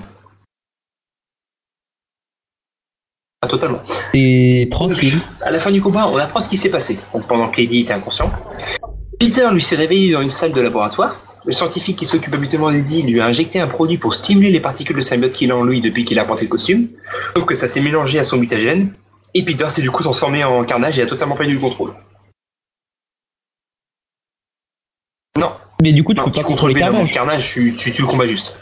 Ah totalement. Et tranquille. Donc, à la fin du combat, on apprend ce qui s'est passé. Donc pendant qu'Eddie était inconscient, Peter lui s'est réveillé dans une salle de laboratoire. Le scientifique qui s'occupe habituellement d'Eddie lui a injecté un produit pour stimuler les particules de symbiote qu'il a en lui depuis qu'il a porté le costume. Sauf que ça s'est mélangé à son mutagène. Et Peter s'est du coup transformé en Carnage et a totalement perdu le contrôle. Non. Mais du coup, tu non, peux pas contrôler Carnage. Carnage, tu, tu, tu le combats juste.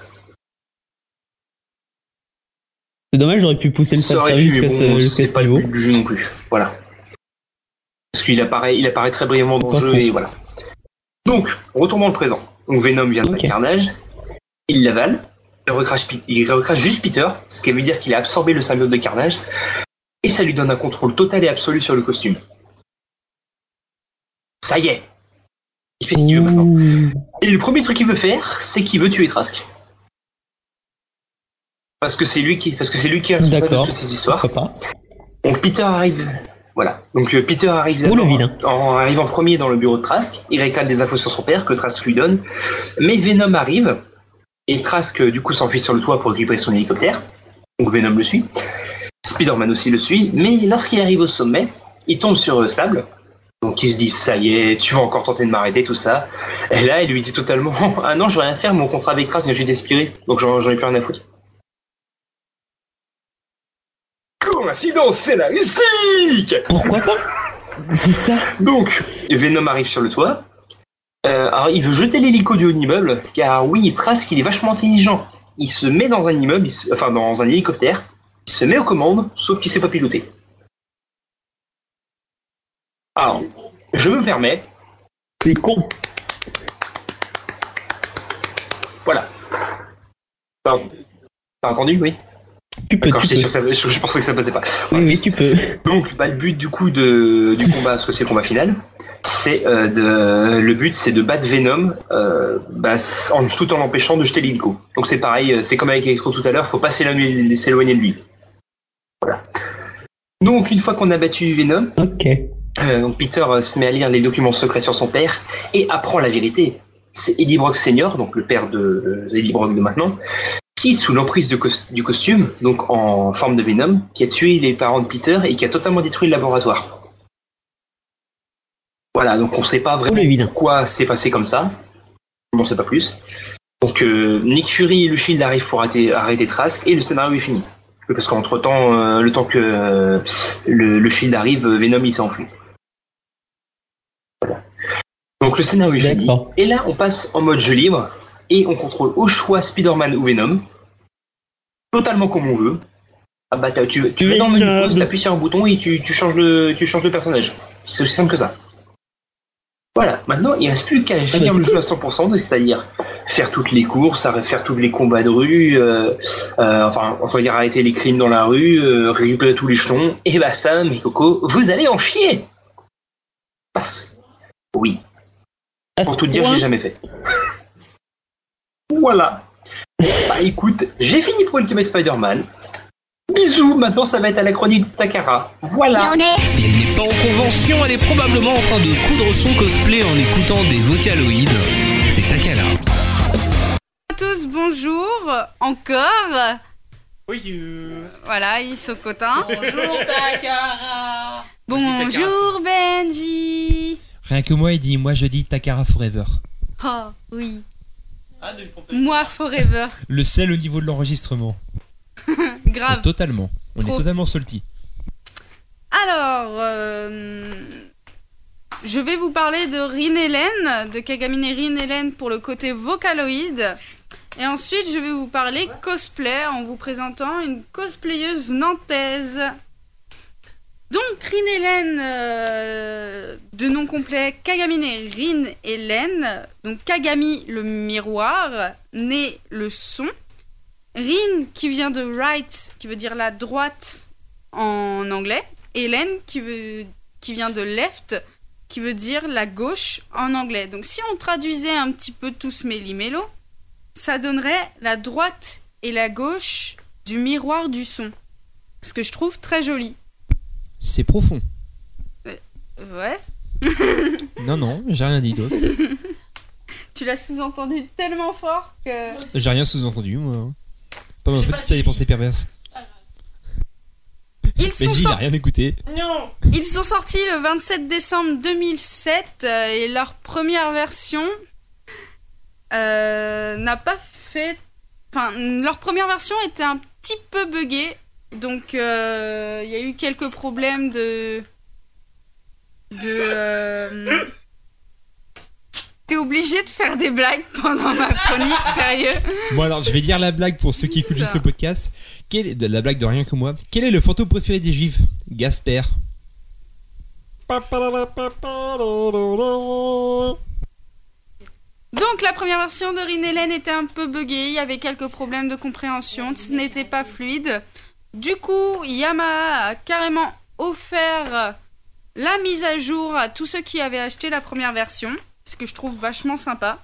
C'est dommage, j'aurais pu pousser le ça fan service jusqu'à bon, ce, jusqu'à ce pas niveau. Le but du jeu non plus. Voilà. Parce qu'il apparaît, il apparaît très brièvement dans pas le jeu fou. Et voilà. Donc, retournons dans le présent. Donc Venom vient de okay. Carnage, il l'avale, il recrache, il recrache juste Peter, ce qui veut dire qu'il a absorbé le symbiote de Carnage, et ça lui donne un contrôle total et absolu sur le costume. Ça y est, il fait ce qu'il veut maintenant. Et le premier truc qu'il veut faire, c'est qu'il veut tuer Trask. Parce que c'est lui qui, parce que c'est lui qui a responsable de toutes ces histoires. Donc Peter arrive. Voilà. Donc euh, Peter arrive, en, en, arrive en premier dans le bureau de Trask, il réclame des infos sur son père que Trask lui donne, mais Venom arrive, et Trask du coup s'enfuit sur le toit pour récupérer son hélicoptère, donc Venom le suit, Spider-Man aussi le suit, mais lorsqu'il arrive au sommet, il tombe sur euh, Sable, donc il se dit ça y est, tu vas encore tenter de m'arrêter, tout ça, et là il lui dit totalement, ah non je vais rien faire, mon contrat avec Trask vient juste d'expirer, donc j'en, j'en ai plus rien à foutre. Coïncidence scénaristique. Pourquoi pas? C'est ça. Donc, Venom arrive sur le toit. Euh, alors, il veut jeter l'hélico du haut de l'immeuble, car oui, Trask, il est vachement intelligent. Il se met dans un immeuble, se, enfin dans un hélicoptère, il se met aux commandes, sauf qu'il sait pas piloter. Alors, je me permets. T'es con. Voilà. T'as, t'as entendu, oui? Tu peux, tu peux. Sûr que ça, je pensais que ça passait pas. Ouais. Oui, oui, tu peux. Donc, bah, le but du coup de, du combat, parce que c'est le combat final, c'est euh, de, le but c'est de battre Venom, euh, bah, en, tout en l'empêchant de jeter l'hélico. Donc c'est pareil, c'est comme avec Electro tout à l'heure, faut pas s'éloigner, s'éloigner de lui. Voilà. Donc une fois qu'on a battu Venom, okay. euh, donc Peter euh, se met à lire les documents secrets sur son père et apprend la vérité. C'est Eddie Brock senior, donc le père de euh, Eddie Brock de maintenant, qui, sous l'emprise de cos- du costume, donc en forme de Venom, qui a tué les parents de Peter et qui a totalement détruit le laboratoire. Voilà, donc on ne sait pas vraiment pourquoi c'est passé comme ça. On n'en sait pas plus. Donc euh, Nick Fury et le Shield arrivent pour arrêter, arrêter Trask et le scénario est fini. Parce qu'entre temps, euh, le temps que euh, le, le Shield arrive, Venom il s'est enfui. Voilà. Donc le scénario est fini. Et là, on passe en mode jeu libre et on contrôle au choix Spider-Man ou Venom, totalement comme on veut. Ah bah tu, tu vas dans le menu pause, t'appuies sur un bouton et tu, tu changes le tu changes le personnage. C'est aussi simple que ça. Voilà. Maintenant, il reste plus qu'à finir bah, le jeu à cent pour cent, c'est-à-dire faire toutes les courses, faire tous les combats de rue, euh, euh, enfin, on va dire arrêter les crimes dans la rue, euh, récupérer tous les jetons. Et bah ça, mes cocos, vous allez en chier. Passe. Oui. Pour tout dire, j'ai jamais fait. Voilà. Bah écoute, j'ai fini pour Ultimate Spider-Man. Bisous, maintenant ça va être à la chronique de Takara. Voilà. Si elle n'est pas en convention, elle est probablement en train de coudre son cosplay en écoutant des vocaloïdes. C'est Takara. À tous, bonjour. Encore. Bonjour. Voilà, ils sont contents. Bonjour Takara. Bonjour Benji. Rien que moi, il dit, moi je dis Takara Forever. Oh, oui. Moi forever. Le sel au niveau de l'enregistrement. Grave. Totalement. On Trop. est totalement salty. Alors, euh, je vais vous parler de Rin Ellen, de Kagamine Rin Ellen pour le côté vocaloïde. Et ensuite, je vais vous parler cosplay en vous présentant une cosplayeuse nantaise. Donc, Rin Ellen, euh, de nom complet, Kagamine Rin Ellen. Donc, Kagami, le miroir, né le son. Rin, qui vient de right, qui veut dire la droite en anglais. Ellen, qui, veut, qui vient de left, qui veut dire la gauche en anglais. Donc si on traduisait un petit peu tous méli-mélo, ça donnerait la droite et la gauche du miroir du son. Ce que je trouve très joli. C'est profond. Euh, ouais. Non, non, j'ai rien dit d'autre. Tu l'as sous-entendu tellement fort que... J'ai rien sous-entendu, moi. Pas ma faute si t'as des pensées perverses. Ils sont Benji, il a rien écouté. Non. Ils sont sortis le vingt-sept décembre deux mille sept euh, et leur première version euh, n'a pas fait... Enfin, leur première version était un petit peu buggée. Donc, il euh, y a eu quelques problèmes de... De... Euh... T'es obligé de faire des blagues pendant ma chronique, sérieux? Bon alors, je vais dire la blague pour ceux qui écoutent juste le podcast. Quelle est, de la blague de rien que moi. Quel est le fantôme préféré des Juifs? Gasper. Donc la première version de Rin Ellen était un peu buggée, il y avait quelques problèmes de compréhension, ce n'était pas fluide. Du coup, Yamaha a carrément offert la mise à jour à tous ceux qui avaient acheté la première version, ce que je trouve vachement sympa.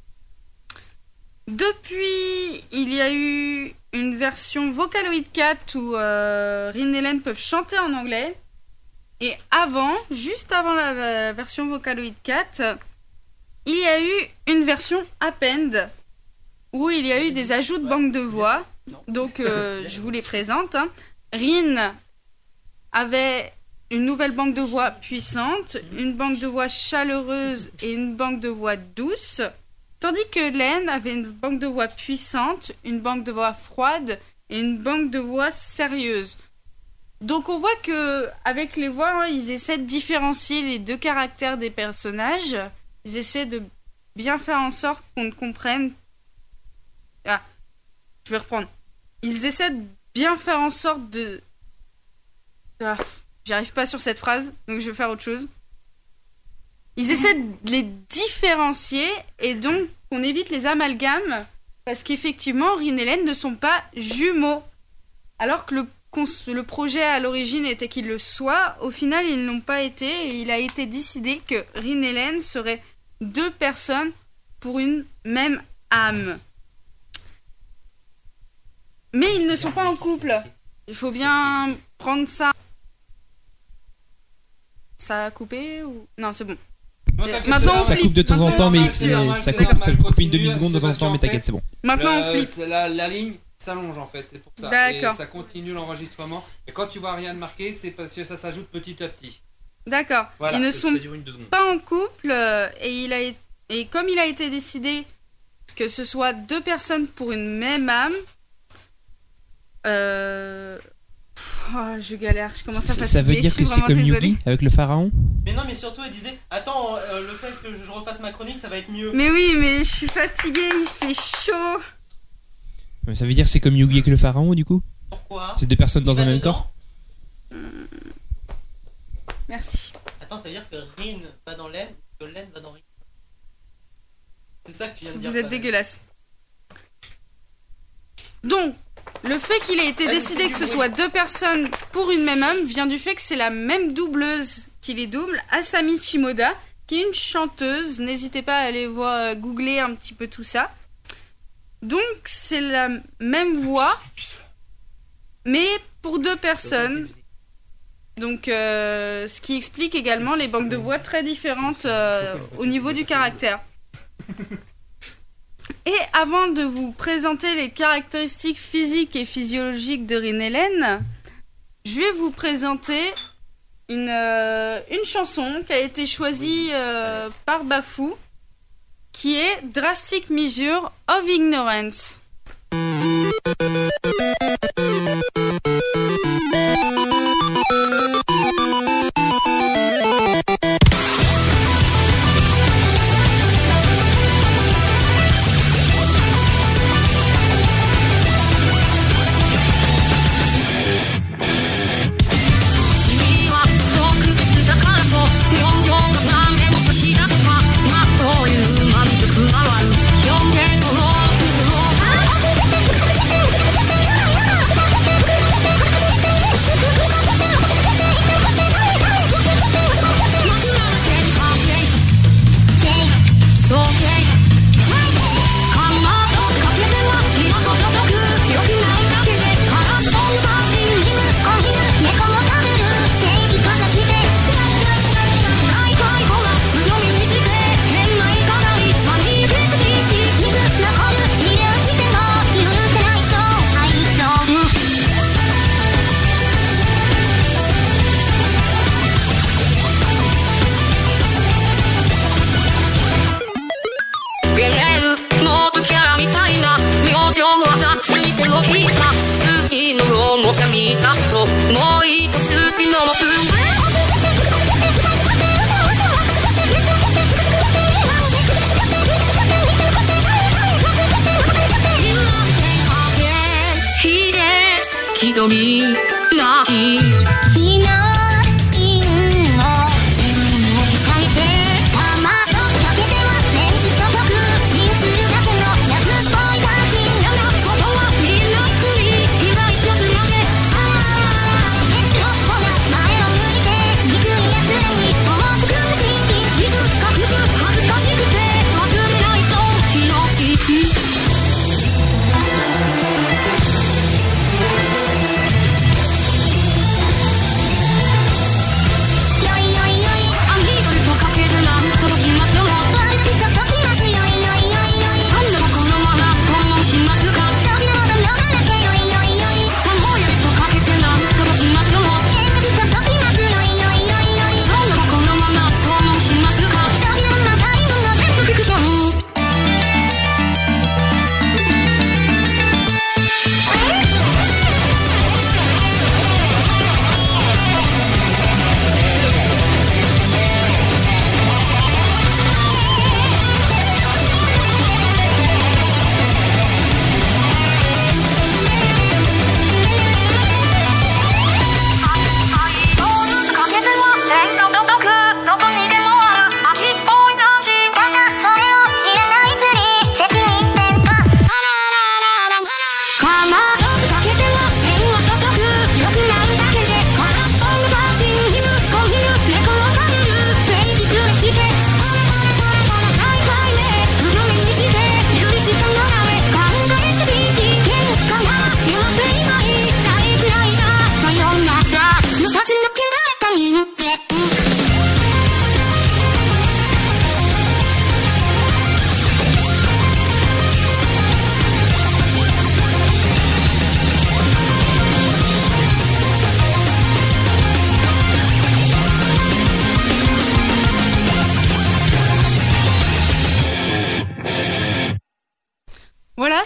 Depuis, il y a eu une version Vocaloid quatre où euh, Rin Ellen peuvent chanter en anglais. Et avant, juste avant la, la version Vocaloid quatre, il y a eu une version Append où il y a eu des ajouts de banque de voix. Donc, euh, je vous les présente. Hein. Rin avait une nouvelle banque de voix puissante, une banque de voix chaleureuse et une banque de voix douce. Tandis que Len avait une banque de voix puissante, une banque de voix froide et une banque de voix sérieuse. Donc on voit que avec les voix, hein, ils essaient de différencier les deux caractères des personnages. Ils essaient de bien faire en sorte qu'on comprenne. Ah, je vais reprendre. Ils essaient de bien faire en sorte de. Ah, j'arrive pas sur cette phrase, donc je vais faire autre chose. Ils essaient de les différencier et donc qu'on évite les amalgames parce qu'effectivement, Rin et Len ne sont pas jumeaux. Alors que le, le projet à l'origine était qu'ils le soient, au final, ils ne l'ont pas été et il a été décidé que Rin et Len seraient deux personnes pour une même âme. Mais ils ne sont pas en couple. Il faut bien prendre ça. Ça a coupé ou... Non, c'est bon. Non, Maintenant, ça, ça coupe de temps en temps, mais ça, ça coupe, ça coupe une demi-seconde de temps en temps, mais t'inquiète, c'est bon. Maintenant, le, on flippe. La, la ligne s'allonge en fait, c'est pour ça. D'accord. Et ça continue l'enregistrement. Et quand tu vois rien de marqué, c'est parce que ça s'ajoute petit à petit. D'accord. Voilà, Ils ne ça, sont ça dure une, deux secondes. pas en couple euh, et, il a, et comme il a été décidé que ce soit deux personnes pour une même âme. Euh... Pff, oh, je galère, je commence à fatiguer. Ça veut dire que c'est comme Yugi avec le pharaon? Mais non, mais surtout, elle disait attends, euh, le fait que je refasse ma chronique, ça va être mieux. Mais oui, mais je suis fatiguée, il fait chaud. Mais ça veut dire que c'est comme Yugi avec le pharaon du coup? Pourquoi? C'est deux personnes dans un même corps? Merci. Attends, ça veut dire que Rin va dans Len, que Len va dans Rin. C'est ça que tu viens de dire. Vous êtes dégueulasse. Donc, le fait qu'il ait été décidé que ce soit deux personnes pour une même âme vient du fait que c'est la même doubleuse qui les double, Asami Shimoda, qui est une chanteuse. N'hésitez pas à aller voir, euh, googler un petit peu tout ça. Donc, c'est la même voix, mais pour deux personnes. Donc, euh, ce qui explique également les banques de voix très différentes euh, au niveau du caractère. Et avant de vous présenter les caractéristiques physiques et physiologiques de Rin Ellen, je vais vous présenter une, euh, une chanson qui a été choisie euh, par Bafou, qui est Drastic Measure of Ignorance.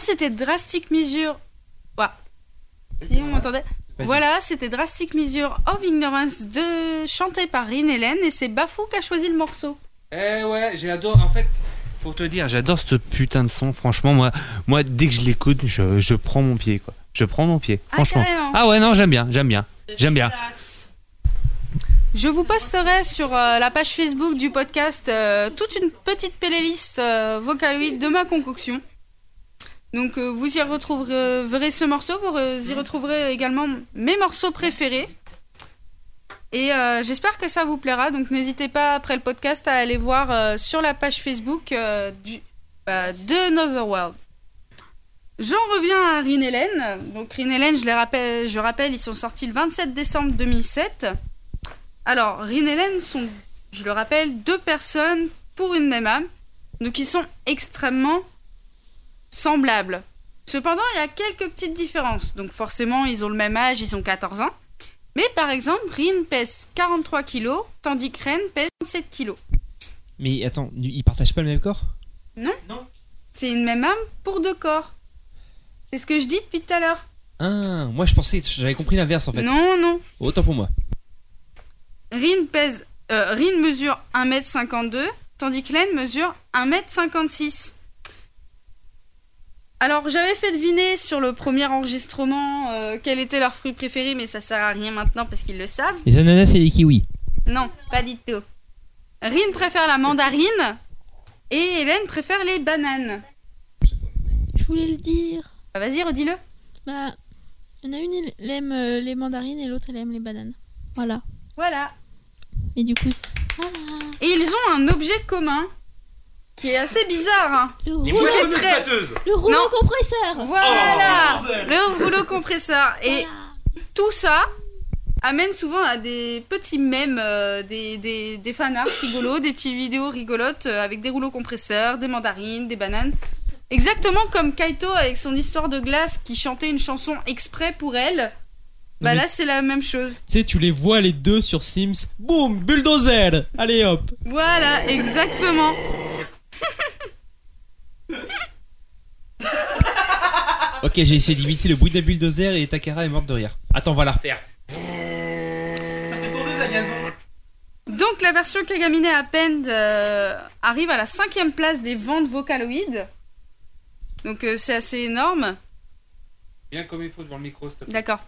c'était Drastic Measure. Ouais. Si on m'entendait. Vas-y. Voilà, c'était Drastic Measure of Ignorance de chanté par Rin Helen et c'est Bafou qui a choisi le morceau. Eh ouais, j'adore. En fait, pour te dire, j'adore ce putain de son. Franchement, moi, moi, dès que je l'écoute, je, je prends mon pied, quoi. Je prends mon pied. Ah, Franchement. carrément. Ah ouais, non, j'aime bien, j'aime bien, j'aime bien. Je vous posterai sur euh, la page Facebook du podcast euh, toute une petite playlist euh, Vocaloid de ma concoction. Donc euh, vous y retrouverez verrez ce morceau, vous re- y retrouverez également mes morceaux préférés. Et euh, j'espère que ça vous plaira. Donc n'hésitez pas après le podcast à aller voir euh, sur la page Facebook euh, du, bah, de Another World. J'en reviens à Rin Helen. Donc Rin Helen, je les rappelle, je rappelle, ils sont sortis le vingt-sept décembre deux mille sept. Alors, Rin Helen sont, je le rappelle, deux personnes pour une même âme, donc ils sont extrêmement semblables. Cependant, il y a quelques petites différences. Donc forcément, ils ont le même âge, ils ont quatorze ans. Mais par exemple, Rin pèse quarante-trois kilos, tandis que Ren pèse sept kilos. Mais attends, ils partagent pas le même corps? Non, non. C'est une même âme pour deux corps. C'est ce que je dis depuis tout à l'heure. Ah, moi je pensais, j'avais compris l'inverse en fait. Non, non. Autant pour moi. Rin pèse, euh, Rin mesure un mètre cinquante-deux, tandis que Len mesure un mètre cinquante-six. Alors, j'avais fait deviner sur le premier enregistrement euh, quel était leur fruit préféré, mais ça sert à rien maintenant parce qu'ils le savent. Les ananas et les kiwis. Non, pas du tout. Rin préfère la mandarine et Hélène préfère les bananes. Je voulais le dire. Bah, vas-y, redis-le. Bah, il y en a une, elle aime euh, les mandarines et l'autre, elle aime les bananes. Voilà. Voilà. Et du coup, c'est- voilà. Et ils ont un objet commun qui est assez bizarre. Hein. Le Qui rouleau- est très- Le rouleau Non. compresseur. Voilà, Oh, bordel. le rouleau compresseur. Et tout ça amène souvent à des petits mèmes, euh, des, des, des fanarts rigolos, des petites vidéos rigolotes euh, avec des rouleaux compresseurs, des mandarines, des bananes. Exactement comme Kaito avec son histoire de glace qui chantait une chanson exprès pour elle. Bah mais- là, c'est la même chose. Tu sais, tu les vois les deux sur Sims. Boum, bulldozer. Allez hop. Voilà, exactement. Ok, j'ai essayé d'imiter le bruit d'un bulldozer et Takara est morte de rire. Attends, on va la refaire. Donc la version Kagamine Append euh, arrive à la cinquième place des ventes Vocaloid. Donc euh, c'est assez énorme. Bien comme il faut devant le micro, s'il te plaît. D'accord.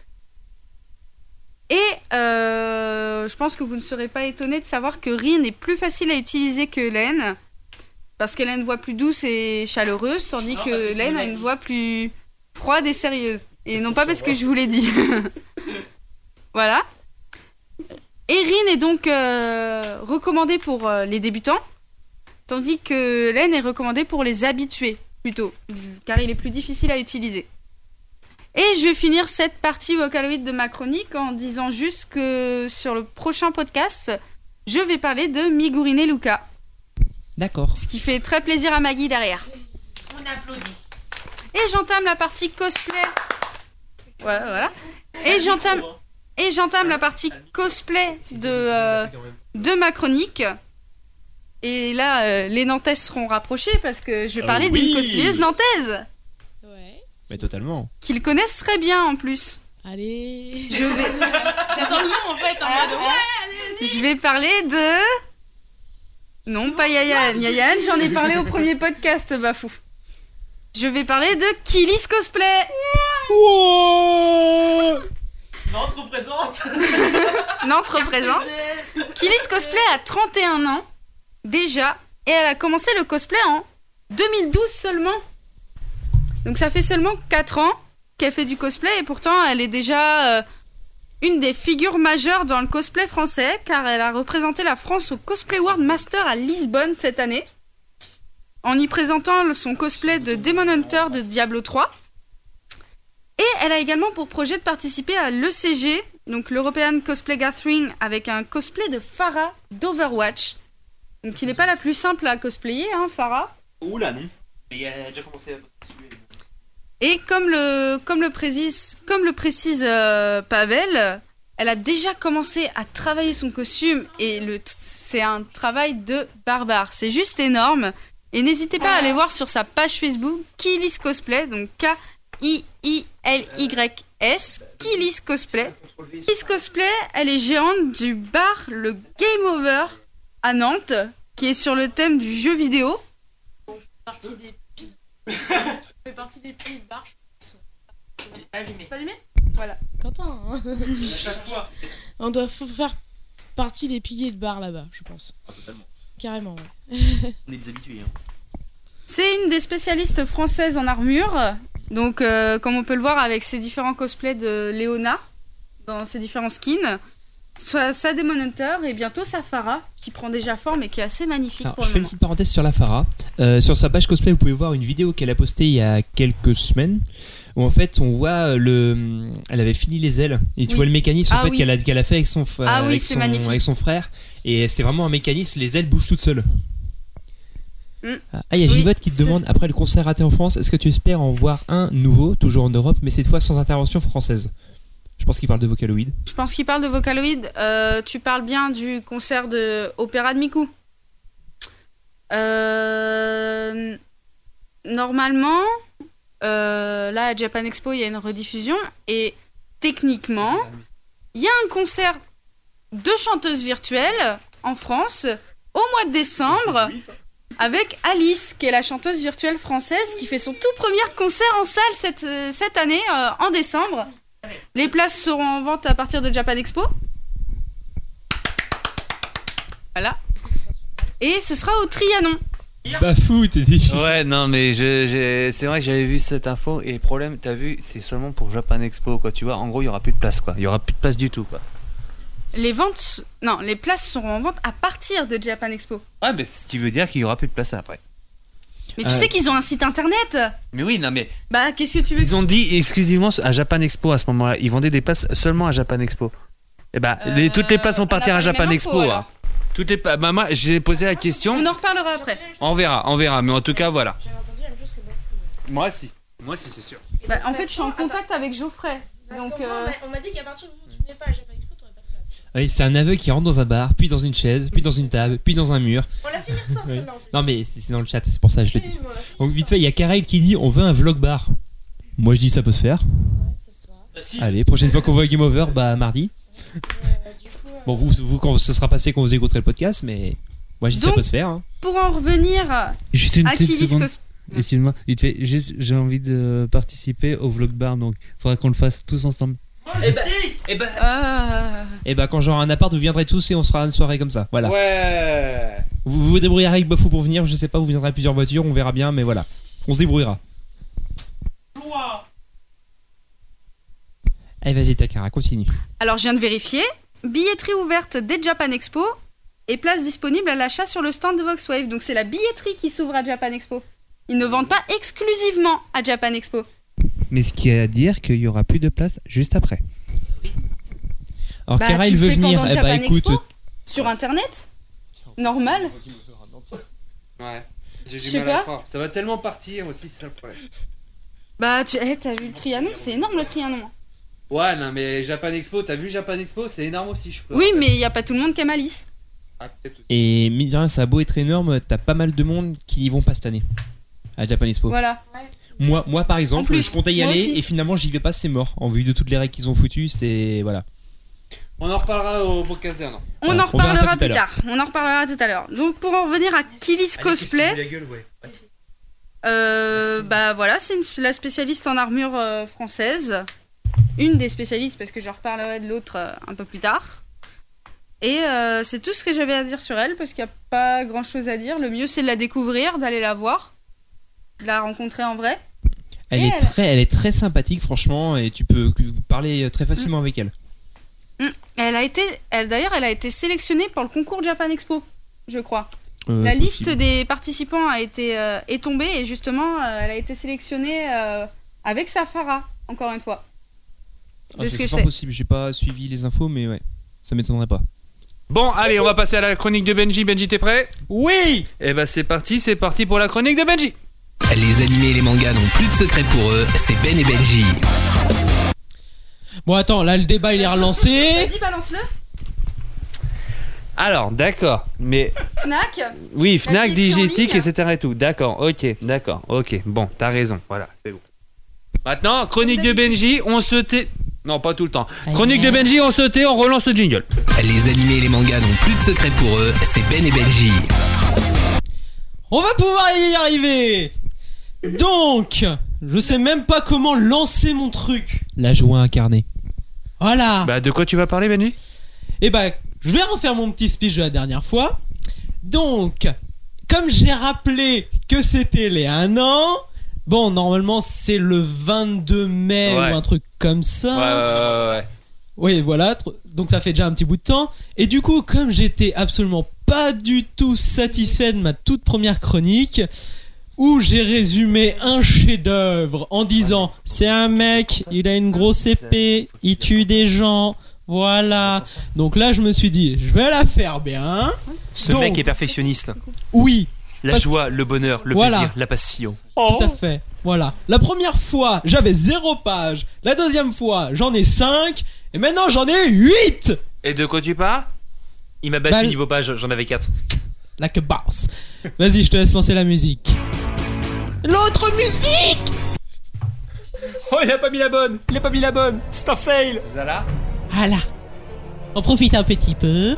Et euh, je pense que vous ne serez pas étonné de savoir que Rin est plus facile à utiliser que Len. Parce qu'elle a une voix plus douce et chaleureuse, tandis Non, parce que que tu Len me a l'as une dit. voix plus froide et sérieuse. Et non pas parce que je vous l'ai dit. Voilà. Et Rin est donc euh, recommandé pour euh, les débutants, tandis que Len est recommandé pour les habitués, plutôt, car il est plus difficile à utiliser. Et je vais finir cette partie Vocaloid de ma chronique en disant juste que sur le prochain podcast, je vais parler de Migurine Luka. D'accord. Ce qui fait très plaisir à Maggie derrière. On applaudit. Et j'entame la partie cosplay. Voilà, voilà. Et j'entame, et j'entame la partie cosplay de, euh, de ma chronique. Et là, euh, les Nantaises seront rapprochées parce que je vais Ah parler oui. d'une cosplayeuse nantaise. Mais totalement. Qu'ils connaissent très bien en plus. Allez. Je vais. J'attends le nom en fait en mode ouais. Je vais parler de. Non, pas Yayan. Yayan, j'en ai parlé au premier podcast, Bafou. Je vais parler de Killis Cosplay. Nantes représente. Nantes représente. Killis Cosplay a trente et un ans déjà et elle a commencé le cosplay en deux mille douze seulement. Donc ça fait seulement quatre ans qu'elle fait du cosplay et pourtant elle est déjà euh, une des figures majeures dans le cosplay français car elle a représenté la France au Cosplay World Master à Lisbonne cette année en y présentant son cosplay de Demon Hunter de Diablo trois. Et elle a également pour projet de participer à l'E C G, donc l'European Cosplay Gathering, avec un cosplay de Pharah d'Overwatch. Donc il n'est pas la plus simple à cosplayer, hein, Pharah. Oula, non. Mais il a déjà commencé à postuler. Et comme le, comme le précise, comme le précise euh, Pavel, elle a déjà commencé à travailler son costume et le, c'est un travail de barbare. C'est juste énorme. Et n'hésitez pas à aller voir sur sa page Facebook Kilis Cosplay, donc K I I L Y S, Kilis Cosplay. Kilis Cosplay, elle est géante du bar Le Game Over à Nantes, qui est sur le thème du jeu vidéo. Partie des piles. Je fais partie des piles de bar, je pense. C'est pas allumé ? Voilà. Quentin, hein. À chaque fois. On doit f- faire partie des piliers de bar là-bas, je pense. Ah, totalement. Carrément, ouais. On est des habitués. Hein. C'est une des spécialistes françaises en armure. Donc, euh, comme on peut le voir avec ses différents cosplays de Léona, dans ses différents skins, sa, sa Demon Hunter et bientôt sa Pharah, qui prend déjà forme et qui est assez magnifique Alors, pour je le fais une moment. petite parenthèse sur la Pharah. Euh, sur sa page cosplay, vous pouvez voir une vidéo qu'elle a postée il y a quelques semaines. Où en fait on voit le, elle avait fini les ailes et tu Oui. vois le mécanisme en Ah fait oui. qu'elle a, qu'elle a fait avec son, f- Ah oui, avec, c'est son magnifique. avec son frère et c'est vraiment un mécanisme, les ailes bougent toutes seules. Mm. Ah, il y a Oui, Givotte qui te c'est demande ça. après le concert raté en France, est-ce que tu espères en voir un nouveau, toujours en Europe, mais cette fois sans intervention française? Je pense qu'il parle de Vocaloid. Je pense qu'il parle de Vocaloid. Euh, tu parles bien du concert de Opéra de Miku. Euh, normalement, euh, là à Japan Expo, il y a une rediffusion et techniquement, il y a un concert de chanteuses virtuelles en France au mois de décembre avec Alice, qui est la chanteuse virtuelle française qui fait son tout premier concert en salle cette, cette année, euh, en décembre. Les places seront en vente à partir de Japan Expo. Voilà. Et ce sera au Trianon. Bah fou, t'es dit. Ouais, non, mais je, j'ai- c'est vrai que j'avais vu cette info et le problème, t'as vu, c'est seulement pour Japan Expo, quoi. Tu vois, en gros, il y aura plus de place, quoi. Il y aura plus de place du tout, quoi. Les ventes, non, les places seront en vente à partir de Japan Expo. Ouais, mais ce qui veut dire qu'il y aura plus de place après. Mais tu Euh, sais qu'ils ont un site internet. Mais oui, non, mais Bah, qu'est-ce que tu veux ils ont dit exclusivement à Japan Expo à ce moment-là. Ils vendaient des places seulement à Japan Expo. Et bah, les, toutes les places vont partir a à pas les Japan mêmes Expo. infos, hein. alors. Toutes les, pa- bah, moi, j'ai posé la question. On en reparlera après. On verra, on verra. Mais en tout cas, voilà. J'avais entendu la même chose que Bafou. Moi aussi. Moi aussi, c'est sûr. Bah, en fait, je suis en contact avec Geoffrey. Parce Donc, que moi, euh, on m'a- on m'a dit qu'à partir du moment où tu venais pas à Japan Expo, t'aurais pas de place. Oui, c'est un aveu qui rentre dans un bar, puis dans une chaise, puis dans une table, puis dans un mur. On l'a fait hier soir, Oui. celle-là. en plus. Non mais c'est c'est dans le chat, c'est pour ça que je le Oui, dis. mais on l'a fait Donc vite fait, il y a Karail qui dit on veut un vlog bar. Moi je dis ça peut se faire. ce soir. Allez, prochaine fois qu'on voit Game Over, bah mardi. Bon, vous, vous quand ce sera passé quand vous écouterez le podcast, mais moi je dis ça Donc, peut se faire. Hein. pour en revenir Juste une à petite Kilis seconde. Cos- Excuse-moi, vite fait, juste j'ai envie de participer au vlog bar, donc faudra qu'on le fasse tous ensemble. Eh bah, eh bah, Euh, Et bah quand j'aurai un appart, vous viendrez tous et on se fera une soirée comme ça. Voilà. Ouais. Vous vous, vous débrouillerez avec Bafou pour venir, je sais pas, vous viendrez à plusieurs voitures, on verra bien, mais voilà. On se débrouillera. Allez, vas-y Takara, continue. Alors, je viens de vérifier. Billetterie ouverte dès Japan Expo et place disponible à l'achat sur le stand de Voxwave. Donc, c'est la billetterie qui s'ouvre à Japan Expo. Ils ne vendent pas exclusivement à Japan Expo. Mais ce qui est à dire qu'il y aura plus de place juste après. Alors Bah, Kara tu il veut fais venir, pendant eh bah Japan écoute. Expo sur internet. Normal. Ouais. J'ai Je du sais mal à pas. croire. Ça va tellement partir aussi, c'est ça le problème. Bah, tu eh, t'as vu le Trianon? C'est énorme le Trianon. Ouais, non, mais Japan Expo, t'as vu Japan Expo, c'est énorme aussi, je crois. Oui, mais il n'y a pas tout le monde qui aime Alice. Ah, peut-être aussi. Et mine de rien, ça a beau être énorme, t'as pas mal de monde qui n'y vont pas cette année à Japan Expo. Voilà. Moi, moi par exemple, En plus, je comptais y moi aller aussi. et finalement j'y vais pas, c'est mort. En vue de toutes les règles qu'ils ont foutues, c'est voilà. On en reparlera au podcast d'un an. On Ouais, en on verra ça reparlera tout à plus l'heure. tard. On en reparlera tout à l'heure. Donc, pour en revenir à Kilis Cosplay. Euh, bah voilà, c'est une- la spécialiste en armure euh, française. Une des spécialistes, parce que je reparlerai de l'autre euh, un peu plus tard. Et euh, c'est tout ce que j'avais à dire sur elle, parce qu'il n'y a pas grand chose à dire. Le mieux, c'est de la découvrir, d'aller la voir, de la rencontrer en vrai. Elle Et est elle- très, elle est très sympathique franchement et tu peux parler très facilement avec elle. Mm. Elle a été, elle d'ailleurs, elle a été sélectionnée pour le concours Japan Expo, je crois. Euh, la possible. liste des participants a été euh, est tombée et justement, euh, elle a été sélectionnée euh, avec sa Pharah, encore une fois. Ah, De c'est ce que je pas sais. possible, j'ai pas suivi les infos mais ouais, ça m'étonnerait pas. Bon, allez, on va passer à la chronique de Benji. Benji, t'es prêt? Oui. Et bah c'est parti, c'est parti pour la chronique de Benji. Les animés et les mangas n'ont plus de secret pour eux, c'est Ben et Benji. Bon, attends, là le débat il est relancé. Vas-y, balance-le. Alors, d'accord, mais Fnac. Oui, Fnac, billetterie en Digitique, ligne. et cetera et tout. D'accord, ok, d'accord, ok. Bon, t'as raison, voilà, c'est bon. Maintenant, chronique de Benji, on se tait. Non, pas tout le temps. Chronique de Benji, on se tait, on relance le jingle. Les animés et les mangas n'ont plus de secret pour eux, c'est Ben et Benji. On va pouvoir y arriver. Donc, je sais même pas comment lancer mon truc. La joie incarnée. Voilà. Bah, de quoi tu vas parler, Benji? Et bah, je vais refaire mon petit speech de la dernière fois. Donc, comme j'ai rappelé que c'était les un an, bon, normalement c'est le vingt-deux mai Ouais. ou un truc comme ça. Ouais, ouais, ouais, ouais. Oui, voilà. tr- Donc ça fait déjà un petit bout de temps. Et du coup, comme j'étais absolument pas du tout satisfait de ma toute première chronique, où j'ai résumé un chef-d'œuvre en disant c'est un mec, il a une grosse épée, il tue des gens. Voilà. Donc là, je me suis dit, je vais la faire bien. Ce Donc, mec est perfectionniste. Oui. La Parce- joie, le bonheur, le Voilà. plaisir, la passion. Tout à fait. Voilà. La première fois, j'avais zéro page. La deuxième fois, j'en ai cinq. Et maintenant, j'en ai huit. Et de quoi tu parles? Il m'a battu Bah, niveau page, j'en avais quatre. Like a boss. Vas-y, je te laisse lancer la musique. L'autre musique. Oh, il a pas mis la bonne! Il a pas mis la bonne! C'est un fail! Voilà. Voilà. On profite un petit peu.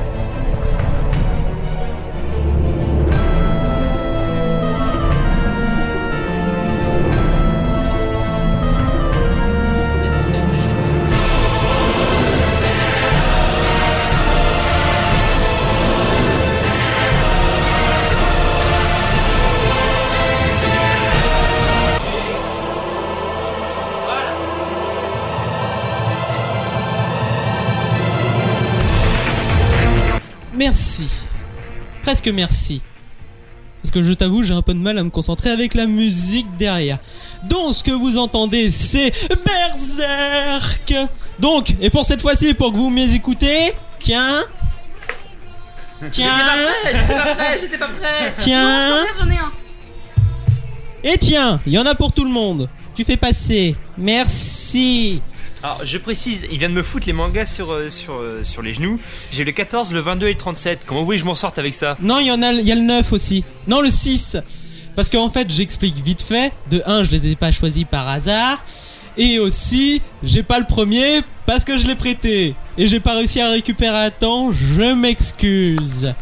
Merci. Presque merci. Parce que je t'avoue, j'ai un peu de mal à me concentrer avec la musique derrière. Donc, ce que vous entendez, c'est Berserk. Donc, et pour cette fois-ci, pour que vous m'écoutez, tiens. Tiens. J'étais pas prêt, j'étais pas prêt! Tiens. J'en ai un. Et tiens, il y en a pour tout le monde. Tu fais passer. Merci. Alors, je précise, il vient de me foutre les mangas sur, euh, sur, euh, sur les genoux. J'ai le quatorze, le vingt-deux et le trente-sept. Comment vous voulez que je m'en sorte avec ça? Non, il y en a, il y a le neuf aussi. Non, le six. Parce qu'en fait, j'explique vite fait. De un, je les ai pas choisis par hasard. Et aussi, j'ai pas le premier parce que je l'ai prêté. Et j'ai pas réussi à le récupérer à temps. Je m'excuse.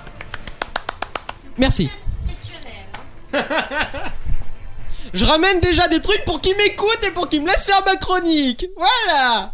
Merci. Je ramène déjà des trucs pour qu'ils m'écoutent et pour qu'ils me laissent faire ma chronique. Voilà.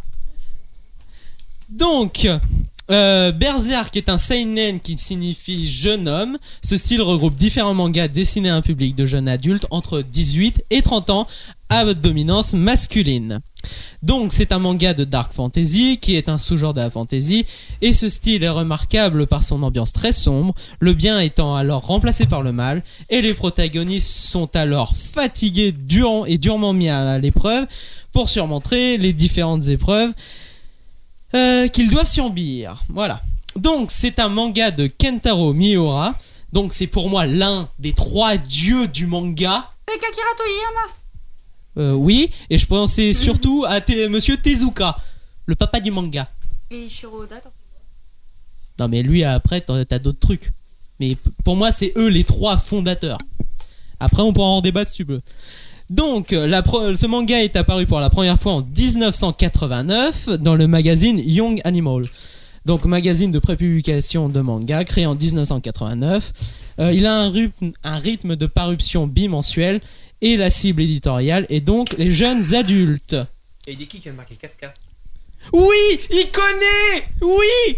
Donc, euh, Berserk est un seinen qui signifie jeune homme. Ce style regroupe différents mangas destinés à un public de jeunes adultes entre dix-huit et trente ans à dominance masculine. Donc c'est un manga de dark fantasy qui est un sous-genre de la fantasy et ce style est remarquable par son ambiance très sombre, le bien étant alors remplacé par le mal et les protagonistes sont alors fatigués durant et durement mis à l'épreuve pour surmonter les différentes épreuves euh, qu'ils doivent subir. Voilà. Donc c'est un manga de Kentaro Miura. Donc c'est pour moi l'un des trois dieux du manga. Avec Akira Toriyama. Euh, oui, et je pensais surtout à te- Monsieur Tezuka, le papa du manga. Et Shiro Oda. Non mais lui après t'as t'as d'autres trucs. Mais p- pour moi c'est eux les trois fondateurs. Après on pourra en débattre si tu veux. Donc la pro- ce manga est apparu pour la première fois en dix-neuf cent quatre-vingt-neuf dans le magazine Young Animal. Donc magazine de prépublication de manga créé en dix-neuf cent quatre-vingt-neuf. Euh, il a un rythme, un rythme de parution bimensuel et la cible éditoriale est donc les jeunes adultes. Et il dit qui qui vient de marquer Casca? Oui, il connaît. Oui.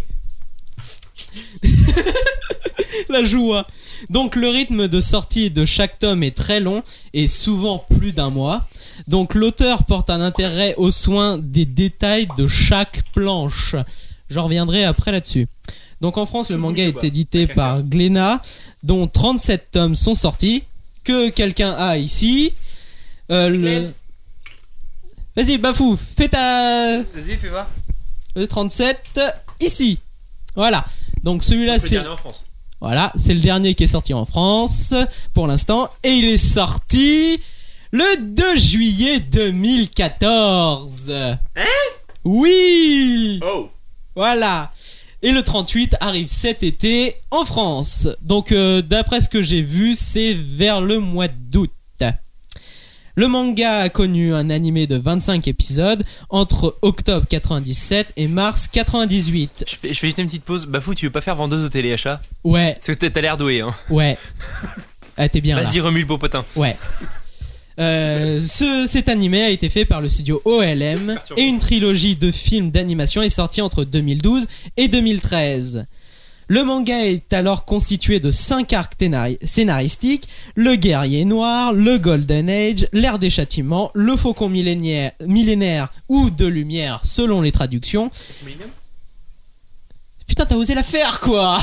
La joie. Donc le rythme de sortie de chaque tome est très long et souvent plus d'un mois. Donc l'auteur porte un intérêt aux soins des détails de chaque planche. J'en reviendrai après là-dessus. Donc en France, le manga est édité par Glénat, dont trente-sept tomes sont sortis, que quelqu'un a ici. Euh, le... Vas-y, Bafou, fais ta... Vas-y, fais voir. Le trente-sept, ici. Voilà. Donc celui-là, Donc, le c'est... dernier en France. Voilà, c'est le dernier qui est sorti en France, pour l'instant. Et il est sorti le deux juillet deux mille quatorze. Hein? Oui. Oh. Voilà. Et le trente-huit arrive cet été en France. Donc euh, d'après ce que j'ai vu, c'est vers le mois d'août. Le manga a connu un animé de vingt-cinq épisodes entre octobre quatre-vingt-dix-sept et mars quatre-vingt-dix-huit. Je fais, je fais juste une petite pause. Bafou, tu veux pas faire vendeuse au téléachat? Ouais. Parce que t'as t'as l'air doué, hein. Ouais. Ah, t'es bien. Vas-y, là. remue le beau potin. Ouais. Euh, ce, cet animé a été fait par le studio O L M et une trilogie de films d'animation est sortie entre deux mille douze et deux mille treize. Le manga est alors constitué de cinq arcs ténari- scénaristiques: le guerrier noir, le Golden Age, l'ère des châtiments, le faucon millénaire, millénaire ou de lumière selon les traductions. Putain, t'as osé la faire quoi.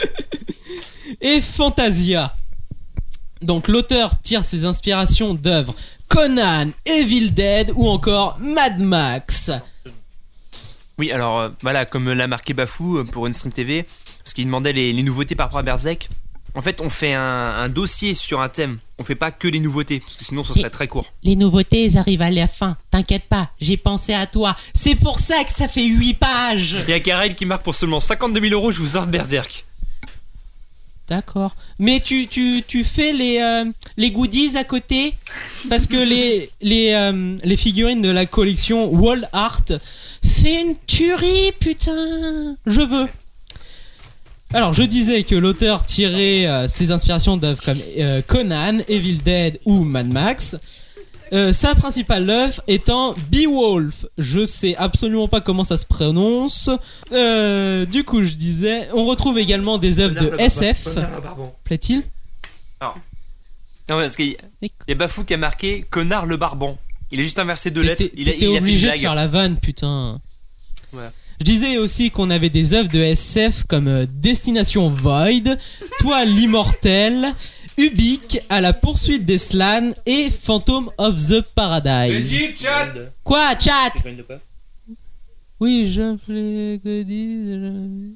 Et Fantasia. Donc l'auteur tire ses inspirations d'œuvres Conan, Evil Dead ou encore Mad Max. Oui, alors euh, voilà, comme l'a marqué Bafou euh, pour une stream T V, parce qu'il demandait les, les nouveautés par rapport à Berserk. En fait, on fait un, un dossier sur un thème. On fait pas que les nouveautés, parce que sinon, ce serait très court. Les nouveautés, elles arrivent à la fin. T'inquiète pas, j'ai pensé à toi. C'est pour ça que ça fait huit pages. Il y a Karel qui marque pour seulement cinquante-deux mille euros, je vous offre Berserk. D'accord. Mais tu, tu, tu fais les, euh, les goodies à côté? Parce que les, les, euh, les figurines de la collection Wall Art, c'est une tuerie, putain. Je veux. Alors, je disais que l'auteur tirait euh, ses inspirations d'œuvres comme euh, Conan, Evil Dead ou Mad Max. Euh, sa principale œuvre étant Beowulf. Je sais absolument pas comment ça se prononce. Euh, du coup, je disais, on retrouve également des œuvres de S F. Plaît-il? Alors, non, parce qu'il y a- il y a Bafou qui a marqué Connard le Barbon. Il a juste inversé deux lettres. Il a, T'étais il a fait une obligé de blague. faire la vanne, putain. Voilà. Je disais aussi qu'on avait des œuvres de S F comme euh, Destination Void, Toi l'immortel, Ubik, À la poursuite des Slans et Phantom of the Paradise. Benji, chat. Quoi, chat? De quoi? Oui, je fais que dis.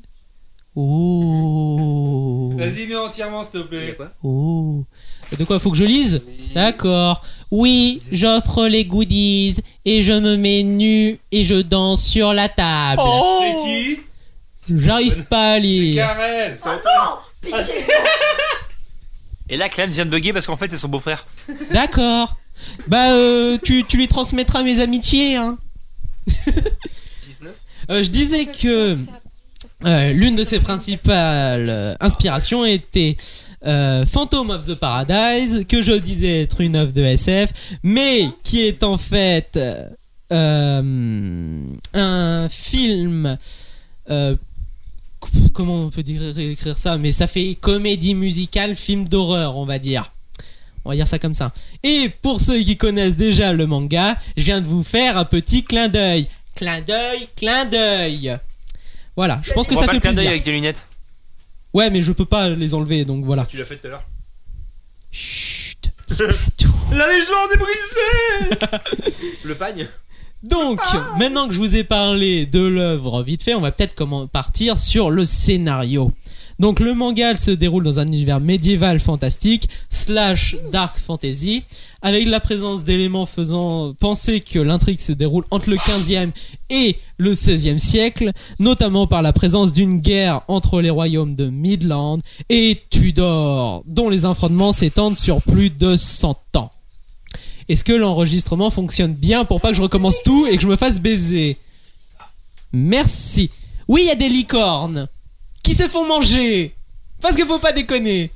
Oh. Vas-y, lis entièrement, s'il te plaît. Oh. De quoi faut que je lise? D'accord. Oui, j'offre les goodies et je me mets nu et je danse sur la table. Oh. C'est qui? J'arrive pas à lire. Karen. Oh non, pitié. Et là, Clem vient de bugger parce qu'en fait, c'est son beau-frère. D'accord. Bah, euh, tu, tu lui transmettras mes amitiés, hein. Euh, je disais que euh, l'une de ses principales euh, inspirations était euh, Phantom of the Paradise, que je disais être une œuvre de S F, mais qui est en fait euh, un film. Euh, comment on peut dire, écrire ça? Mais ça fait comédie musicale, film d'horreur, on va dire. On va dire ça comme ça. Et pour ceux qui connaissent déjà le manga, je viens de vous faire un petit clin d'œil. Clin d'œil, clin d'œil. Voilà, je pense que On ça voit pas fait le clin d'œil plaisir. avec tes lunettes. Ouais, mais je peux pas les enlever, donc voilà. Tu l'as fait tout à l'heure. Chut. La légende est brisée. Le pagne. Donc, maintenant que je vous ai parlé de l'œuvre vite fait, on va peut-être comment partir sur le scénario. Donc, le manga elle se déroule dans un univers médiéval fantastique slash dark fantasy, avec la présence d'éléments faisant penser que l'intrigue se déroule entre le quinzième et le seizième siècle, notamment par la présence d'une guerre entre les royaumes de Midland et Tudor, dont les affrontements s'étendent sur plus de cent ans. Est-ce que l'enregistrement fonctionne bien pour pas que je recommence tout et que je me fasse baiser? Merci. Oui, il y a des licornes qui se font manger. Parce qu'il faut pas déconner.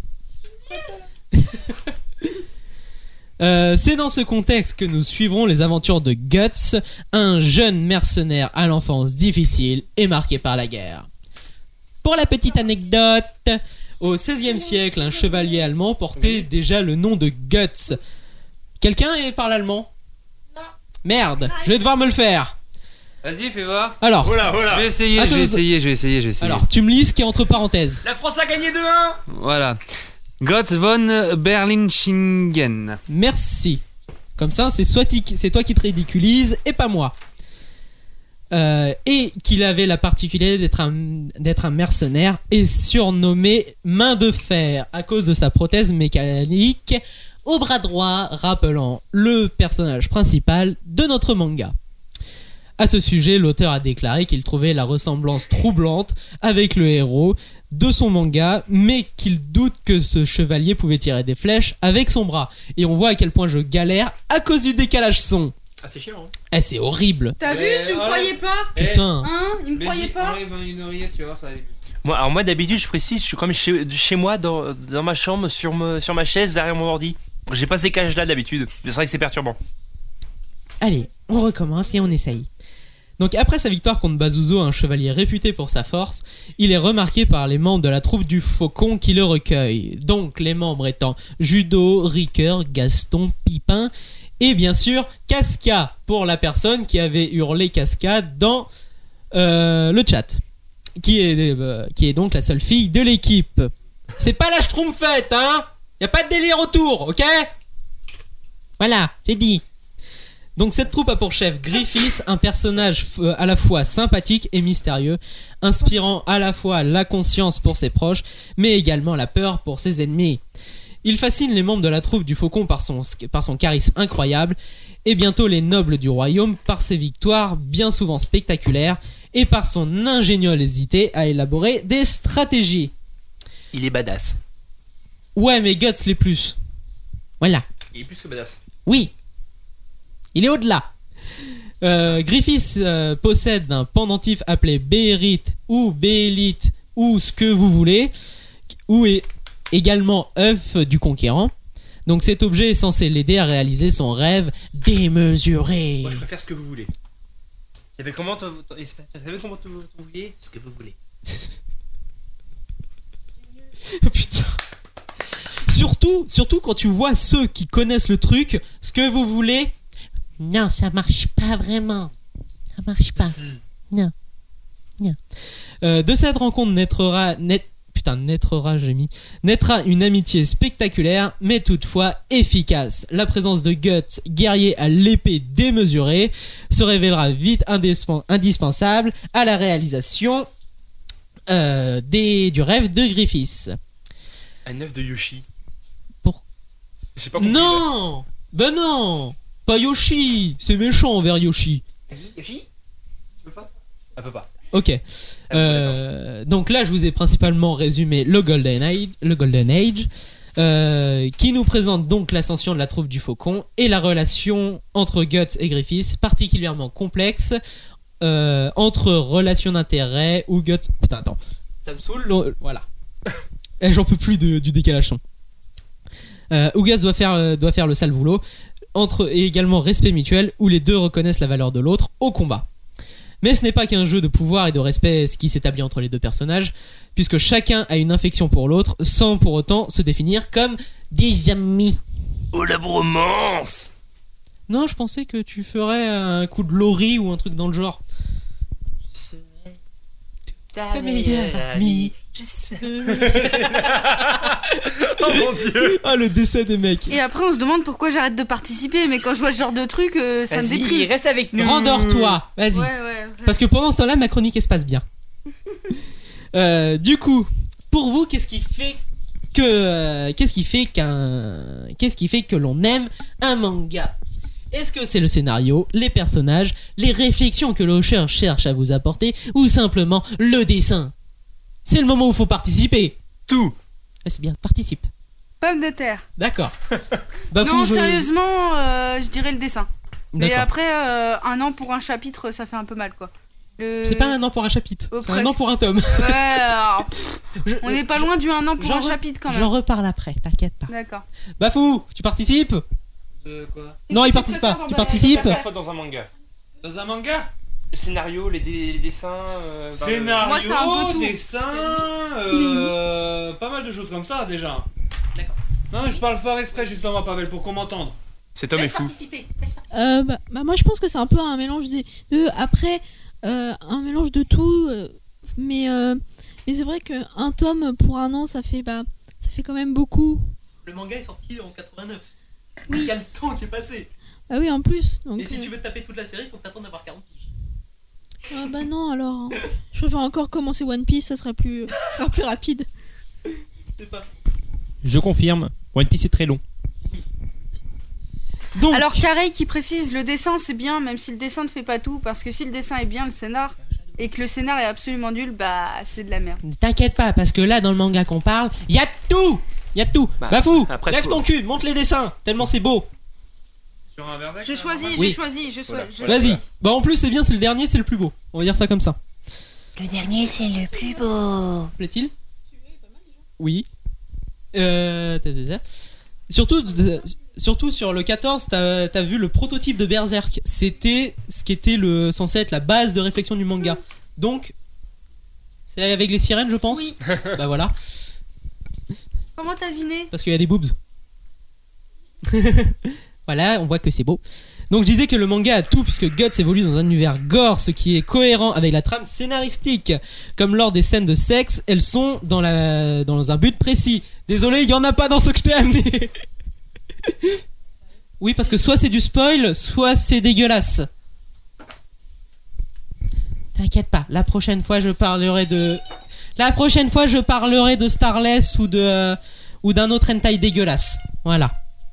Euh, c'est dans ce contexte que nous suivrons les aventures de Guts, un jeune mercenaire à l'enfance difficile et marqué par la guerre. Pour la petite anecdote, au seizième siècle, un chevalier allemand portait déjà le nom de Guts. Quelqu'un parle allemand? Non. Merde, je vais devoir me le faire. Vas-y, fais voir. Alors, Voilà, voilà. Je vais essayer, Attends, je vais attends. essayer, je vais essayer, je vais essayer. Alors, tu me lis ce qui est entre parenthèses. La France a gagné deux un. Voilà. Gott von Berlichingen. Merci. Comme ça, c'est soit ti- c'est toi qui te ridiculises et pas moi. Euh, et qu'il avait la particularité d'être un, d'être un mercenaire et surnommé Main de Fer à cause de sa prothèse mécanique au bras droit, rappelant le personnage principal de notre manga. À ce sujet, l'auteur a déclaré qu'il trouvait la ressemblance troublante avec le héros de son manga, mais qu'il doute que ce chevalier pouvait tirer des flèches avec son bras. Et on voit à quel point je galère à cause du décalage son. Ah, c'est chiant. Hein. Eh, c'est horrible. T'as vu, tu me croyais pas? Putain. Hein, il me croyait pas? Moi, alors moi d'habitude je précise, je suis comme chez, chez moi dans, dans ma chambre sur, me, sur ma chaise derrière mon ordi. Donc j'ai pas ces cages là d'habitude. C'est vrai que c'est perturbant. Allez, on recommence et on essaye. Donc après sa victoire contre Bazuzo, un chevalier réputé pour sa force, il est remarqué par les membres de la troupe du Faucon qui le recueillent. Donc les membres étant Judo, Ricoeur, Gaston, Pipin et bien sûr Casca pour la personne qui avait hurlé Casca dans euh, le chat. Qui est, euh, qui est donc la seule fille de l'équipe. C'est pas la Schtroumpfette, hein? Y a pas de délire autour, ok? Voilà, c'est dit. Donc cette troupe a pour chef Griffiths, un personnage euh, à la fois sympathique et mystérieux, inspirant à la fois la conscience pour ses proches, mais également la peur pour ses ennemis. Il fascine les membres de la troupe du Faucon par son, par son charisme incroyable, et bientôt les nobles du royaume par ses victoires bien souvent spectaculaires, et par son ingéniosité à élaborer des stratégies. Il est badass. Ouais, mais Guts l'est plus. Voilà. Il est plus que badass. Oui. Il est au-delà. Euh, Griffiths euh, possède un pendentif appelé Béérite ou Béélite ou ce que vous voulez, ou est également œuf du conquérant. Donc cet objet est censé l'aider à réaliser son rêve démesuré. Moi je préfère ce que vous voulez. Ça s'appelle comment ton, ton, ça s'appelle comment ton, ton boulier? Ce que vous voulez. Oh putain. Surtout, surtout quand tu vois ceux qui connaissent le truc, ce que vous voulez. Non, ça marche pas vraiment. Ça marche pas. Non. Non. Euh, de cette rencontre naîtra, naît, putain, naîtra, j'ai mis, naîtra une amitié spectaculaire, mais toutefois efficace. La présence de Guts, guerrier à l'épée démesurée, se révélera vite indispen- indispensable à la réalisation euh, des, du rêve de Griffiths. Un œuf de Yoshi. Pour... J'ai pas compris. Non, ben non, pas Yoshi. C'est méchant envers Yoshi. Yoshi, tu peux pas? Elle peut pas. Ok. Euh, donc là, je vous ai principalement résumé le Golden Age, le Golden Age, euh, qui nous présente donc l'ascension de la troupe du Faucon et la relation entre Guts et Griffiths, particulièrement complexe, euh, entre relations d'intérêt où Guts, putain, attends, ça me saoule. Voilà. Et j'en peux plus de, du décalage son. Euh, où Guts doit faire, euh, doit faire le sale boulot, entre et également respect mutuel où les deux reconnaissent la valeur de l'autre au combat. Mais ce n'est pas qu'un jeu de pouvoir et de respect qui s'établit entre les deux personnages, puisque chacun a une affection pour l'autre, sans pour autant se définir comme des amis. Oh la bromance! Non, je pensais que tu ferais un coup de Laurie ou un truc dans le genre. Ta meilleure amie. Je sais. Oh mon dieu! Ah, le décès des mecs. Et après, on se demande pourquoi j'arrête de participer, mais quand je vois ce genre de truc, euh, ça me Vas-y, déprime. reste avec nous. Rendors-toi, vas-y. Ouais, ouais, ouais. Parce que pendant ce temps-là, ma chronique elle se passe bien. euh, du coup, pour vous, qu'est-ce qui fait que euh, qu'est-ce qui fait qu'un qu'est-ce qui fait que l'on aime un manga? Est-ce que c'est le scénario, les personnages, les réflexions que l'auteur cherche à vous apporter, ou simplement le dessin? C'est le moment où il faut participer. Tout. Ah, c'est bien, participe. Pomme de terre. D'accord. Bah, non, je... sérieusement, euh, je dirais le dessin. Mais D'accord. après, euh, un an pour un chapitre, ça fait un peu mal, quoi. Le... C'est pas un an pour un chapitre, Oh, c'est un presque. an pour un tome. Ouais, alors, pff, Je- on n'est pas loin du un an pour J'en un re- chapitre, quand même. J'en reparle après, t'inquiète pas. D'accord. Bafou, tu participes? De quoi? Non, il participe pas. Tu participes? Toi dans un manga. Dans un manga? Le scénario, les, dé- les dessins. Euh, bah, Scénario, Moi, c'est un peu tout. dessin, euh, pas mal de choses comme ça déjà. D'accord. Non, je parle fort exprès justement, Pavel, pour qu'on m'entende. Cet homme est fou. Euh, bah, bah, moi je pense que c'est un peu un mélange des deux. Après, euh, un mélange de tout. euh, mais euh, mais c'est vrai qu'un tome pour un an, ça fait, bah, ça fait quand même beaucoup. Le manga est sorti en quatre-vingt-neuf. Oui. Il y a le temps qui est passé. Ah oui, en plus. Donc, Et si euh, tu veux te taper toute la série, il faut que t'attendes d'avoir quarante piges. ah bah non, alors. hein. Je préfère encore commencer One Piece, ça sera plus, ça sera plus rapide. C'est pas. Je confirme, One Piece est très long. Donc, Alors Carré qui précise le dessin c'est bien même si le dessin ne fait pas tout parce que si le dessin est bien le scénar et que le scénar est absolument nul bah c'est de la merde. ne t'inquiète pas, parce que là, dans le manga qu'on parle, il y a tout. Il y a tout. Bah, Bafou, après, lève faut- ton cul, monte les dessins, tellement c'est beau. Je choisis, Oui. je choisis, je choisis. je Vas-y. choisis. Bah en plus, c'est bien, c'est le dernier, c'est le plus beau. On va dire ça comme ça. Le dernier, c'est le plus beau. Plaît-il? Oui. Euh... ta, ta, ta. Surtout, euh, surtout sur le quatorze, t'as as vu le prototype de Berserk. C'était ce qui était le, censé être la base de réflexion du manga. Donc, c'est avec les sirènes, je pense. Oui. Bah voilà, Comment t'as deviné? parce qu'il y a des boobs. Voilà, on voit que c'est beau. Donc je disais que le manga a tout puisque Guts évolue dans un univers gore, ce qui est cohérent avec la trame scénaristique. Comme lors des scènes de sexe, elles sont dans, la... dans un but précis. Désolé, il y en a pas dans ce que je t'ai amené. Oui, parce que soit c'est du spoil, soit c'est dégueulasse. T'inquiète pas, la prochaine fois je parlerai de... La prochaine fois je parlerai de Starless ou de... ou d'un autre hentai dégueulasse. Voilà.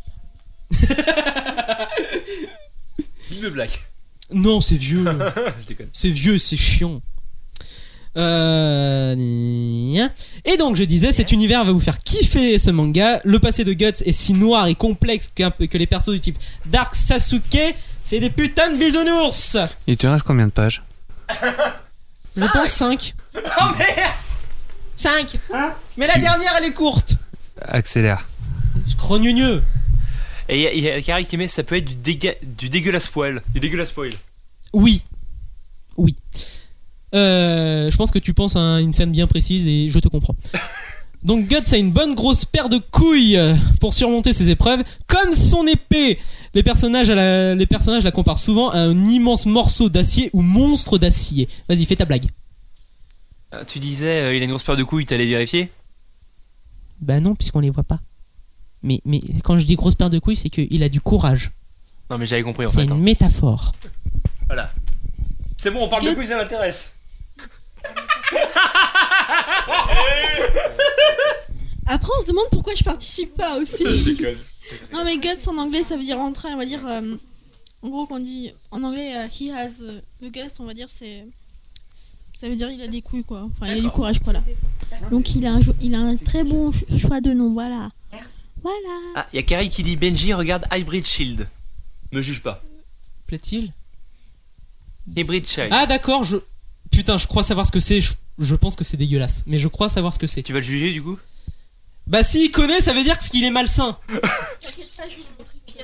Vive le black. Non, c'est vieux. Je déconne. C'est vieux, c'est chiant. Euh... Et donc je disais, cet univers va vous faire kiffer ce manga. Le passé de Guts est si noir et complexe qu'un peu- que les persos du type Dark Sasuke, c'est des putains de bisounours. Il te reste combien de pages? Je pense cinq. Oh merde, cinq. Mais la dernière elle est courte. Accélère. Je crogneux. Et il y a- il y a Carré qui met ça peut être du, déga... du dégueulasse poil. Du dégueulasse poil. Oui. Oui. Euh, je pense que tu penses à une scène bien précise et je te comprends. Donc Guts a une bonne grosse paire de couilles pour surmonter ses épreuves, comme son épée. Les personnages, à la, les personnages la comparent souvent à un immense morceau d'acier ou monstre d'acier. Vas-y, fais ta blague. Euh, Tu disais euh, il a une grosse paire de couilles, t'allais vérifier? Bah non, puisqu'on les voit pas. Mais, mais quand je dis grosse paire de couilles, c'est qu'il a du courage. Non mais j'avais compris en C'est fait. une hein. métaphore. Voilà. C'est bon, on parle de couilles, ça m'intéresse. Après, on se demande pourquoi je participe pas aussi. Je déconne. Non, mais guts en anglais, ça veut dire rentrer, on va dire. euh, en gros, quand on dit en anglais, euh, he has euh, the guts, on va dire, c'est. Ça veut dire il a des couilles, quoi. Enfin, il a du courage, quoi, là. Donc, il a un, jo- il a un très bon ch- choix de nom, voilà. Voilà. Ah, il y a Carré qui dit Benji regarde Hybrid Shield. Me juge pas. Plaît-il? Hybrid Shield. Ah d'accord, je... Putain, je crois savoir ce que c'est. Je, je pense que c'est dégueulasse. Mais je crois savoir ce que c'est. Tu vas le juger du coup? Bah s'il connaît, ça veut dire qu'il est malsain. T'inquiète pas, je vais vous montrer pire.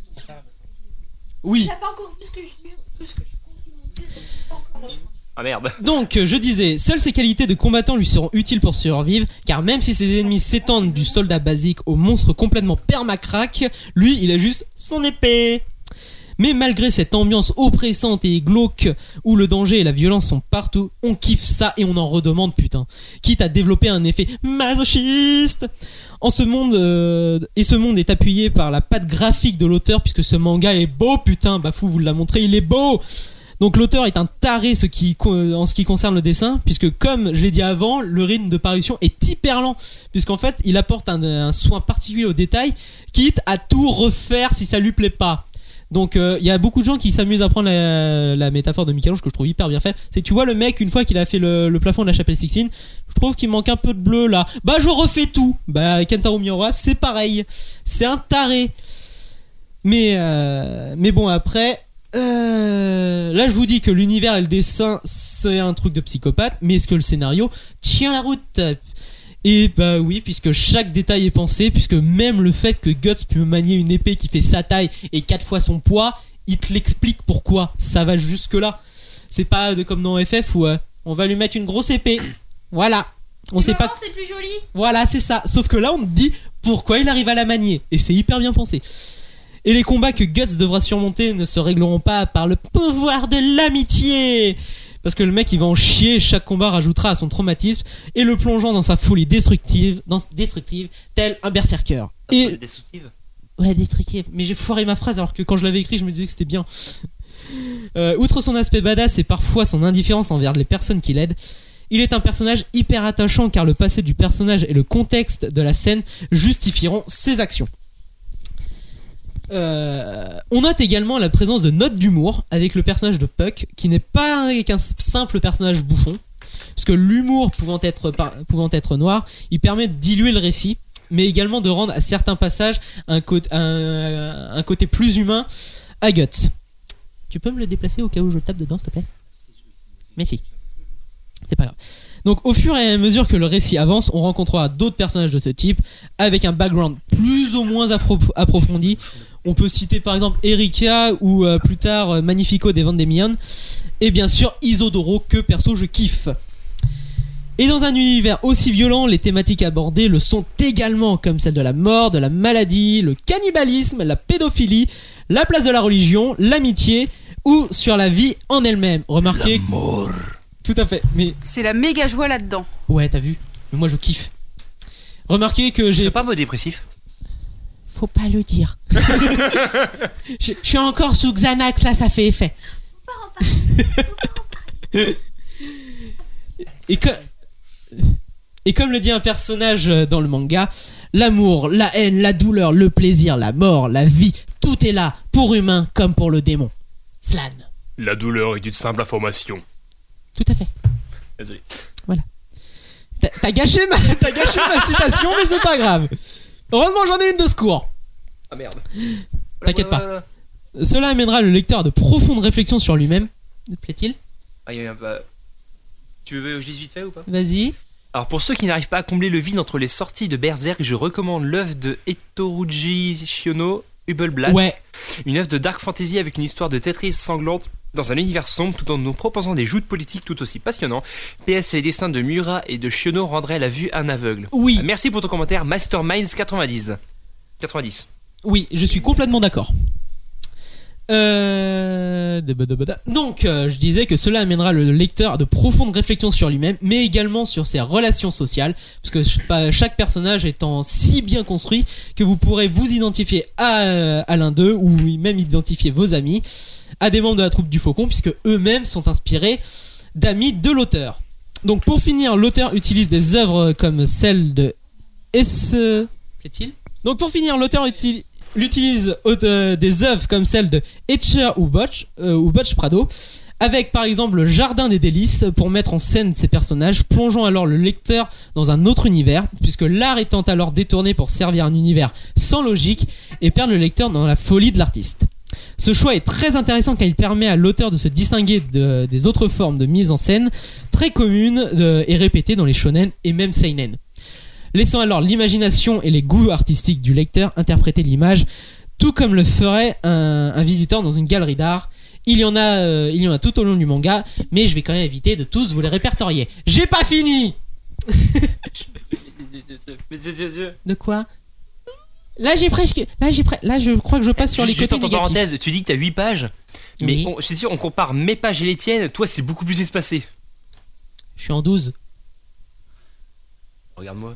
Oui. Il a pas encore vu ce que je lui que ce que je compte lui montrer, donc il a pas encore vu. Ah merde. Donc, euh, je disais, seules ses qualités de combattant lui seront utiles pour survivre, car même si ses ennemis s'étendent du soldat basique au monstre complètement permacrack, lui, il a juste son épée. Mais malgré cette ambiance oppressante et glauque, où le danger et la violence sont partout, on kiffe ça et on en redemande, putain. Quitte à développer un effet masochiste. En ce monde, euh, et ce monde est appuyé par la patte graphique de l'auteur, puisque ce manga est beau, putain, Bafou vous l'a montré, il est beau. Donc l'auteur est un taré ce qui, en ce qui concerne le dessin, puisque comme je l'ai dit avant, le rythme de parution est hyper lent, puisqu'en fait il apporte un, un soin particulier aux détails, quitte à tout refaire si ça lui plaît pas. Donc il euh, y a beaucoup de gens qui s'amusent à prendre la, la métaphore de Michel-Ange que je trouve hyper bien fait. C'est tu vois le mec une fois qu'il a fait le, le plafond de la chapelle Sixtine, je trouve qu'il manque un peu de bleu là. Bah je refais tout. Bah Kentaro Miura c'est pareil, c'est un taré. Mais euh, mais bon après. Euh, là je vous dis que l'univers et le dessin c'est un truc de psychopathe, mais est-ce que le scénario tient la route? Et bah oui, puisque chaque détail est pensé, puisque même le fait que Guts peut manier une épée qui fait sa taille et quatre fois son poids, il te l'explique pourquoi, ça va jusque là. C'est pas de, comme dans F F où euh, on va lui mettre une grosse épée, voilà, on sait pas. C'est plus joli. Voilà, c'est ça, sauf que là on te dit pourquoi il arrive à la manier, et c'est hyper bien pensé. Et les combats que Guts devra surmonter ne se régleront pas par le pouvoir de l'amitié. Parce que le mec il va en chier, chaque combat rajoutera à son traumatisme et le plongeant dans sa folie destructive, dans, destructive tel un berserker. Et... Destructive. Ouais, destructive. Mais j'ai foiré ma phrase alors que quand je l'avais écrit je me disais que c'était bien. Euh, outre son aspect badass et parfois son indifférence envers les personnes qui l'aident, il est un personnage hyper attachant car le passé du personnage et le contexte de la scène justifieront ses actions. Euh, on note également la présence de notes d'humour avec le personnage de Puck, qui n'est pas qu'un simple personnage bouffon, parce que l'humour pouvant être, par, pouvant être noir, il permet de diluer le récit, mais également de rendre à certains passages un, côté, un, un côté plus humain à Guts. Tu peux me le déplacer au cas où je tape dedans, s'il te plaît ? Mais si. C'est pas grave. Donc au fur et à mesure que le récit avance, on rencontrera d'autres personnages de ce type avec un background plus ou moins afro- approfondi. On peut citer par exemple Erika ou euh, plus tard euh, Magnifico des Vendémion, et bien sûr Isodoro que perso je kiffe. Et dans un univers aussi violent, les thématiques abordées le sont également, comme celle de la mort, de la maladie, le cannibalisme, la pédophilie, la place de la religion, l'amitié ou sur la vie en elle-même. Remarquez. L'amour. Tout à fait. Mais C'est la méga joie là-dedans. ouais, t'as vu. Mais moi je kiffe. Remarquez que j'ai. C'est pas mot dépressif. Faut pas le dire. je, je suis encore sous Xanax là, ça fait effet. Et que. Et comme le dit un personnage dans le manga, l'amour, la haine, la douleur, le plaisir, la mort, la vie, tout est là, pour humain comme pour le démon. Slan. La douleur est une simple information. Tout à fait. Désolé. Voilà. T'as, t'as gâché ma, t'as gâché ma citation, mais c'est pas grave. Heureusement, j'en ai une de secours. Ah merde. T'inquiète Voilà, pas. voilà, Cela amènera le lecteur à de profondes réflexions sur lui-même. Me plaît-il ? Ah, il y a un peu- Tu veux que je dise vite fait ou pas ? Vas-y. Alors pour ceux qui n'arrivent pas à combler le vide entre les sorties de Berserk, je recommande l'œuvre de Etoruji Shiono, Hubble Black. Ouais. Une œuvre de dark fantasy avec une histoire de Tetris sanglante dans un univers sombre tout en nous proposant des joutes politiques tout aussi passionnants. P S les dessins de Mura et de Shiono rendraient la vue un aveugle. Oui. Euh, Merci pour ton commentaire, Masterminds quatre-vingt-dix. quatre-vingt-dix. Oui, je suis complètement d'accord. Euh... Donc, euh, je disais que cela amènera le lecteur à de profondes réflexions sur lui-même, mais également sur ses relations sociales, parce que ch- pas- chaque personnage étant si bien construit que vous pourrez vous identifier à, à l'un d'eux, ou même identifier vos amis, à des membres de la troupe du Faucon, puisque eux-mêmes sont inspirés d'amis de l'auteur. Donc, pour finir, l'auteur utilise des œuvres comme celle de S... Plaît-il ? Donc, pour finir, l'auteur utilise... l'utilise euh, des œuvres comme celle de Etcher ou Butch, euh, ou Butch Prado, avec par exemple le Jardin des Délices pour mettre en scène ces personnages, plongeant alors le lecteur dans un autre univers, puisque l'art étant alors détourné pour servir un univers sans logique et perdre le lecteur dans la folie de l'artiste. Ce choix est très intéressant car il permet à l'auteur de se distinguer de, des autres formes de mise en scène très communes de, et répétées dans les shonen et même seinen, laissant alors l'imagination et les goûts artistiques du lecteur interpréter l'image, tout comme le ferait un, un visiteur dans une galerie d'art. Il y en a, euh, il y en a tout au long du manga, mais je vais quand même éviter de tous vous les répertorier. J'ai pas fini. De quoi ? Là j'ai presque, là j'ai pre... là je crois que je passe sur les Juste côtés entre négatifs. parenthèses, tu dis que t'as huit pages, mais Oui. on- je suis sûr, on compare mes pages et les tiennes, toi c'est beaucoup plus espacé. Je suis en douze. Regarde-moi.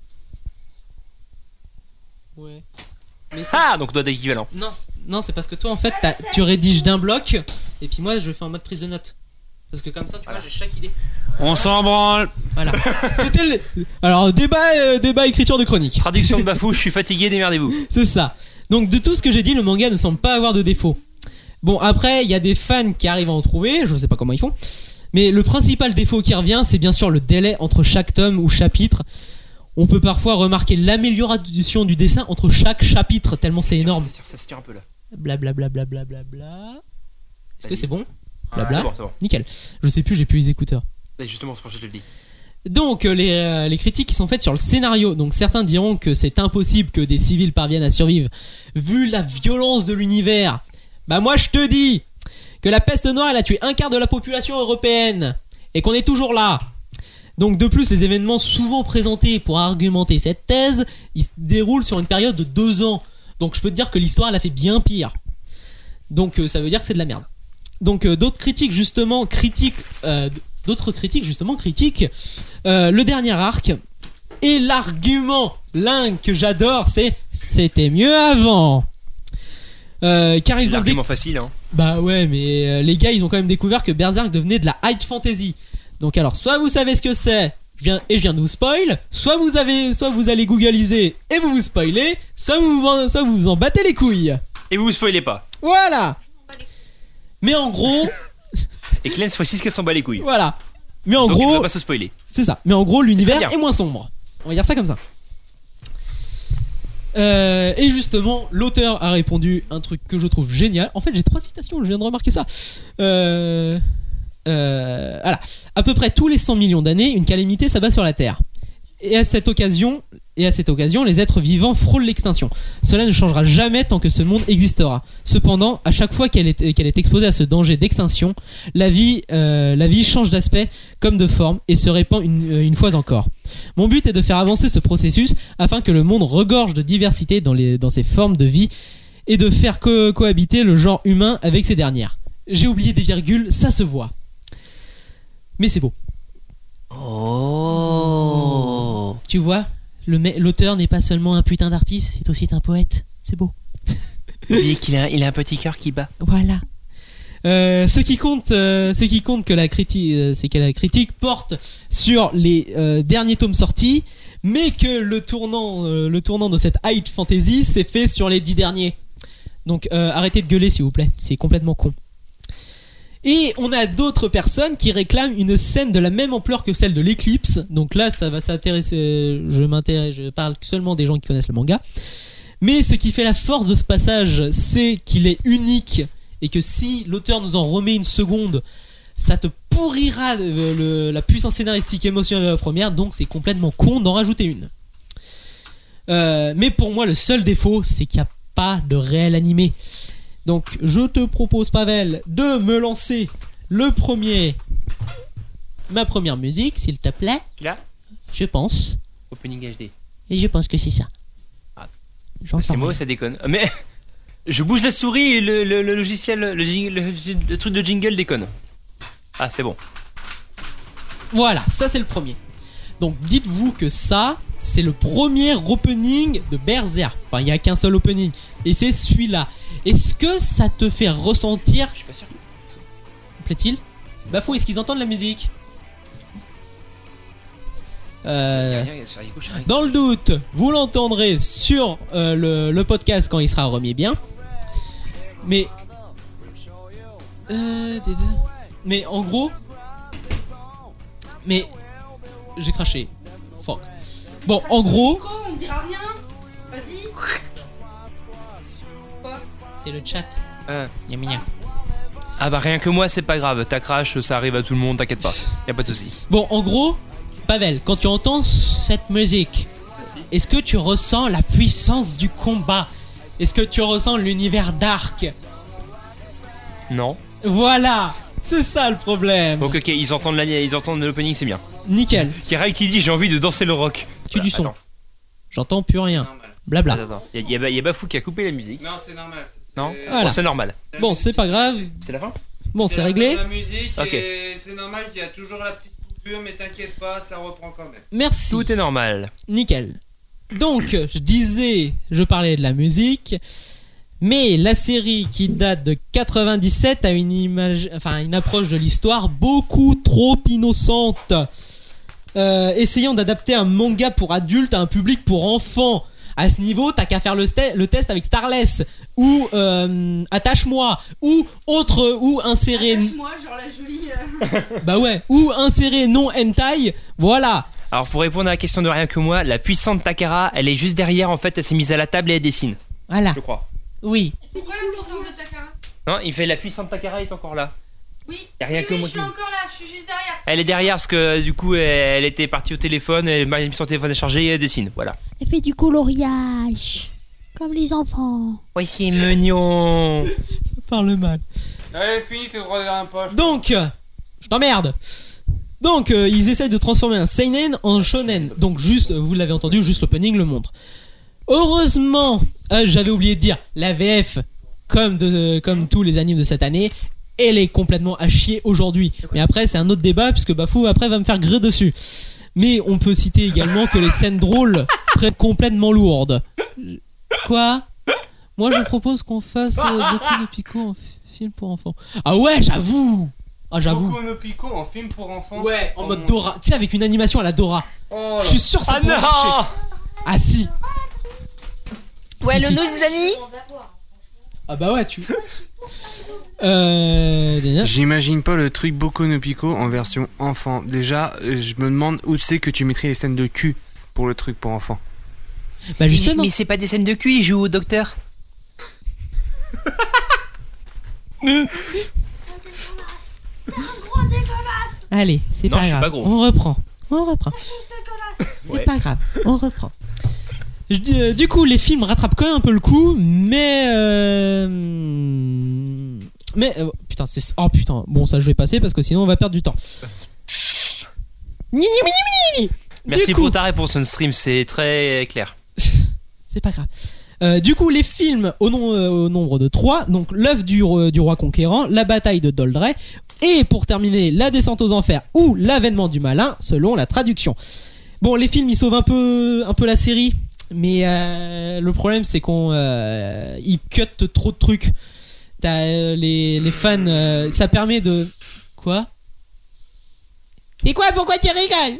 Ouais. Ah, donc toi t'es équivalent. Non, non, c'est parce que toi en fait t'as- tu rédiges d'un bloc et puis moi je fais en mode prise de notes. Parce que comme ça, tu vois, j'ai chaque idée. On s'en branle. Voilà. C'était le... Alors débat, euh, débat écriture de chronique. Traduction de Bafou, je suis fatigué, démerdez-vous. C'est ça. Donc de tout ce que j'ai dit, le manga ne semble pas avoir de défaut. Bon, après, il y a des fans qui arrivent à en trouver, je sais pas comment ils font. Mais le principal défaut qui revient, c'est bien sûr le délai entre chaque tome ou chapitre. On peut parfois remarquer l'amélioration du dessin entre chaque chapitre, tellement c'est énorme. Ça se tire un peu là. Blablabla. Bla bla bla bla. Est-ce que Vas-y. c'est bon? Ouais, Blabla. c'est bon, c'est bon. Nickel. Je sais plus, j'ai plus les écouteurs. Et justement, c'est pour ça que je te le dis. Donc euh, les, euh, les critiques qui sont faites sur le scénario, donc certains diront que c'est impossible que des civils parviennent à survivre vu la violence de l'univers. Bah moi je te dis que la peste noire elle a tué un quart de la population européenne et qu'on est toujours là. Donc de plus les événements souvent présentés pour argumenter cette thèse, ils se déroulent sur une période de deux ans. Donc je peux te dire que l'histoire elle a fait bien pire. Donc euh, ça veut dire que c'est de la merde. Donc euh, d'autres critiques justement critiquent euh, d'autres critiques justement critiquent euh, le dernier arc et l'argument l'un que j'adore c'est c'était mieux avant. Euh, car ils ont L'argument facile, hein. Bah ouais, mais euh, les gars, ils ont quand même découvert que Berserk devenait de la high fantasy. Donc alors, soit vous savez ce que c'est, je viens et je viens de vous spoil, soit vous avez, soit vous allez googliser et vous vous spoilez, soit vous, soit vous vous en battez les couilles. Et vous vous spoilez pas. Voilà. Mais en gros. Et Clem, fois six qu'elle s'en bat les couilles. Voilà. Mais en Donc, gros. il va pas se spoiler. C'est ça. Mais en gros, l'univers très bien. est moins sombre. On va dire ça comme ça. Euh, et justement, l'auteur a répondu un truc que je trouve génial. En fait, j'ai trois citations, je viens de remarquer ça. Euh, euh, voilà. À peu près tous les cent millions d'années, une calamité s'abat sur la Terre. Et à cette occasion, et à cette occasion, les êtres vivants frôlent l'extinction. Cela ne changera jamais tant que ce monde existera. Cependant, à chaque fois qu'elle est, qu'elle est exposée à ce danger d'extinction, la vie, euh, la vie change d'aspect comme de forme et se répand une, une fois encore. Mon but est de faire avancer ce processus afin que le monde regorge de diversité dans, les, dans ses formes de vie et de faire co- cohabiter le genre humain avec ces dernières. J'ai oublié des virgules, ça se voit. Mais c'est beau. Oh. Tu vois, le me- l'auteur n'est pas seulement un putain d'artiste, c'est aussi un poète. C'est beau. Et qu'il a, il a un petit cœur qui bat. Voilà. Euh, ce qui compte, euh, ce qui compte que la critique, euh, c'est que la critique porte sur les euh, derniers tomes sortis, mais que le tournant, euh, le tournant de cette high fantasy s'est fait sur les dix derniers. Donc euh, arrêtez de gueuler s'il vous plaît, c'est complètement con. Et on a d'autres personnes qui réclament une scène de la même ampleur que celle de l'éclipse. Donc là, ça va s'intéresser. Je m'intéresse, je parle seulement des gens qui connaissent le manga. Mais ce qui fait la force de ce passage, c'est qu'il est unique et que si l'auteur nous en remet une seconde, ça te pourrira le, le, la puissance scénaristique et émotionnelle de la première. Donc c'est complètement con d'en rajouter une. Euh, mais pour moi, le seul défaut, c'est qu'il n'y a pas de réel animé. Donc je te propose, Pavel, de me lancer le premier, ma première musique, s'il te plaît. Tu l'as ? Je pense. Opening H D. Et je pense que c'est ça. Ah, J'entends c'est moi, rien. ça déconne. Mais je bouge la souris et le, le, le logiciel, le, jing- le, le truc de jingle déconne. Ah, c'est bon. Voilà, ça c'est le premier. Donc dites-vous que ça, c'est le premier opening de Berserk. Enfin, il n'y a qu'un seul opening. Et c'est celui-là. Est-ce que ça te fait ressentir... Je suis pas sûr. Plaît-il ? Bafou, est-ce qu'ils entendent la musique ? Euh, Rien, rien, sur les gauches, rien. Dans le doute, vous l'entendrez sur euh, le, le podcast quand il sera remis bien. Mais... Euh, des deux. Mais en gros... Mais... J'ai craché. Fuck. Bon, en gros... On dira rien. Vas-y. Quoi ? C'est le chat. Euh. Y'a mignon. Ah bah rien que moi, c'est pas grave. Ta crash, ça arrive à tout le monde, t'inquiète pas. Y a pas de souci. Bon, en gros, Pavel, quand tu entends cette musique, est-ce que tu ressens la puissance du combat ? Est-ce que tu ressens l'univers dark ? Non. Voilà, c'est ça le problème. Ok, ok, ils entendent la, ils entendent l'opening, c'est bien. Nickel. Karel qui dit j'ai envie de danser le rock. Tu du son. J'entends plus rien. Blabla. Attends, attends. Y a, y a- y a Bafou qui a coupé la musique. Non, c'est normal. Non. Voilà. Bon, c'est normal. Bon, c'est pas grave. C'est la fin. Bon, c'est réglé. La musique, Ok. et c'est normal qu'il y a toujours la petite coupure, mais t'inquiète pas, ça reprend quand même. Merci. Tout est normal. Nickel. Donc, je disais, je parlais de la musique, mais la série qui date de quatre-vingt-dix-sept a une image, enfin une approche de l'histoire beaucoup trop innocente. Euh, essayant d'adapter un manga pour adultes à un public pour enfants. À ce niveau, t'as qu'à faire le, st- le test avec Starless ou euh, Attache-moi ou autre ou insérer. Attache-moi, genre la jolie. euh. Bah ouais, ou insérer non hentai. Voilà. Alors pour répondre à la question de rien que moi, la puissante Takara, elle est juste derrière en fait, elle s'est mise à la table et elle dessine. Voilà. Je crois. Oui. Pourquoi la puissance de Takara ? Non, il fait la puissante Takara est encore là. Oui. Y a rien oui, que oui, moi je suis qui- encore là, je suis juste derrière. Elle est derrière parce que du coup elle, elle était partie au téléphone, elle m'a mis son téléphone à charger et elle dessine. Voilà. Elle fait du coloriage. Comme les enfants. Oui, c'est mignon. Parle mal. Allez, fini tes droits dans la poche. Donc, euh, je t'emmerde. Donc, euh, ils essayent de transformer un seinen en shonen. Donc, juste, vous l'avez entendu, juste l'opening le montre. Heureusement, euh, j'avais oublié de dire, la V F, comme, de, comme tous les animes de cette année, elle est complètement à chier aujourd'hui. Mais après, c'est un autre débat, puisque Bafou, après, va me faire gré dessus. Mais on peut citer également que les scènes drôles prennent complètement lourdes. Quoi ? Moi, je propose qu'on fasse euh, Boku no Pico en f- film pour enfants. Ah ouais, j'avoue. Ah, j'avoue. Boku no Pico en film pour enfants. Ouais, en Oh mode mon- Dora. Tu sais, avec une animation à la Dora. Oh Je là. suis sûr que ça Ah pourrait non marcher. Ah si. Ouais, Si, le si. nous, les amis. Ah bah ouais, tu. Euh... J'imagine pas le truc Boku no Pico en version enfant. Déjà, je me demande où c'est que tu mettrais les scènes de cul pour le truc pour enfants. Bah justement. Mais c'est pas des scènes de cul, il joue au docteur. Allez, c'est Non, pas je suis grave. pas gros. On reprend. On reprend. C'est Ouais. pas grave. On reprend. Je dis, euh, du coup, les films rattrapent quand même un peu le coup, mais euh... mais euh, putain, c'est oh putain. Bon, ça je vais passer parce que sinon on va perdre du temps. Ni, ni, ni, ni, ni. Merci Du coup- pour ta réponse on stream, c'est très clair. C'est pas grave. Euh, du coup, les films au, nom- euh, au nombre de trois, donc l'œuvre du, roi- du roi conquérant, la bataille de Doldrey, et pour terminer, la descente aux enfers ou l'avènement du malin, selon la traduction. Bon, les films ils sauvent un peu, un peu la série, mais euh, le problème c'est qu'on euh, ils cut trop de trucs. T'as euh, les, les fans, euh, ça permet de quoi? Et quoi? Pourquoi tu rigoles?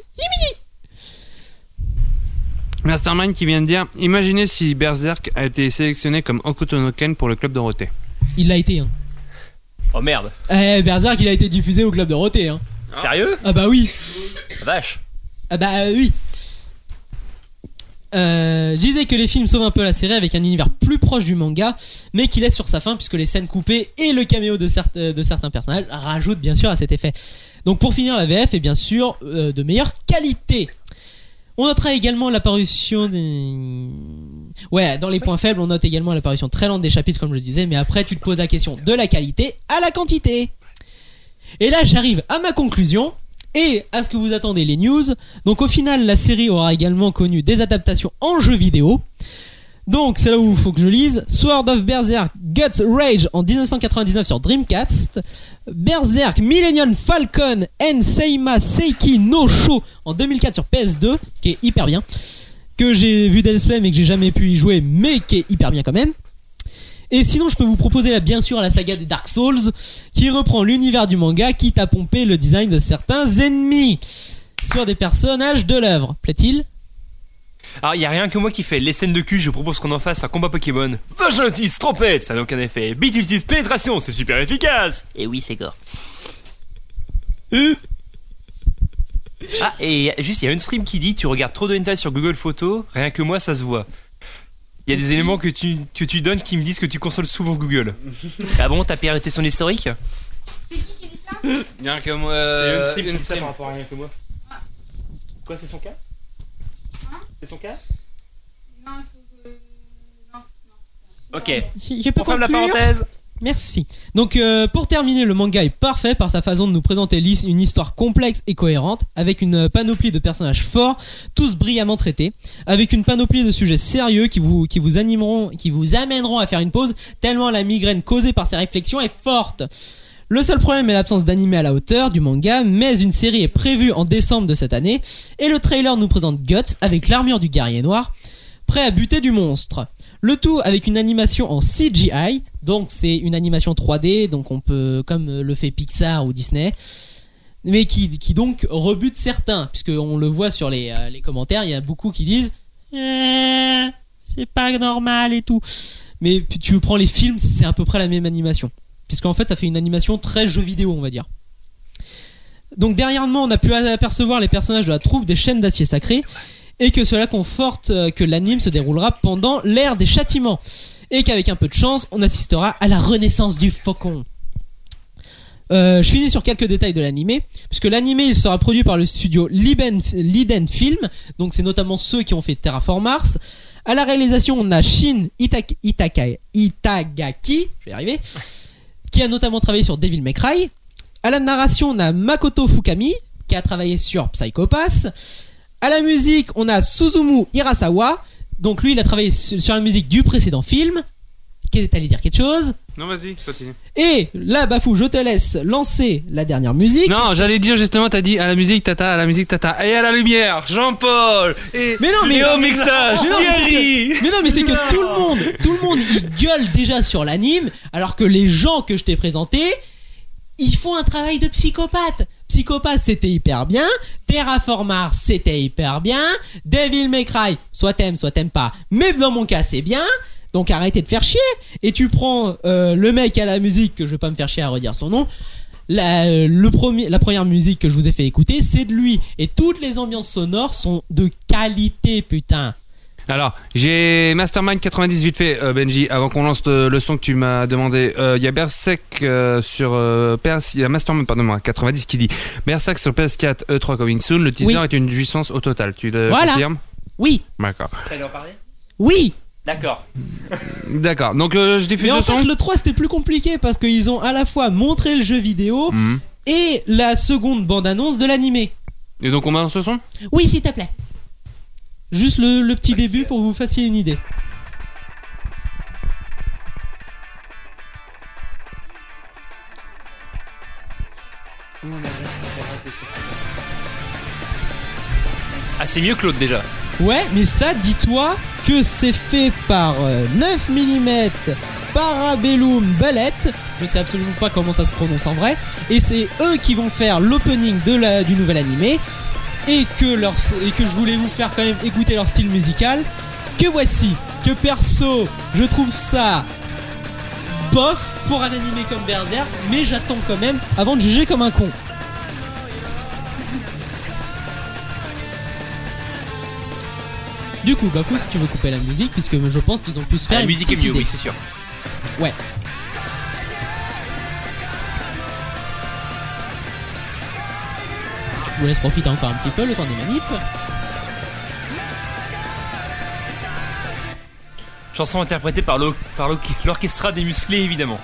Mastermind qui vient de dire, imaginez si Berserk a été sélectionné comme Hokuto no Ken pour le club Dorothée. Il l'a été. Hein. Oh merde. Eh, Berserk il a été diffusé au club Dorothée. Hein. Sérieux? Ah bah oui. Vache. Ah bah euh, oui. Euh, je disais que les films sauvent un peu la série avec un univers plus proche du manga, mais qui laisse sur sa fin puisque les scènes coupées et le caméo de, certes, de certains personnages rajoutent bien sûr à cet effet. Donc pour finir, la V F est bien sûr euh, de meilleure qualité. On notera également l'apparition des... Ouais, dans les points faibles, on note également l'apparition très lente des chapitres, comme je le disais, mais après, tu te poses la question de la qualité à la quantité. Et là, j'arrive à ma conclusion, et à ce que vous attendez les news. Donc au final, la série aura également connu des adaptations en jeux vidéo. Donc c'est là où il faut que je lise. Sword of Berserk Guts Rage en dix-neuf cent quatre-vingt-dix-neuf sur Dreamcast. Berserk Millennium Falcon and Seima Seiki no Sho en deux mille quatre sur P S deux, qui est hyper bien. Que j'ai vu des let's play mais que j'ai jamais pu y jouer, mais qui est hyper bien quand même. Et sinon je peux vous proposer là bien sûr la saga des Dark Souls, qui reprend l'univers du manga, quitte à pomper le design de certains ennemis sur des personnages de l'œuvre. Plaît-il? Alors, il y a rien que moi qui fait les scènes de cul, je propose qu'on en fasse un combat Pokémon. Vaginitis trompette, ça n'a aucun effet. Bitilitis pénétration, c'est super efficace. Et oui, c'est gore. Ah, et juste, il y a une stream qui dit tu regardes trop de hentai sur Google Photos, rien que moi, ça se voit. Il y a des éléments que tu, que tu donnes qui me disent que tu consoles souvent Google. Ah bon, t'as piraté son historique? Bien que moi. euh, C'est une stream qui une dit ça stream. par rapport à rien que moi. Quoi, c'est son cas? C'est son cas? Non, il faut que. Non, non. Ok. Je peux On ferme la conclure parenthèse. Merci. Donc euh, pour terminer, le manga est parfait par sa façon de nous présenter l'is- une histoire complexe et cohérente, avec une panoplie de personnages forts, tous brillamment traités, avec une panoplie de sujets sérieux qui vous, qui vous animeront, qui vous amèneront à faire une pause, tellement la migraine causée par ces réflexions est forte. Le seul problème est l'absence d'anime à la hauteur du manga, mais une série est prévue en décembre de cette année, et le trailer nous présente Guts avec l'armure du guerrier noir, prêt à buter du monstre. Le tout avec une animation en C G I, donc c'est une animation trois D, donc on peut, comme le fait Pixar ou Disney, mais qui, qui donc rebute certains, puisque on le voit sur les, euh, les commentaires, il y a beaucoup qui disent eh, c'est pas normal et tout. Mais puis tu prends les films, c'est à peu près la même animation, puisqu'en fait ça fait une animation très jeu vidéo, on va dire. Donc dernièrement, on a pu apercevoir les personnages de la troupe des chaînes d'acier sacré, et que cela conforte euh, que l'anime se déroulera pendant l'ère des châtiments, et qu'avec un peu de chance, on assistera à la renaissance du faucon. Euh, je finis sur quelques détails de l'animé, puisque l'animé il sera produit par le studio Liben, Liden Film, donc c'est notamment ceux qui ont fait Terraform Mars. À la réalisation, on a Shin Itaka, Itaka, Itagaki, je vais y arriver, qui a notamment travaillé sur Devil May Cry. À la narration, on a Makoto Fukami, qui a travaillé sur Psycho Pass. À la musique, on a Suzumu Hirasawa. Donc lui, il a travaillé sur la musique du précédent film. T'allais dire quelque chose? Non, vas-y, continue. Et là, Bafou, je te laisse lancer la dernière musique. Non, j'allais dire justement, t'as dit à la musique tata, à la musique tata, et à la lumière, Jean-Paul, et mais non, mais et au mixage, mais non, mais c'est Thierry. que- Mais non, mais c'est que tout le monde, tout le monde, il gueule déjà sur l'anime, alors que les gens que je t'ai présentés, ils font un travail de psychopathe. Psychopathe, c'était hyper bien. Terraform Mars, c'était hyper bien. Devil May Cry, soit t'aimes, soit t'aimes pas. Mais dans mon cas, c'est bien. Donc arrêtez de faire chier. Et tu prends euh, le mec à la musique, que je vais pas me faire chier à redire son nom. La, le premier, la première musique que je vous ai fait écouter, c'est de lui. Et toutes les ambiances sonores sont de qualité, putain. Alors, j'ai Mastermind quatre-vingt-dix vite fait, euh, Benji, avant qu'on lance le, le son que tu m'as demandé. Il euh, y a Berserk euh, sur euh, P S... Il y a Mastermind, pardon, quatre-vingt-dix qui dit Berserk sur P S quatre, E trois coming soon. Le teaser Oui. est une jouissance au total. Tu le Voilà. confirmes? Oui. D'accord. T'allais en parler? Oui. D'accord. D'accord. Donc, euh, je diffuse Mais en le fait, son. le trois c'était plus compliqué parce qu'ils ont à la fois montré le jeu vidéo Mhm. et la seconde bande-annonce de l'animé. Et donc, on balance ce son? Oui, s'il te plaît. Juste le, le petit début pour que vous fassiez une idée. Ah, c'est mieux que l'autre déjà. Ouais, mais ça, dis-toi que c'est fait par euh, neuf millimètres Parabellum Ballet. Je sais absolument pas comment ça se prononce en vrai. Et c'est eux qui vont faire l'opening de la, du nouvel animé. Et que, leur, et que je voulais vous faire quand même écouter leur style musical. Que voici, que perso, je trouve ça bof pour un animé comme Berserk. Mais j'attends quand même avant de juger comme un con. Du coup, Bafou, si tu veux couper la musique, puisque je pense qu'ils ont pu se faire Ah, la une musique est petite mieux, idée. oui, c'est sûr. Ouais. Je vous laisse profiter encore un petit peu le temps des manips. Chanson interprétée par l'o- par l'o- l'orchestra des musclés, évidemment.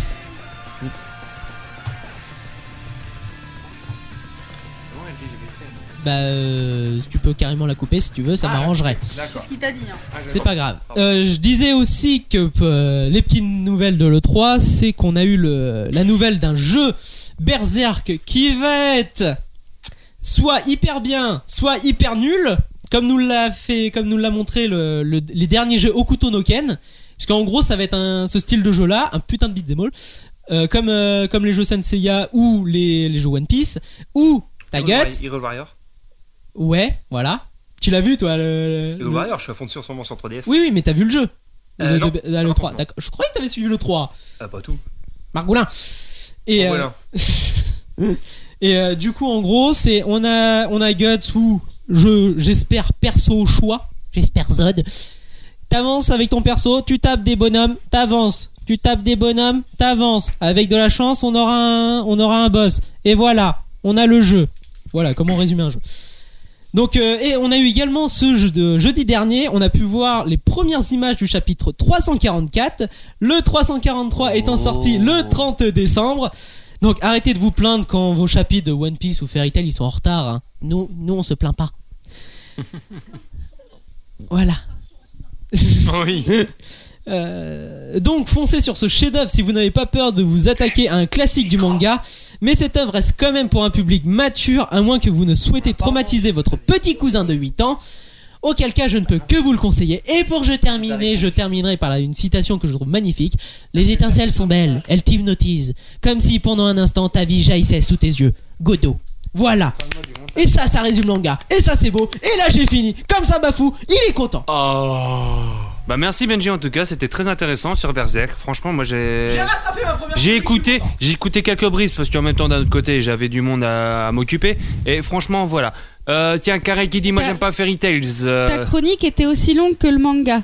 Bah, euh, tu peux carrément la couper si tu veux, ça Ah, m'arrangerait. C'est ce qu'il t'a dit. Hein. C'est pas grave. Euh, je disais aussi que euh, les petites nouvelles de l'E trois, c'est qu'on a eu le, la nouvelle d'un jeu Berserk qui va être soit hyper bien, soit hyper nul, comme nous l'a fait, comme nous l'a montré le, le- les derniers jeux Hokuto no Ken. Parce qu'en gros, ça va être un, ce style de jeu-là, un putain de beat'em all, euh, comme euh, comme les jeux Senseiya ou les, les jeux One Piece ou Tagat. Hero Warrior. Ouais, voilà. Tu l'as vu toi le, Hero le- Warrior, je suis à fond dessus en ce moment sur trois D S. Oui, oui, mais t'as vu le jeu. Euh, Le- non. de- là, le trois. D'accord. Je croyais que t'avais suivi le trois. Ah, pas tout. Margoulin. Et, Margoulin. euh, et euh, du coup, en gros, c'est on a on a Guts ou je j'espère perso au choix. J'espère Zod. T'avances avec ton perso, tu tapes des bonhommes, t'avances. Tu tapes des bonhommes, t'avances. Avec de la chance, on aura un on aura un boss. Et voilà, on a le jeu. Voilà comment résumer un jeu. Donc euh, et on a eu également ce jeu de jeudi dernier, on a pu voir les premières images du chapitre trois cent quarante-quatre, le trois cent quarante-trois étant sorti le trente décembre. Donc arrêtez de vous plaindre quand vos chapitres de One Piece ou Fairy Tail ils sont en retard. Hein. Nous, nous on se plaint pas. Voilà. Oui. Euh, donc foncez sur ce chef-d'œuvre si vous n'avez pas peur de vous attaquer à un classique du manga. Mais cette œuvre reste quand même pour un public mature, à moins que vous ne souhaitez traumatiser votre petit cousin de huit ans. Auquel cas, je ne peux que vous le conseiller. Et pour je terminer, je terminerai par là une citation que je trouve magnifique. Les étincelles sont belles, elles t'hypnotisent, comme si pendant un instant ta vie jaillissait sous tes yeux. Godot. Voilà. Et ça, ça résume le manga. Et ça, c'est beau. Et là, j'ai fini. Comme ça, Bafou, il est content. Oh. Bah merci Benji en tout cas, c'était très intéressant sur Berserk. Franchement, moi j'ai J'ai rattrapé ma première j'ai écouté, j'ai écouté quelques brises parce qu'en même temps d'un autre côté, j'avais du monde à, à m'occuper et franchement, voilà. Euh, tiens, Carré qui dit moi Ta- j'aime pas Fairy Tails. euh. Ta chronique était aussi longue que le manga.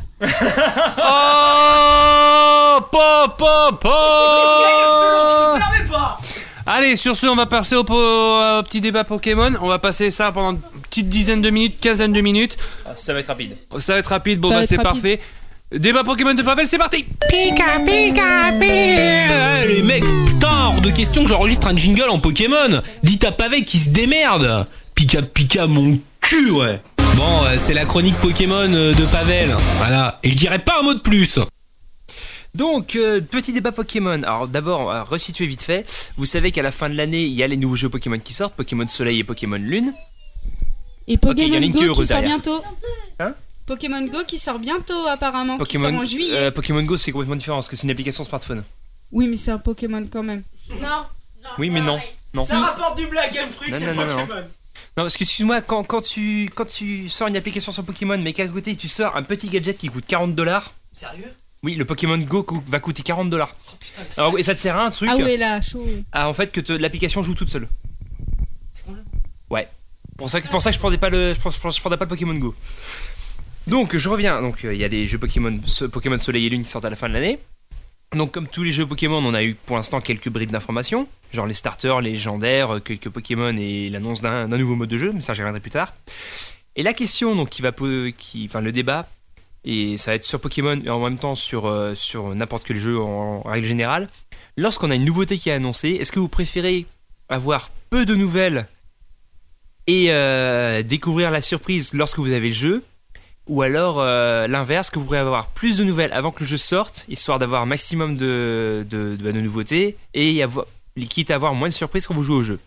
Oh pop pop pop. pas. Allez, sur ce, on va passer au, po- au petit débat Pokémon. On va passer ça pendant une petite dizaine de minutes, quinzaine de minutes. Ah, ça va être rapide. Ça va être rapide, bon Ça va bah être c'est rapide. parfait. Débat Pokémon de Pavel, c'est parti. Pika pika pika. Les mecs, putain, hors de question que j'enregistre un jingle en Pokémon. Dites à Pavel qui se démerde. Pika pika mon cul, ouais. Bon, euh, c'est la chronique Pokémon euh, de Pavel. Voilà. Et je dirais pas un mot de plus. Donc, euh, petit débat Pokémon. Alors d'abord, on va resituer vite fait. Vous savez qu'à la fin de l'année, il y a les nouveaux jeux Pokémon qui sortent, Pokémon Soleil et Pokémon Lune. Et Ok, il y Pokémon en a une qui est Go qui heureuse sort derrière. bientôt. Hein Pokémon Go qui sort bientôt apparemment. Qui Pokémon, sort en juillet. euh, Pokémon Go, c'est complètement différent parce que c'est une application smartphone. Oui, mais c'est un Pokémon quand même. Non. Oui, mais non. Non. Ça rapporte du blé à Game Freak, Non, c'est non, non, Pokémon. non. Non, parce que excuse-moi, quand, quand, tu, quand tu sors une application sur Pokémon, mais qu'à côté tu sors un petit gadget qui coûte quarante dollars. Sérieux? Oui, le Pokémon Go co- va coûter quarante dollars. Alors, et ça te sert à un truc. Ah ouais, là, chaud. Ah, en fait, que te- l'application joue toute seule. Ouais. Pour ça, que- pour ça que je prenais pas le, je, prends- je prends- je prenais pas le Pokémon Go. Donc, je reviens. Donc, il y a les jeux Pokémon, ce- Pokémon Soleil et Lune qui sortent à la fin de l'année. Donc, comme tous les jeux Pokémon, on a eu pour l'instant quelques bribes d'informations, genre les starters, les légendaires, quelques Pokémon et l'annonce d'un, d'un nouveau mode de jeu, mais ça j'y reviendrai plus tard. Et la question, donc, qui va, po- qui, enfin, le débat, et ça va être sur Pokémon et en même temps sur, euh, sur n'importe quel jeu en, en règle générale. Lorsqu'on a une nouveauté qui est annoncée, est-ce que vous préférez avoir peu de nouvelles et euh, découvrir la surprise lorsque vous avez le jeu, ou alors euh, l'inverse, que vous pourrez avoir plus de nouvelles avant que le jeu sorte, histoire d'avoir un maximum de, de, de, de nouveautés et avoir, quitte à avoir moins de surprises quand vous jouez au jeu.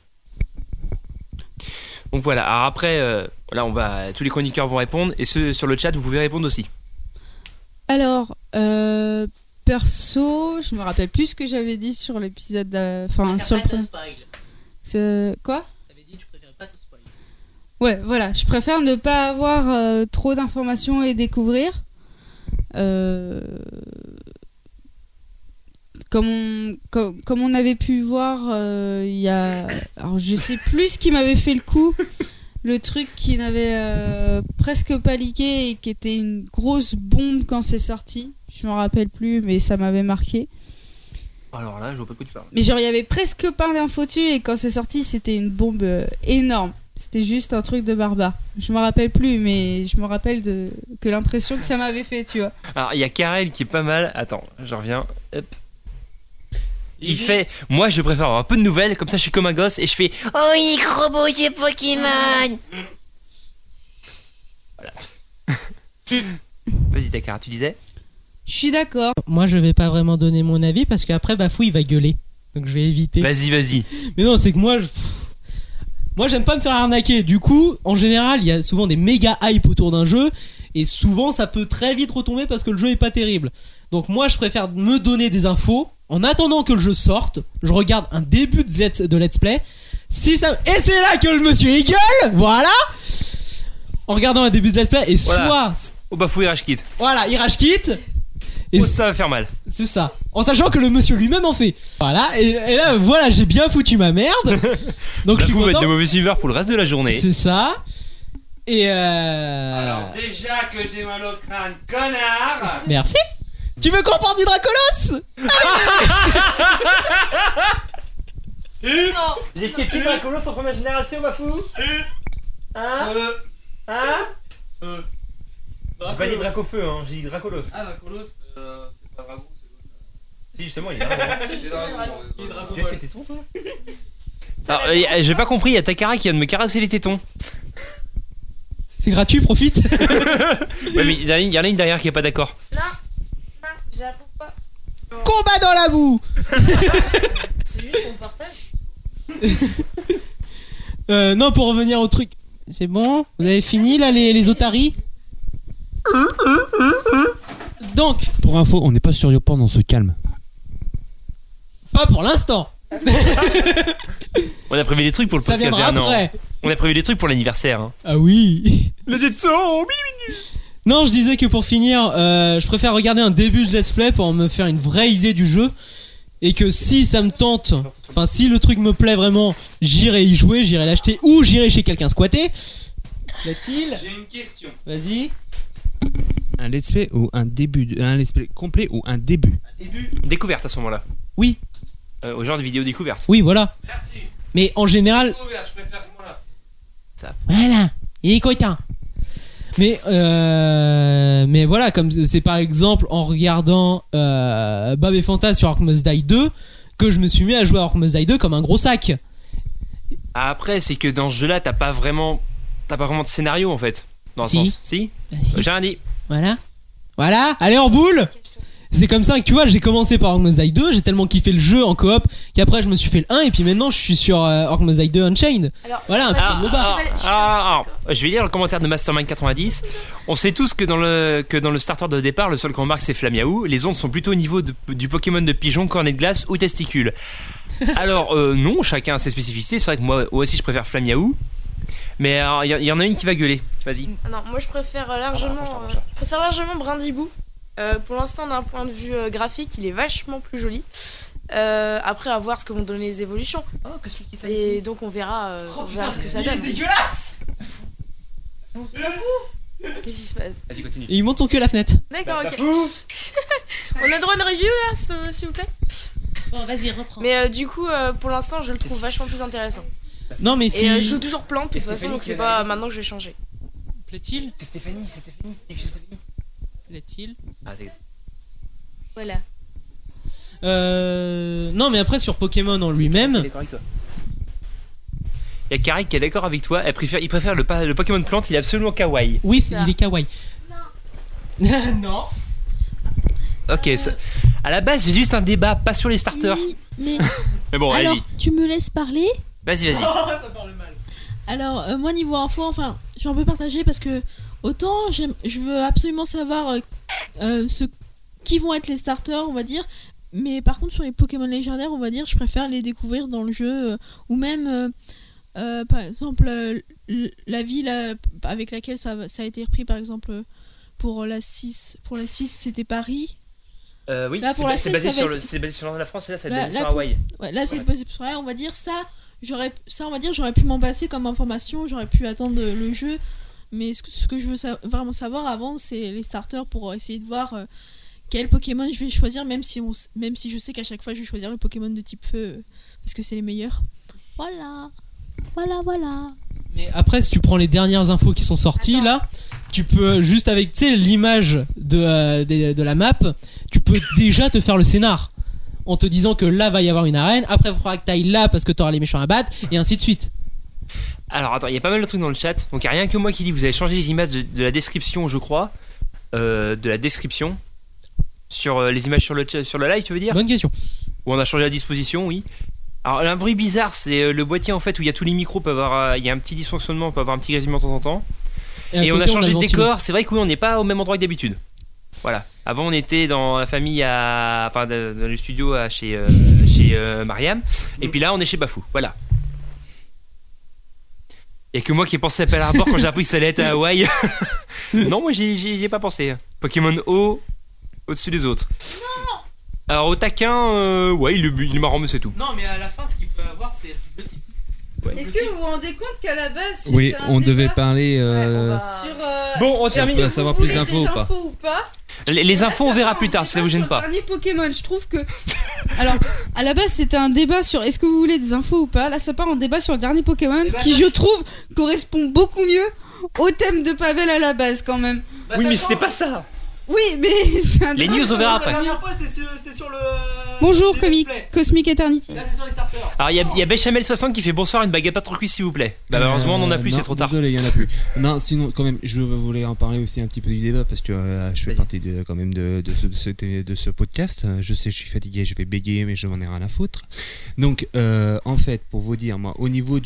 Donc voilà, alors après, euh, là on va, tous les chroniqueurs vont répondre et ceux sur le chat vous pouvez répondre aussi. Alors, euh, perso, je me rappelle plus ce que j'avais dit sur l'épisode. d'a- Enfin, sur le. C'est- Quoi? Ouais, voilà, je préfère ne pas avoir euh, trop d'informations et découvrir. Euh, Comme on, comme, comme on avait pu voir, euh, il y a. Alors, je sais plus ce qui m'avait fait le coup. Le truc qui n'avait euh, presque pas leaké et qui était une grosse bombe quand c'est sorti. Je me rappelle plus, mais ça m'avait marqué. Alors là, je vois pas de quoi tu parles. Mais genre, il y avait presque pas d'infos dessus et quand c'est sorti, c'était une bombe euh, énorme. C'était juste un truc de barbare. Je me rappelle plus, mais je me rappelle de que l'impression que ça m'avait fait, tu vois. Alors il y a Karel qui est pas mal. Attends, je reviens. Hop. Il fait, moi je préfère avoir un peu de nouvelles, comme ça je suis comme un gosse et je fais Oh, il est trop beau, ce Pokémon. Vas-y Takara, tu disais? Je suis d'accord. Moi, je vais pas vraiment donner mon avis parce qu'après, Bafou, il va gueuler. Donc, je vais éviter. Vas-y, vas-y. Mais non, c'est que moi, je- moi, j'aime pas me faire arnaquer. Du coup, en général, il y a souvent des méga hype autour d'un jeu. Et souvent, ça peut très vite retomber parce que le jeu est pas terrible. Donc, moi, je préfère me donner des infos. En attendant que le jeu sorte, je regarde un début de let's, de let's play. Si ça... Et c'est là que le monsieur il gueule. Voilà. En regardant un début de let's play. Et Voilà. soit... Au Bafou il rage kit. Voilà, il rage kit. Et oh, ça va faire mal. C'est ça. En sachant que le monsieur lui-même en fait. Voilà. Et, et là, voilà, j'ai bien foutu ma merde. Donc je suis Bafou va être content. de mauvais suiveur pour le reste de la journée. C'est ça. Et euh... Alors déjà que j'ai mal au crâne, connard. Merci. Tu veux qu'on parle du Dracolos? J'ai capté Dracolos en première génération, Bafou. Hein? Hein? J'ai pas dit Dracofeu, hein, j'ai dit Dracolos. Ah, Dracolos, euh, c'est pas Dragon, c'est l'autre. Si, justement, il est Dragon. Si, c'est Dragon. Il est Dragon. Tu as acheté tes tétons, toi? Alors, euh, j'ai pas compris, il y a Takara qui vient de me caresser les tétons. C'est gratuit, profite. Ouais, mais il y en a une- il y en a une derrière qui est pas d'accord. Non, non, j'avoue pas. Combat dans la boue. C'est juste mon partage. euh, non, pour revenir au truc. C'est bon? Vous avez fini là les, les otaries? Donc, Pour info, on n'est pas sur Yoporn, on se calme. pas pour l'instant. On a prévu des trucs pour le Ça podcast. viendra ah, non. après. On a prévu des trucs pour l'anniversaire. Hein. Ah oui. Les tétons. Non, je disais que pour finir, euh, je préfère regarder un début de let's play pour me faire une vraie idée du jeu. Et que si ça me tente, enfin si le truc me plaît vraiment, j'irai y jouer, j'irai l'acheter ou j'irai chez quelqu'un squatter. L'a-t-il? J'ai une question. Vas-y. Un let's play ou un début, de- un let's play complet ou un début. Découverte à ce moment-là. Oui. Euh, au genre de vidéo découverte. Oui, voilà. Merci. Mais en général, Je préfère ce moment-là. Ça. voilà, il est content. Mais euh, mais voilà, comme c'est par exemple en regardant euh, Bab et Fanta sur Orc Must Die deux que je me suis mis à jouer à Orc Must Die deux comme un gros sac. Après, c'est que dans ce jeu-là, t'as pas vraiment, t'as pas vraiment de scénario en fait. Dans le Si. sens. Si. Bah, si. Euh, J'ai rien dit. Voilà. Voilà, allez en boule. C'est comme ça que tu vois, j'ai commencé par Orc Must Die deux, j'ai tellement kiffé le jeu en coop qu'après je me suis fait le un et puis maintenant je suis sur euh, Orc Must Die deux Unchained. Alors, Voilà, un peu Ah, de MOBA. ah, ah, ah, je vais lire le commentaire de Mastermind quatre-vingt-dix. On sait tous que dans le que dans le starter de départ, le seul qu'on remarque c'est Flamiaou. Les ondes sont plutôt au niveau de- du Pokémon de pigeon, cornet de glace ou testicule. Alors euh, non, chacun a ses spécificités. C'est vrai que moi, moi aussi je préfère Flamiaou. Mais il y, y en a une qui va gueuler. Vas-y. Ah non, moi je préfère largement, Ah, euh, je préfère largement Brindibou. Euh, pour l'instant, d'un point de vue euh, graphique, il est vachement plus joli. Euh, après, à voir ce que vont donner les évolutions. Oh, Cosmic Eternity. Et donc, on verra, euh, Oh, on verra putain, ce que ça il est donne. dégueulasse. Qu'est-ce qui se passe? Vas-y, continue. Et il monte son cul à la fenêtre. D'accord, Bah, ok. bah, On a le droit à une review là, s'il s'il vous plaît? Bon, vas-y, reprends. Mais euh, du coup, euh, pour l'instant, je le trouve vachement plus intéressant. Non, mais Et si. euh, je joue toujours plante de Et toute façon, Stéphanie donc qui c'est est pas là. maintenant que je vais changer. Plaît-il? C'est Stéphanie, c'est Stéphanie. Et que c'est Stéphanie. Plaît-il? Ah, c'est Voilà. Euh. Non, mais après, sur Pokémon en lui-même. d'accord avec toi. Il y a Carrie qui est d'accord avec toi. Elle préfère, il préfère le, pa- le Pokémon plante. Il est absolument kawaii. Oui, c'est- il est kawaii. Non. non. Ok. Ça... À la base, j'ai juste un débat, pas sur les starters. Oui, mais Mais bon, alors, allez-y. tu me laisses parler? Vas-y, vas-y. Alors, euh, moi, niveau info, enfin, je suis un peu partagée parce que autant j'aime, je veux absolument savoir euh, euh, ce, qui vont être les starters, on va dire. Mais par contre, sur les Pokémon légendaires, on va dire, je préfère les découvrir dans le jeu. euh, ou même, euh, euh, par exemple, euh, l- la ville euh, avec laquelle ça, va- ça a été repris, par exemple, euh, pour la six, pour la six c'était Paris. Euh, oui, Là, c'est pour ba- la c'est sept, basé, ça va sur le, être- c'est basé sur le nord de la France et là, c'est Là- basé là, sur pour- Hawaï. Ouais, là, c'est Ouais. basé sur Hawaï, on va dire ça. J'aurais, ça, on va dire, j'aurais pu m'en passer comme information, j'aurais pu attendre le jeu. Mais ce que, ce que je veux sa- vraiment savoir avant, c'est les starters pour essayer de voir euh, quel Pokémon je vais choisir, même si, on, s- même si je sais qu'à chaque fois je vais choisir le Pokémon de type feu euh, parce que c'est les meilleurs. Voilà, voilà, voilà. Mais après, si tu prends les dernières infos qui sont sorties là, tu peux juste avec tu sais l'image de, euh, de de la map, tu peux déjà te faire le scénar en te disant que là va y avoir une arène. Après, il faudra que t'ailles là parce que t'auras les méchants à battre et ainsi de suite. Alors attends, il y a pas mal de trucs dans le chat. Donc il n'y a rien que moi qui dit vous avez changé les images de, de la description, je crois. Euh, de la description. Sur euh, les images sur le, chat- sur le live, tu veux dire? Bonne question. Ou on a changé la disposition, oui. Alors un bruit bizarre, c'est euh, le boîtier en fait où il y a tous les micros, peut avoir, euh, il y a un petit dysfonctionnement, on peut avoir un petit grésillement de temps en temps. Et à Et on a côté, on a changé le de ventilo. décor, c'est vrai que oui, on n'est pas au même endroit que d'habitude. Voilà. Avant on était dans la famille à. Enfin de- dans le studio à, chez, euh, chez euh, Mariam. Et puis là on est chez Bafou. Voilà. Et que moi qui ai pensé à Pearl Harbor quand j'ai appris que ça allait être à Hawaï. Non, moi j'y j'y- j'y ai pas pensé. Pokémon haut, au-dessus des autres. Alors au taquin, euh, ouais, il, est- il est marrant, mais c'est tout. Non, mais à la fin, ce qu'il peut avoir, c'est le type. Est-ce que vous vous rendez compte qu'à la base, c'était Oui, un on débat devait parler. euh, sur euh, Bon, on sur termine. est-ce que On va savoir vous plus voulez d'infos des ou pas infos ou pas. Les, les Là, infos, on ça verra part plus en tard si ça débat vous sur gêne pas. Le dernier Pokémon, je trouve que. Alors, à la base, c'était un débat sur est-ce que vous voulez des infos ou pas. Là, ça part en débat sur le dernier Pokémon qui, je trouve, correspond beaucoup mieux au thème de Pavel à la base, quand même. Oui, mais c'était pas ça. Oui, mais c'est un Les débat news, on sur- verra après. fois, c'était sur le. Bonjour, Comic Cosmic Eternity. Là, c'est sur les starters. Alors il y a, il y a Béchamel soixante qui fait bonsoir, une bague à Patroclus s'il vous plaît. Bah malheureusement on en a plus, Euh, c'est non, trop tard. Désolé, il y en a plus. Non, sinon quand même, je voulais en parler aussi un petit peu du débat parce que euh, je fais partie de, quand même de, de, ce, de, ce, de ce podcast. Euh, Je sais, je suis fatigué, je vais bégayer, mais je m'en ai rien à foutre. Donc euh, en fait, pour vous dire, moi, au niveau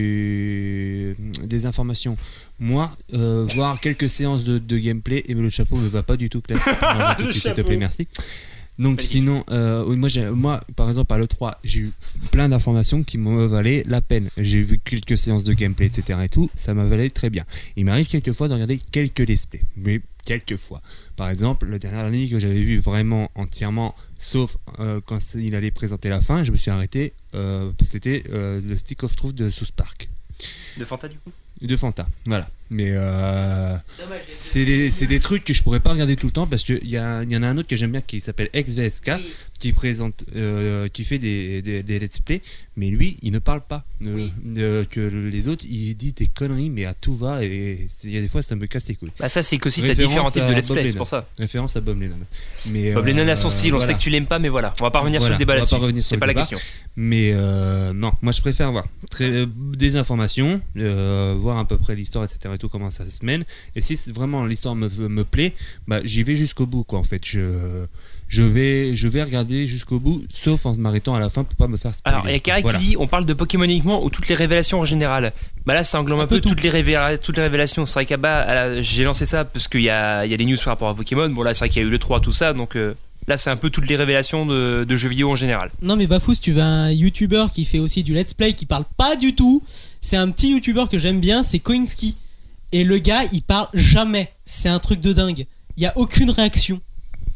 du des informations, moi, euh, voir quelques séances de, de gameplay et le chapeau me va pas du tout, Claire. Non, tout de suite, s'il te plaît, merci. Donc sinon, euh, moi, j'ai- moi, par exemple, à l'E trois, j'ai eu plein d'informations qui m'ont valé la peine. J'ai vu quelques séances de gameplay, et cetera et tout, ça m'a valé très bien. Il m'arrive quelquefois de regarder quelques let's play, mais quelques fois. Par exemple, le dernier anime que j'avais vu vraiment entièrement, sauf euh, quand il allait présenter la fin, je me suis arrêté, euh, c'était euh, le Stick of Truth de South Park. De Fanta du coup. De Fanta, voilà. Mais euh, c'est des, c'est des trucs que je pourrais pas regarder tout le temps parce qu'il y, a- il y en a un autre que j'aime bien qui s'appelle X V S K qui présente, euh, qui fait des, des, des let's play, mais lui il ne parle pas. Euh, euh, que les autres ils disent des conneries mais à tout va et il y a des fois ça me casse les couilles. Bah ça c'est qu'aussi t'as Référence différents types de à let's Bob play, c'est Lennon. pour ça. Référence à Bob Lennon. Mais, Bob Lennon a son euh, style, on voilà. sait que tu l'aimes pas, mais voilà, on va pas revenir sur Voilà, le débat on va là-dessus. pas revenir sur C'est le pas la débat. question. Mais euh, non, moi je préfère voir très, euh, des informations, euh, voir à peu près l'histoire, et cetera et tout, comment ça se mène. Et si c'est vraiment l'histoire me, me plaît, bah j'y vais jusqu'au bout quoi en fait. Je, je, vais, je vais regarder jusqu'au bout, sauf en m'arrêtant à la fin pour pas me faire spoiler. Alors il y a Carré Voilà. qui dit on parle de Pokémon uniquement ou toutes les révélations en général. Bah là ça englobe un, peu, toutes, les révéla- toutes les révélations. C'est vrai qu'à bas à la- j'ai lancé ça parce qu'il y a, il y a des news par rapport à Pokémon. Bon là c'est vrai qu'il y a eu le trois tout ça donc euh, là c'est un peu toutes les révélations de, de jeux vidéo en général. Non mais Bafou, si tu veux un youtubeur qui fait aussi du let's play qui parle pas du tout, c'est un petit youtubeur que j'aime bien, c'est Koinski. Et le gars il parle jamais, c'est un truc de dingue. Il y a aucune réaction.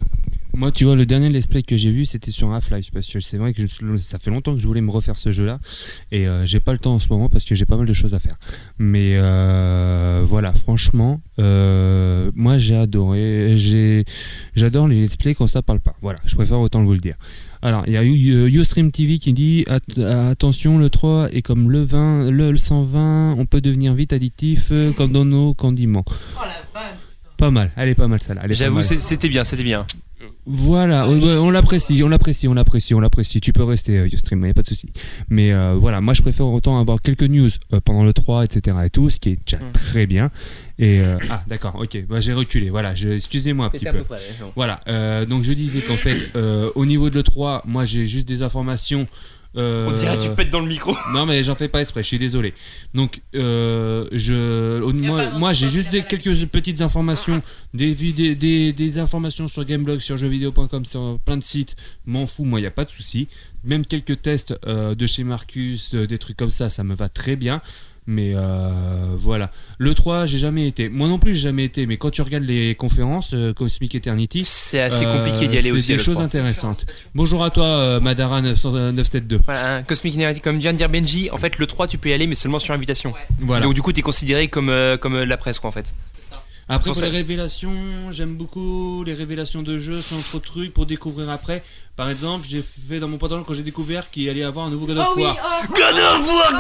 Moi, tu vois, le dernier let's play que j'ai vu, c'était sur Half-Life, parce que c'est vrai que je- ça fait longtemps que je voulais me refaire ce jeu-là, et euh, j'ai pas le temps en ce moment parce que j'ai pas mal de choses à faire. Mais euh, voilà, franchement, euh, moi j'ai adoré, j'ai, j'adore les let's play quand ça parle pas. Voilà, je préfère autant vous le dire. Alors, il y a eu Ustream T V qui dit At- attention, le trois est comme le vin, le cent vingt, on peut devenir vite addictif euh, comme dans nos condiments. Pas mal, elle est pas mal celle-là. elle est pas J'avoue, mal. c'est- c'était bien, c'était bien. Voilà, ouais, ouais, on l'apprécie, on l'apprécie, on l'apprécie, on l'apprécie. Tu peux rester, euh, Ustream, il n'y a pas de souci. Mais euh, voilà, moi je préfère autant avoir quelques news euh, pendant le trois, et cetera et tout, ce qui est déjà très bien. Et euh, ah, d'accord, ok, bah, j'ai reculé. Voilà, je, excusez-moi un petit C'était à peu. peu près, ouais, non. Voilà, euh, donc je disais qu'en fait, euh, au niveau de l'E trois, moi j'ai juste des informations. Euh, On dirait que tu pètes dans le micro. Non mais j'en fais pas exprès, je suis désolé. Donc euh, je, au- moi, moi j'ai juste des, quelques petites informations, des, vidé- des, des informations sur Gameblog, sur jeuxvideo point com, sur plein de sites. M'en fous, moi y a pas de souci. Même quelques tests euh, de chez Marcus, euh, des trucs comme ça, ça me va très bien. Mais euh, voilà. Le trois, j'ai jamais été. Moi non plus, j'ai jamais été. Mais quand tu regardes les conférences, euh, Cosmic Eternity, c'est assez compliqué d'y aller aussi, C'est à des l'E choses trois. intéressantes. Bonjour à toi, euh, Madara neuf cent soixante-douze. Voilà, hein, Cosmic Energy, comme vient de dire Benji, en fait le trois tu peux y aller mais seulement sur invitation. Voilà. Donc du coup t'es considéré comme, euh, comme euh, la presse quoi en fait. Après, Pour pour ça- les révélations, j'aime beaucoup les révélations de jeux sans trop de trucs pour découvrir après. Par exemple, j'ai fait dans mon pantalon quand j'ai découvert qu'il allait y avoir un nouveau God of Oh oui, War. oh. God of War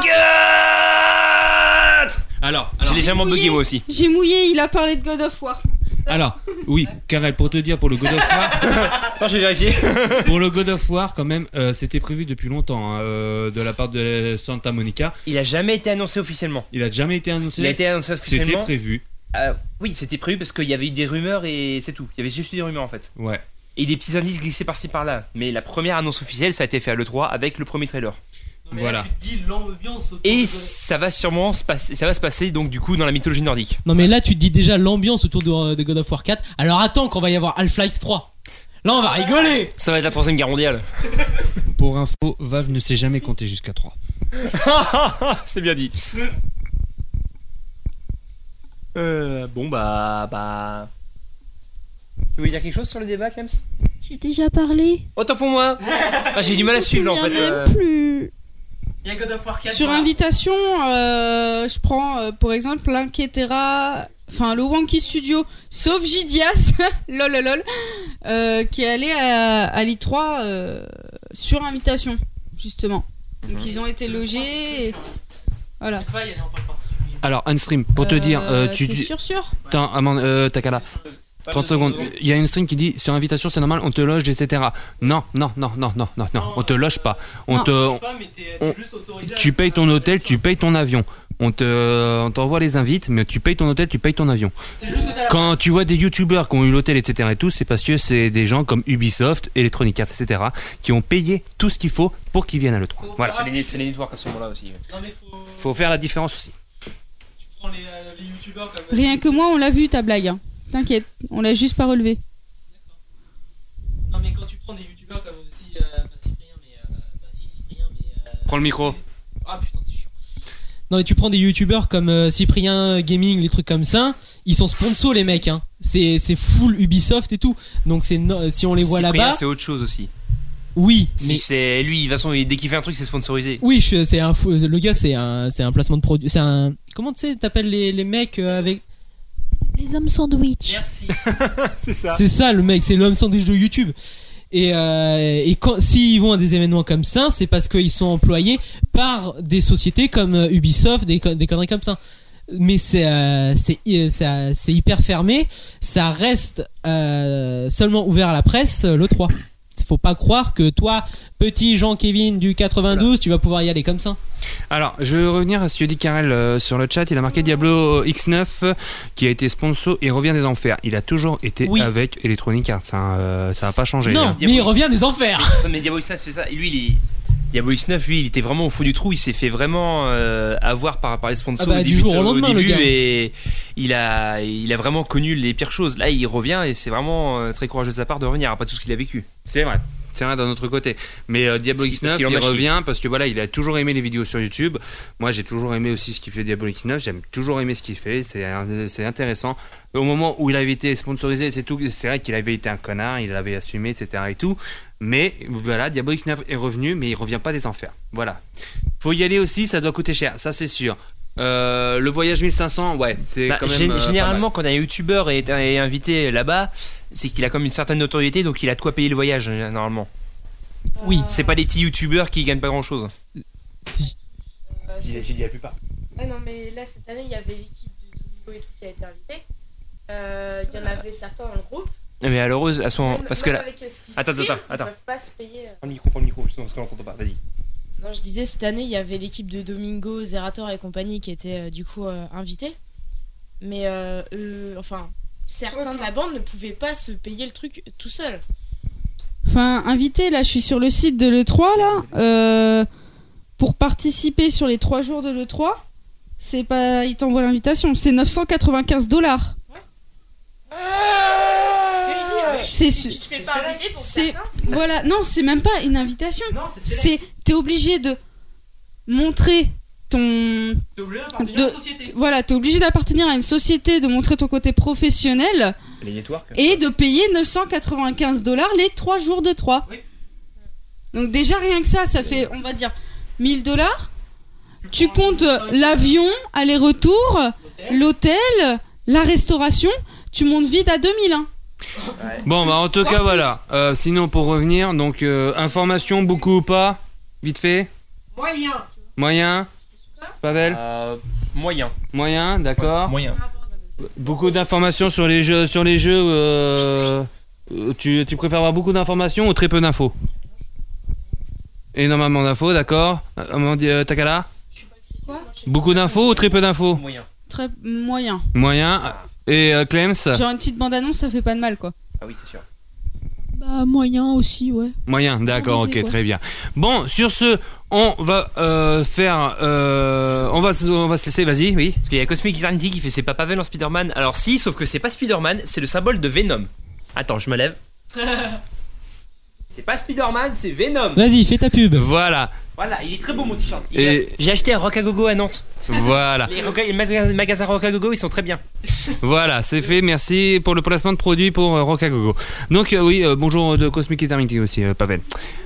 quatre. Alors, alors, J'ai légèrement bugué moi aussi. J'ai mouillé, il a parlé de God of War. alors, oui, Karel, pour te dire, pour le God of War. Attends, je vais vérifier. Pour le God of War, quand même, euh, c'était prévu depuis longtemps hein, euh, de la part de Santa Monica. Il a jamais été annoncé officiellement. Il a jamais été annoncé. Il a été annoncé officiellement. C'était prévu. Euh, oui, c'était prévu parce qu'il y avait eu des rumeurs et c'est tout. Il y avait juste eu des rumeurs en fait. Ouais. Et des petits indices glissés par-ci par-là. Mais la première annonce officielle, ça a été fait à l'E trois avec le premier trailer. Voilà. Dis l'ambiance. Et ça va sûrement se passer, ça va se passer donc du coup dans la mythologie nordique. Non mais là tu te dis déjà l'ambiance autour de, de God of War quatre. Alors attends qu'on va y avoir Half-Life trois. Là on va rigoler. Ça va être la troisième guerre mondiale. Pour info, Valve ne sait jamais compter jusqu'à trois. C'est bien dit. Euh, bon bah bah. Tu voulais dire quelque chose sur le débat, Clems? J'ai déjà parlé. Autant pour moi. Ah, j'ai du mal à suivre là en fait. Même euh. plus. Il y a God of War quatre. Sur invitation, euh, je prends euh, pour exemple l'Inquietera, enfin le Wonky Studio, sauf Gidias, lol lol lol, euh, qui est allé à, à l'I trois euh, sur invitation, justement. Donc ils ont été logés. Et... Voilà. Alors, Unstream, pour te Euh, dire, euh, tu t'es dis. sûr, sûr Attends, Amand- euh, Takala. trente secondes. Il y a une stream qui dit sur invitation c'est normal, on te loge, et cetera. Non, non, non, non, non, non, non, on te loge pas. On Non. te, on- tu payes ton hôtel, tu payes ton avion. On te, on t'envoie les invites, mais tu payes ton hôtel, tu payes ton avion. Quand tu vois des youtubeurs qui ont eu l'hôtel, et cetera et tout, c'est parce que c'est des gens comme Ubisoft, Electronic Arts, et cetera qui ont payé tout ce qu'il faut pour qu'ils viennent à l'E trois. Voilà. C'est les, c'est les networks à ce moment-là aussi. Non mais faut. Faut faire la différence aussi. Prends les, euh, les youtubeurs comme. Rien que moi, on l'a vu ta blague. hein. T'inquiète, on l'a juste pas relevé. Non mais quand tu prends des youtubeurs comme aussi euh, pas Cyprien mais euh, bah si Cyprien mais. euh, Prends le micro. Ah putain c'est chiant. Non mais tu prends des youtubeurs comme euh, Cyprien Gaming, les trucs comme ça, ils sont sponsors les mecs hein. C'est c'est full Ubisoft et tout. Donc c'est no- si on les voit Cyprien, là-bas. c'est autre chose aussi. Oui, Si mais c'est lui, de toute façon, dès qu'il fait un truc, c'est sponsorisé. oui, je- c'est un fou- le gars c'est un c'est un placement de produit, c'est un comment tu sais t'appelles les les mecs euh, avec Les hommes sandwich. Merci. C'est ça. C'est ça le mec, c'est l'homme sandwich de YouTube. Et, euh, et quand s'ils vont à des événements comme ça, c'est parce qu'ils sont employés par des sociétés comme euh, Ubisoft, des, co- des conneries comme ça. Mais c'est euh, c'est euh, ça- c'est hyper fermé. Ça reste euh, seulement ouvert à la presse euh, le trois. Faut pas croire que toi, petit Jean-Kévin du quatre-vingt-douze, tu vas pouvoir y aller comme ça. Alors, je veux revenir à ce que dit Karel euh, sur le chat. Il a marqué Diablo X neuf qui a été sponsor et revient des enfers. Il a toujours été Oui. avec Electronic Arts. hein, euh, ça va pas changer. Non, hein. mais il revient des enfers. Ça, mais Diablo X neuf, c'est ça. Et lui, il est. Diablo X neuf, lui, il était vraiment au fond du trou. Il s'est fait vraiment euh, avoir par, par les sponsors Ah bah, au du début, jour au au lendemain, le début, gars. et il a, il a vraiment connu les pires choses. Là, il revient et c'est vraiment euh, très courageux de sa part de revenir après tout ce qu'il a vécu. C'est vrai. c'est rien d'un autre côté. Mais euh, Diablo Parce X qu'il- neuf, parce qu'il en il a chié. revient parce que voilà, il a toujours aimé les vidéos sur YouTube. Moi, j'ai toujours aimé aussi ce qu'il fait Diablo X neuf. J'aime toujours aimé ce qu'il fait. C'est un- c'est intéressant. Au moment où il avait été sponsorisé, c'est tout. C'est vrai qu'il avait été un connard, il l'avait assumé, et cetera et tout. Mais voilà, Diablo X neuf est revenu, mais il revient pas des enfers. Voilà. Faut y aller aussi, ça doit coûter cher, ça c'est sûr. Euh, le voyage mille cinq cents, ouais, c'est Bah, quand même. gén- euh, généralement, quand un youtubeur est, est invité là-bas, c'est qu'il a comme une certaine notoriété, donc il a de quoi payer le voyage, euh, normalement. Oui. C'est pas des petits youtubeurs qui gagnent pas grand-chose. Si. J'ai dit la plupart. Ouais, non, mais là, cette année, il y avait l'équipe de Domingo et tout qui a été invitée. Euh, Il y en avait certains dans le groupe. Mais à l'heureuse, à son. Même- Parce que même là. avec, euh, ce qui se Attends, fait, attends, ils attends. peuvent pas se payer. euh. Prends le micro, prends le micro, justement, parce qu'on l'entend pas. Vas-y. Non, je disais, cette année, il y avait l'équipe de Domingo, Zerator et compagnie qui étaient euh, du coup euh, invités. Mais euh, eux, enfin, certains de la bande ne pouvaient pas se payer le truc tout seul. Enfin, invité, là, je suis sur le site de l'E trois, là. Euh, pour participer sur les trois jours de l'E trois, c'est pas. Il t'envoie l'invitation, c'est neuf cent quatre-vingt-quinze dollars. C'est Si tu te fais pas inviter pour c'est certains, c'est- voilà, non, c'est même pas une invitation. C'est t'es obligé de montrer ton T'es obligé d'appartenir de- à une société. Voilà, t'es obligé d'appartenir à une société, de montrer ton côté professionnel Les networks. et de payer neuf cent quatre-vingt-quinze dollars les trois jours de trois. Donc déjà rien que ça, ça fait, on va dire, mille dollars. Tu comptes l'avion, aller-retour, l'hôtel, la restauration, tu montes vite à deux mille. Hein. Bon, bah en tout cas, voilà. Euh, sinon, pour revenir, donc, euh, information, beaucoup ou pas? Vite fait? Moyen. Moyen? Pavel? Euh, moyen. Moyen, d'accord. Moyen. Beaucoup d'informations sur les jeux. Sur les jeux euh, euh, tu, tu préfères avoir beaucoup d'informations ou très peu d'infos? Énormément d'infos, d'accord. Euh, Amandi- euh, Takala? Quoi? Beaucoup d'infos ou très peu d'infos? Moyen. Très moyen. Moyen. Et euh, Clems? Genre une petite bande-annonce, ça fait pas de mal, quoi. Ah oui, c'est sûr. Bah, moyen aussi, ouais. Moyen, d'accord, Abusé, ok, quoi. très bien. Bon, sur ce, on va euh, faire, euh, on va, se- on va se laisser. Vas-y, oui. Parce qu'il y a Cosmic Eternity qui fait c'est pas Pavel en Spider-Man. Alors si, sauf que c'est pas Spider-Man, c'est le symbole de Venom. Attends, je me lève. C'est pas Spider-Man, c'est Venom. Vas-y, fais ta pub. Voilà, Voilà, il est très beau mon t-shirt. Il Et- a- J'ai acheté à Rockagogo à Nantes. voilà, Les, Roca- les magasins magasins Rockagogo, ils sont très bien. voilà, c'est fait. Merci pour le placement de produits pour euh, Rockagogo. Donc euh, oui, euh, bonjour de Cosmic Eternity aussi, euh, Pavel.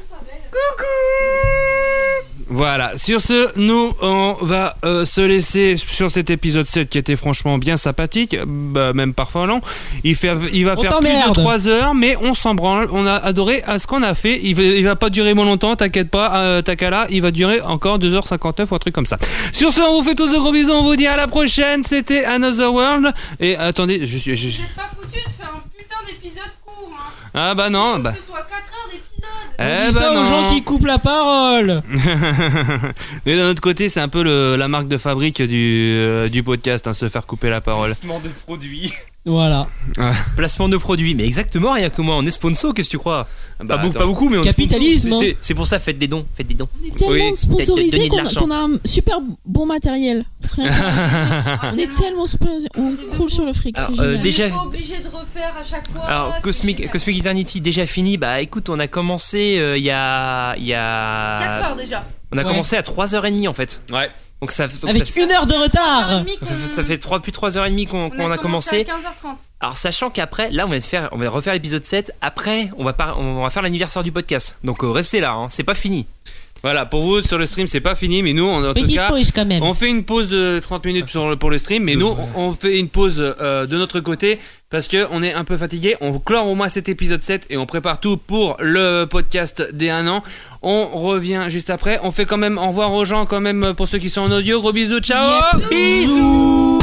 Voilà, sur ce, nous, on va euh, se laisser sur cet épisode sept qui était franchement bien sympathique, bah, même parfois long. Il, fait, il va On faire plus de t'emmerde. trois heures, mais on s'en branle. On a adoré à ce qu'on a fait. Il va, il va pas durer moins longtemps, t'inquiète pas, euh, Takala. Il va durer encore deux heures cinquante-neuf ou un truc comme ça. Sur ce, on vous fait tous de gros bisous. On vous dit à la prochaine. C'était Another World. Et attendez, je suis. je- Vous êtes pas foutu de faire un putain d'épisode court, hein. Ah bah non, bah. Que ce soit quatre heures d'épisode. Eh On dit bah ça non. aux gens qui coupent la parole. Mais d'un autre côté, c'est un peu le, la marque de fabrique du, euh, du podcast, hein, se faire couper la parole. Placement de produits. Voilà. Ouais. Placement de produits, mais exactement, rien que moi. On est sponsor, qu'est-ce que tu crois? Bah, pas, beaucoup, attends. pas beaucoup, mais on est Capitalisme, sponsor. hein. C'est- C'est pour ça, faites des dons. Faites des dons. On est tellement Oui. sponsorisé Donnez de qu'on a, l'argent. qu'on a un super bon matériel. Rien qu'à- on est tellement sponsorisé, on coule sur le fric. Alors, c'est euh, génial. déjà- On est pas obligé de refaire à chaque fois. Alors, c'est Cosmic, génial. Cosmic Eternity déjà fini. Bah écoute, on a commencé euh, il y a. Il y a. quatre heures déjà. On a Ouais. commencé à trois heures trente en fait. Ouais. Donc ça, donc Avec ça fait, une heure de retard. ça fait, ça fait trois, plus de trois heures trente qu'on On qu'on a, commencé. à quinze heures trente. Alors sachant qu'après, là on va faire, on va refaire l'épisode sept. Après, on va, par- on va faire l'anniversaire du podcast. Donc euh, restez là, hein, c'est pas fini. Voilà, pour vous sur le stream, c'est pas fini, mais nous, en, en tout Petite cas, pause quand même. on fait une pause de trente minutes sur le- pour le stream, mais nous, on, on fait une pause euh, de notre côté parce que on est un peu fatigué. On clore au moins cet épisode sept et on prépare tout pour le podcast des un an. On revient juste après. On fait quand même au revoir aux gens quand même pour ceux qui sont en audio. Gros bisous, ciao. Bisous.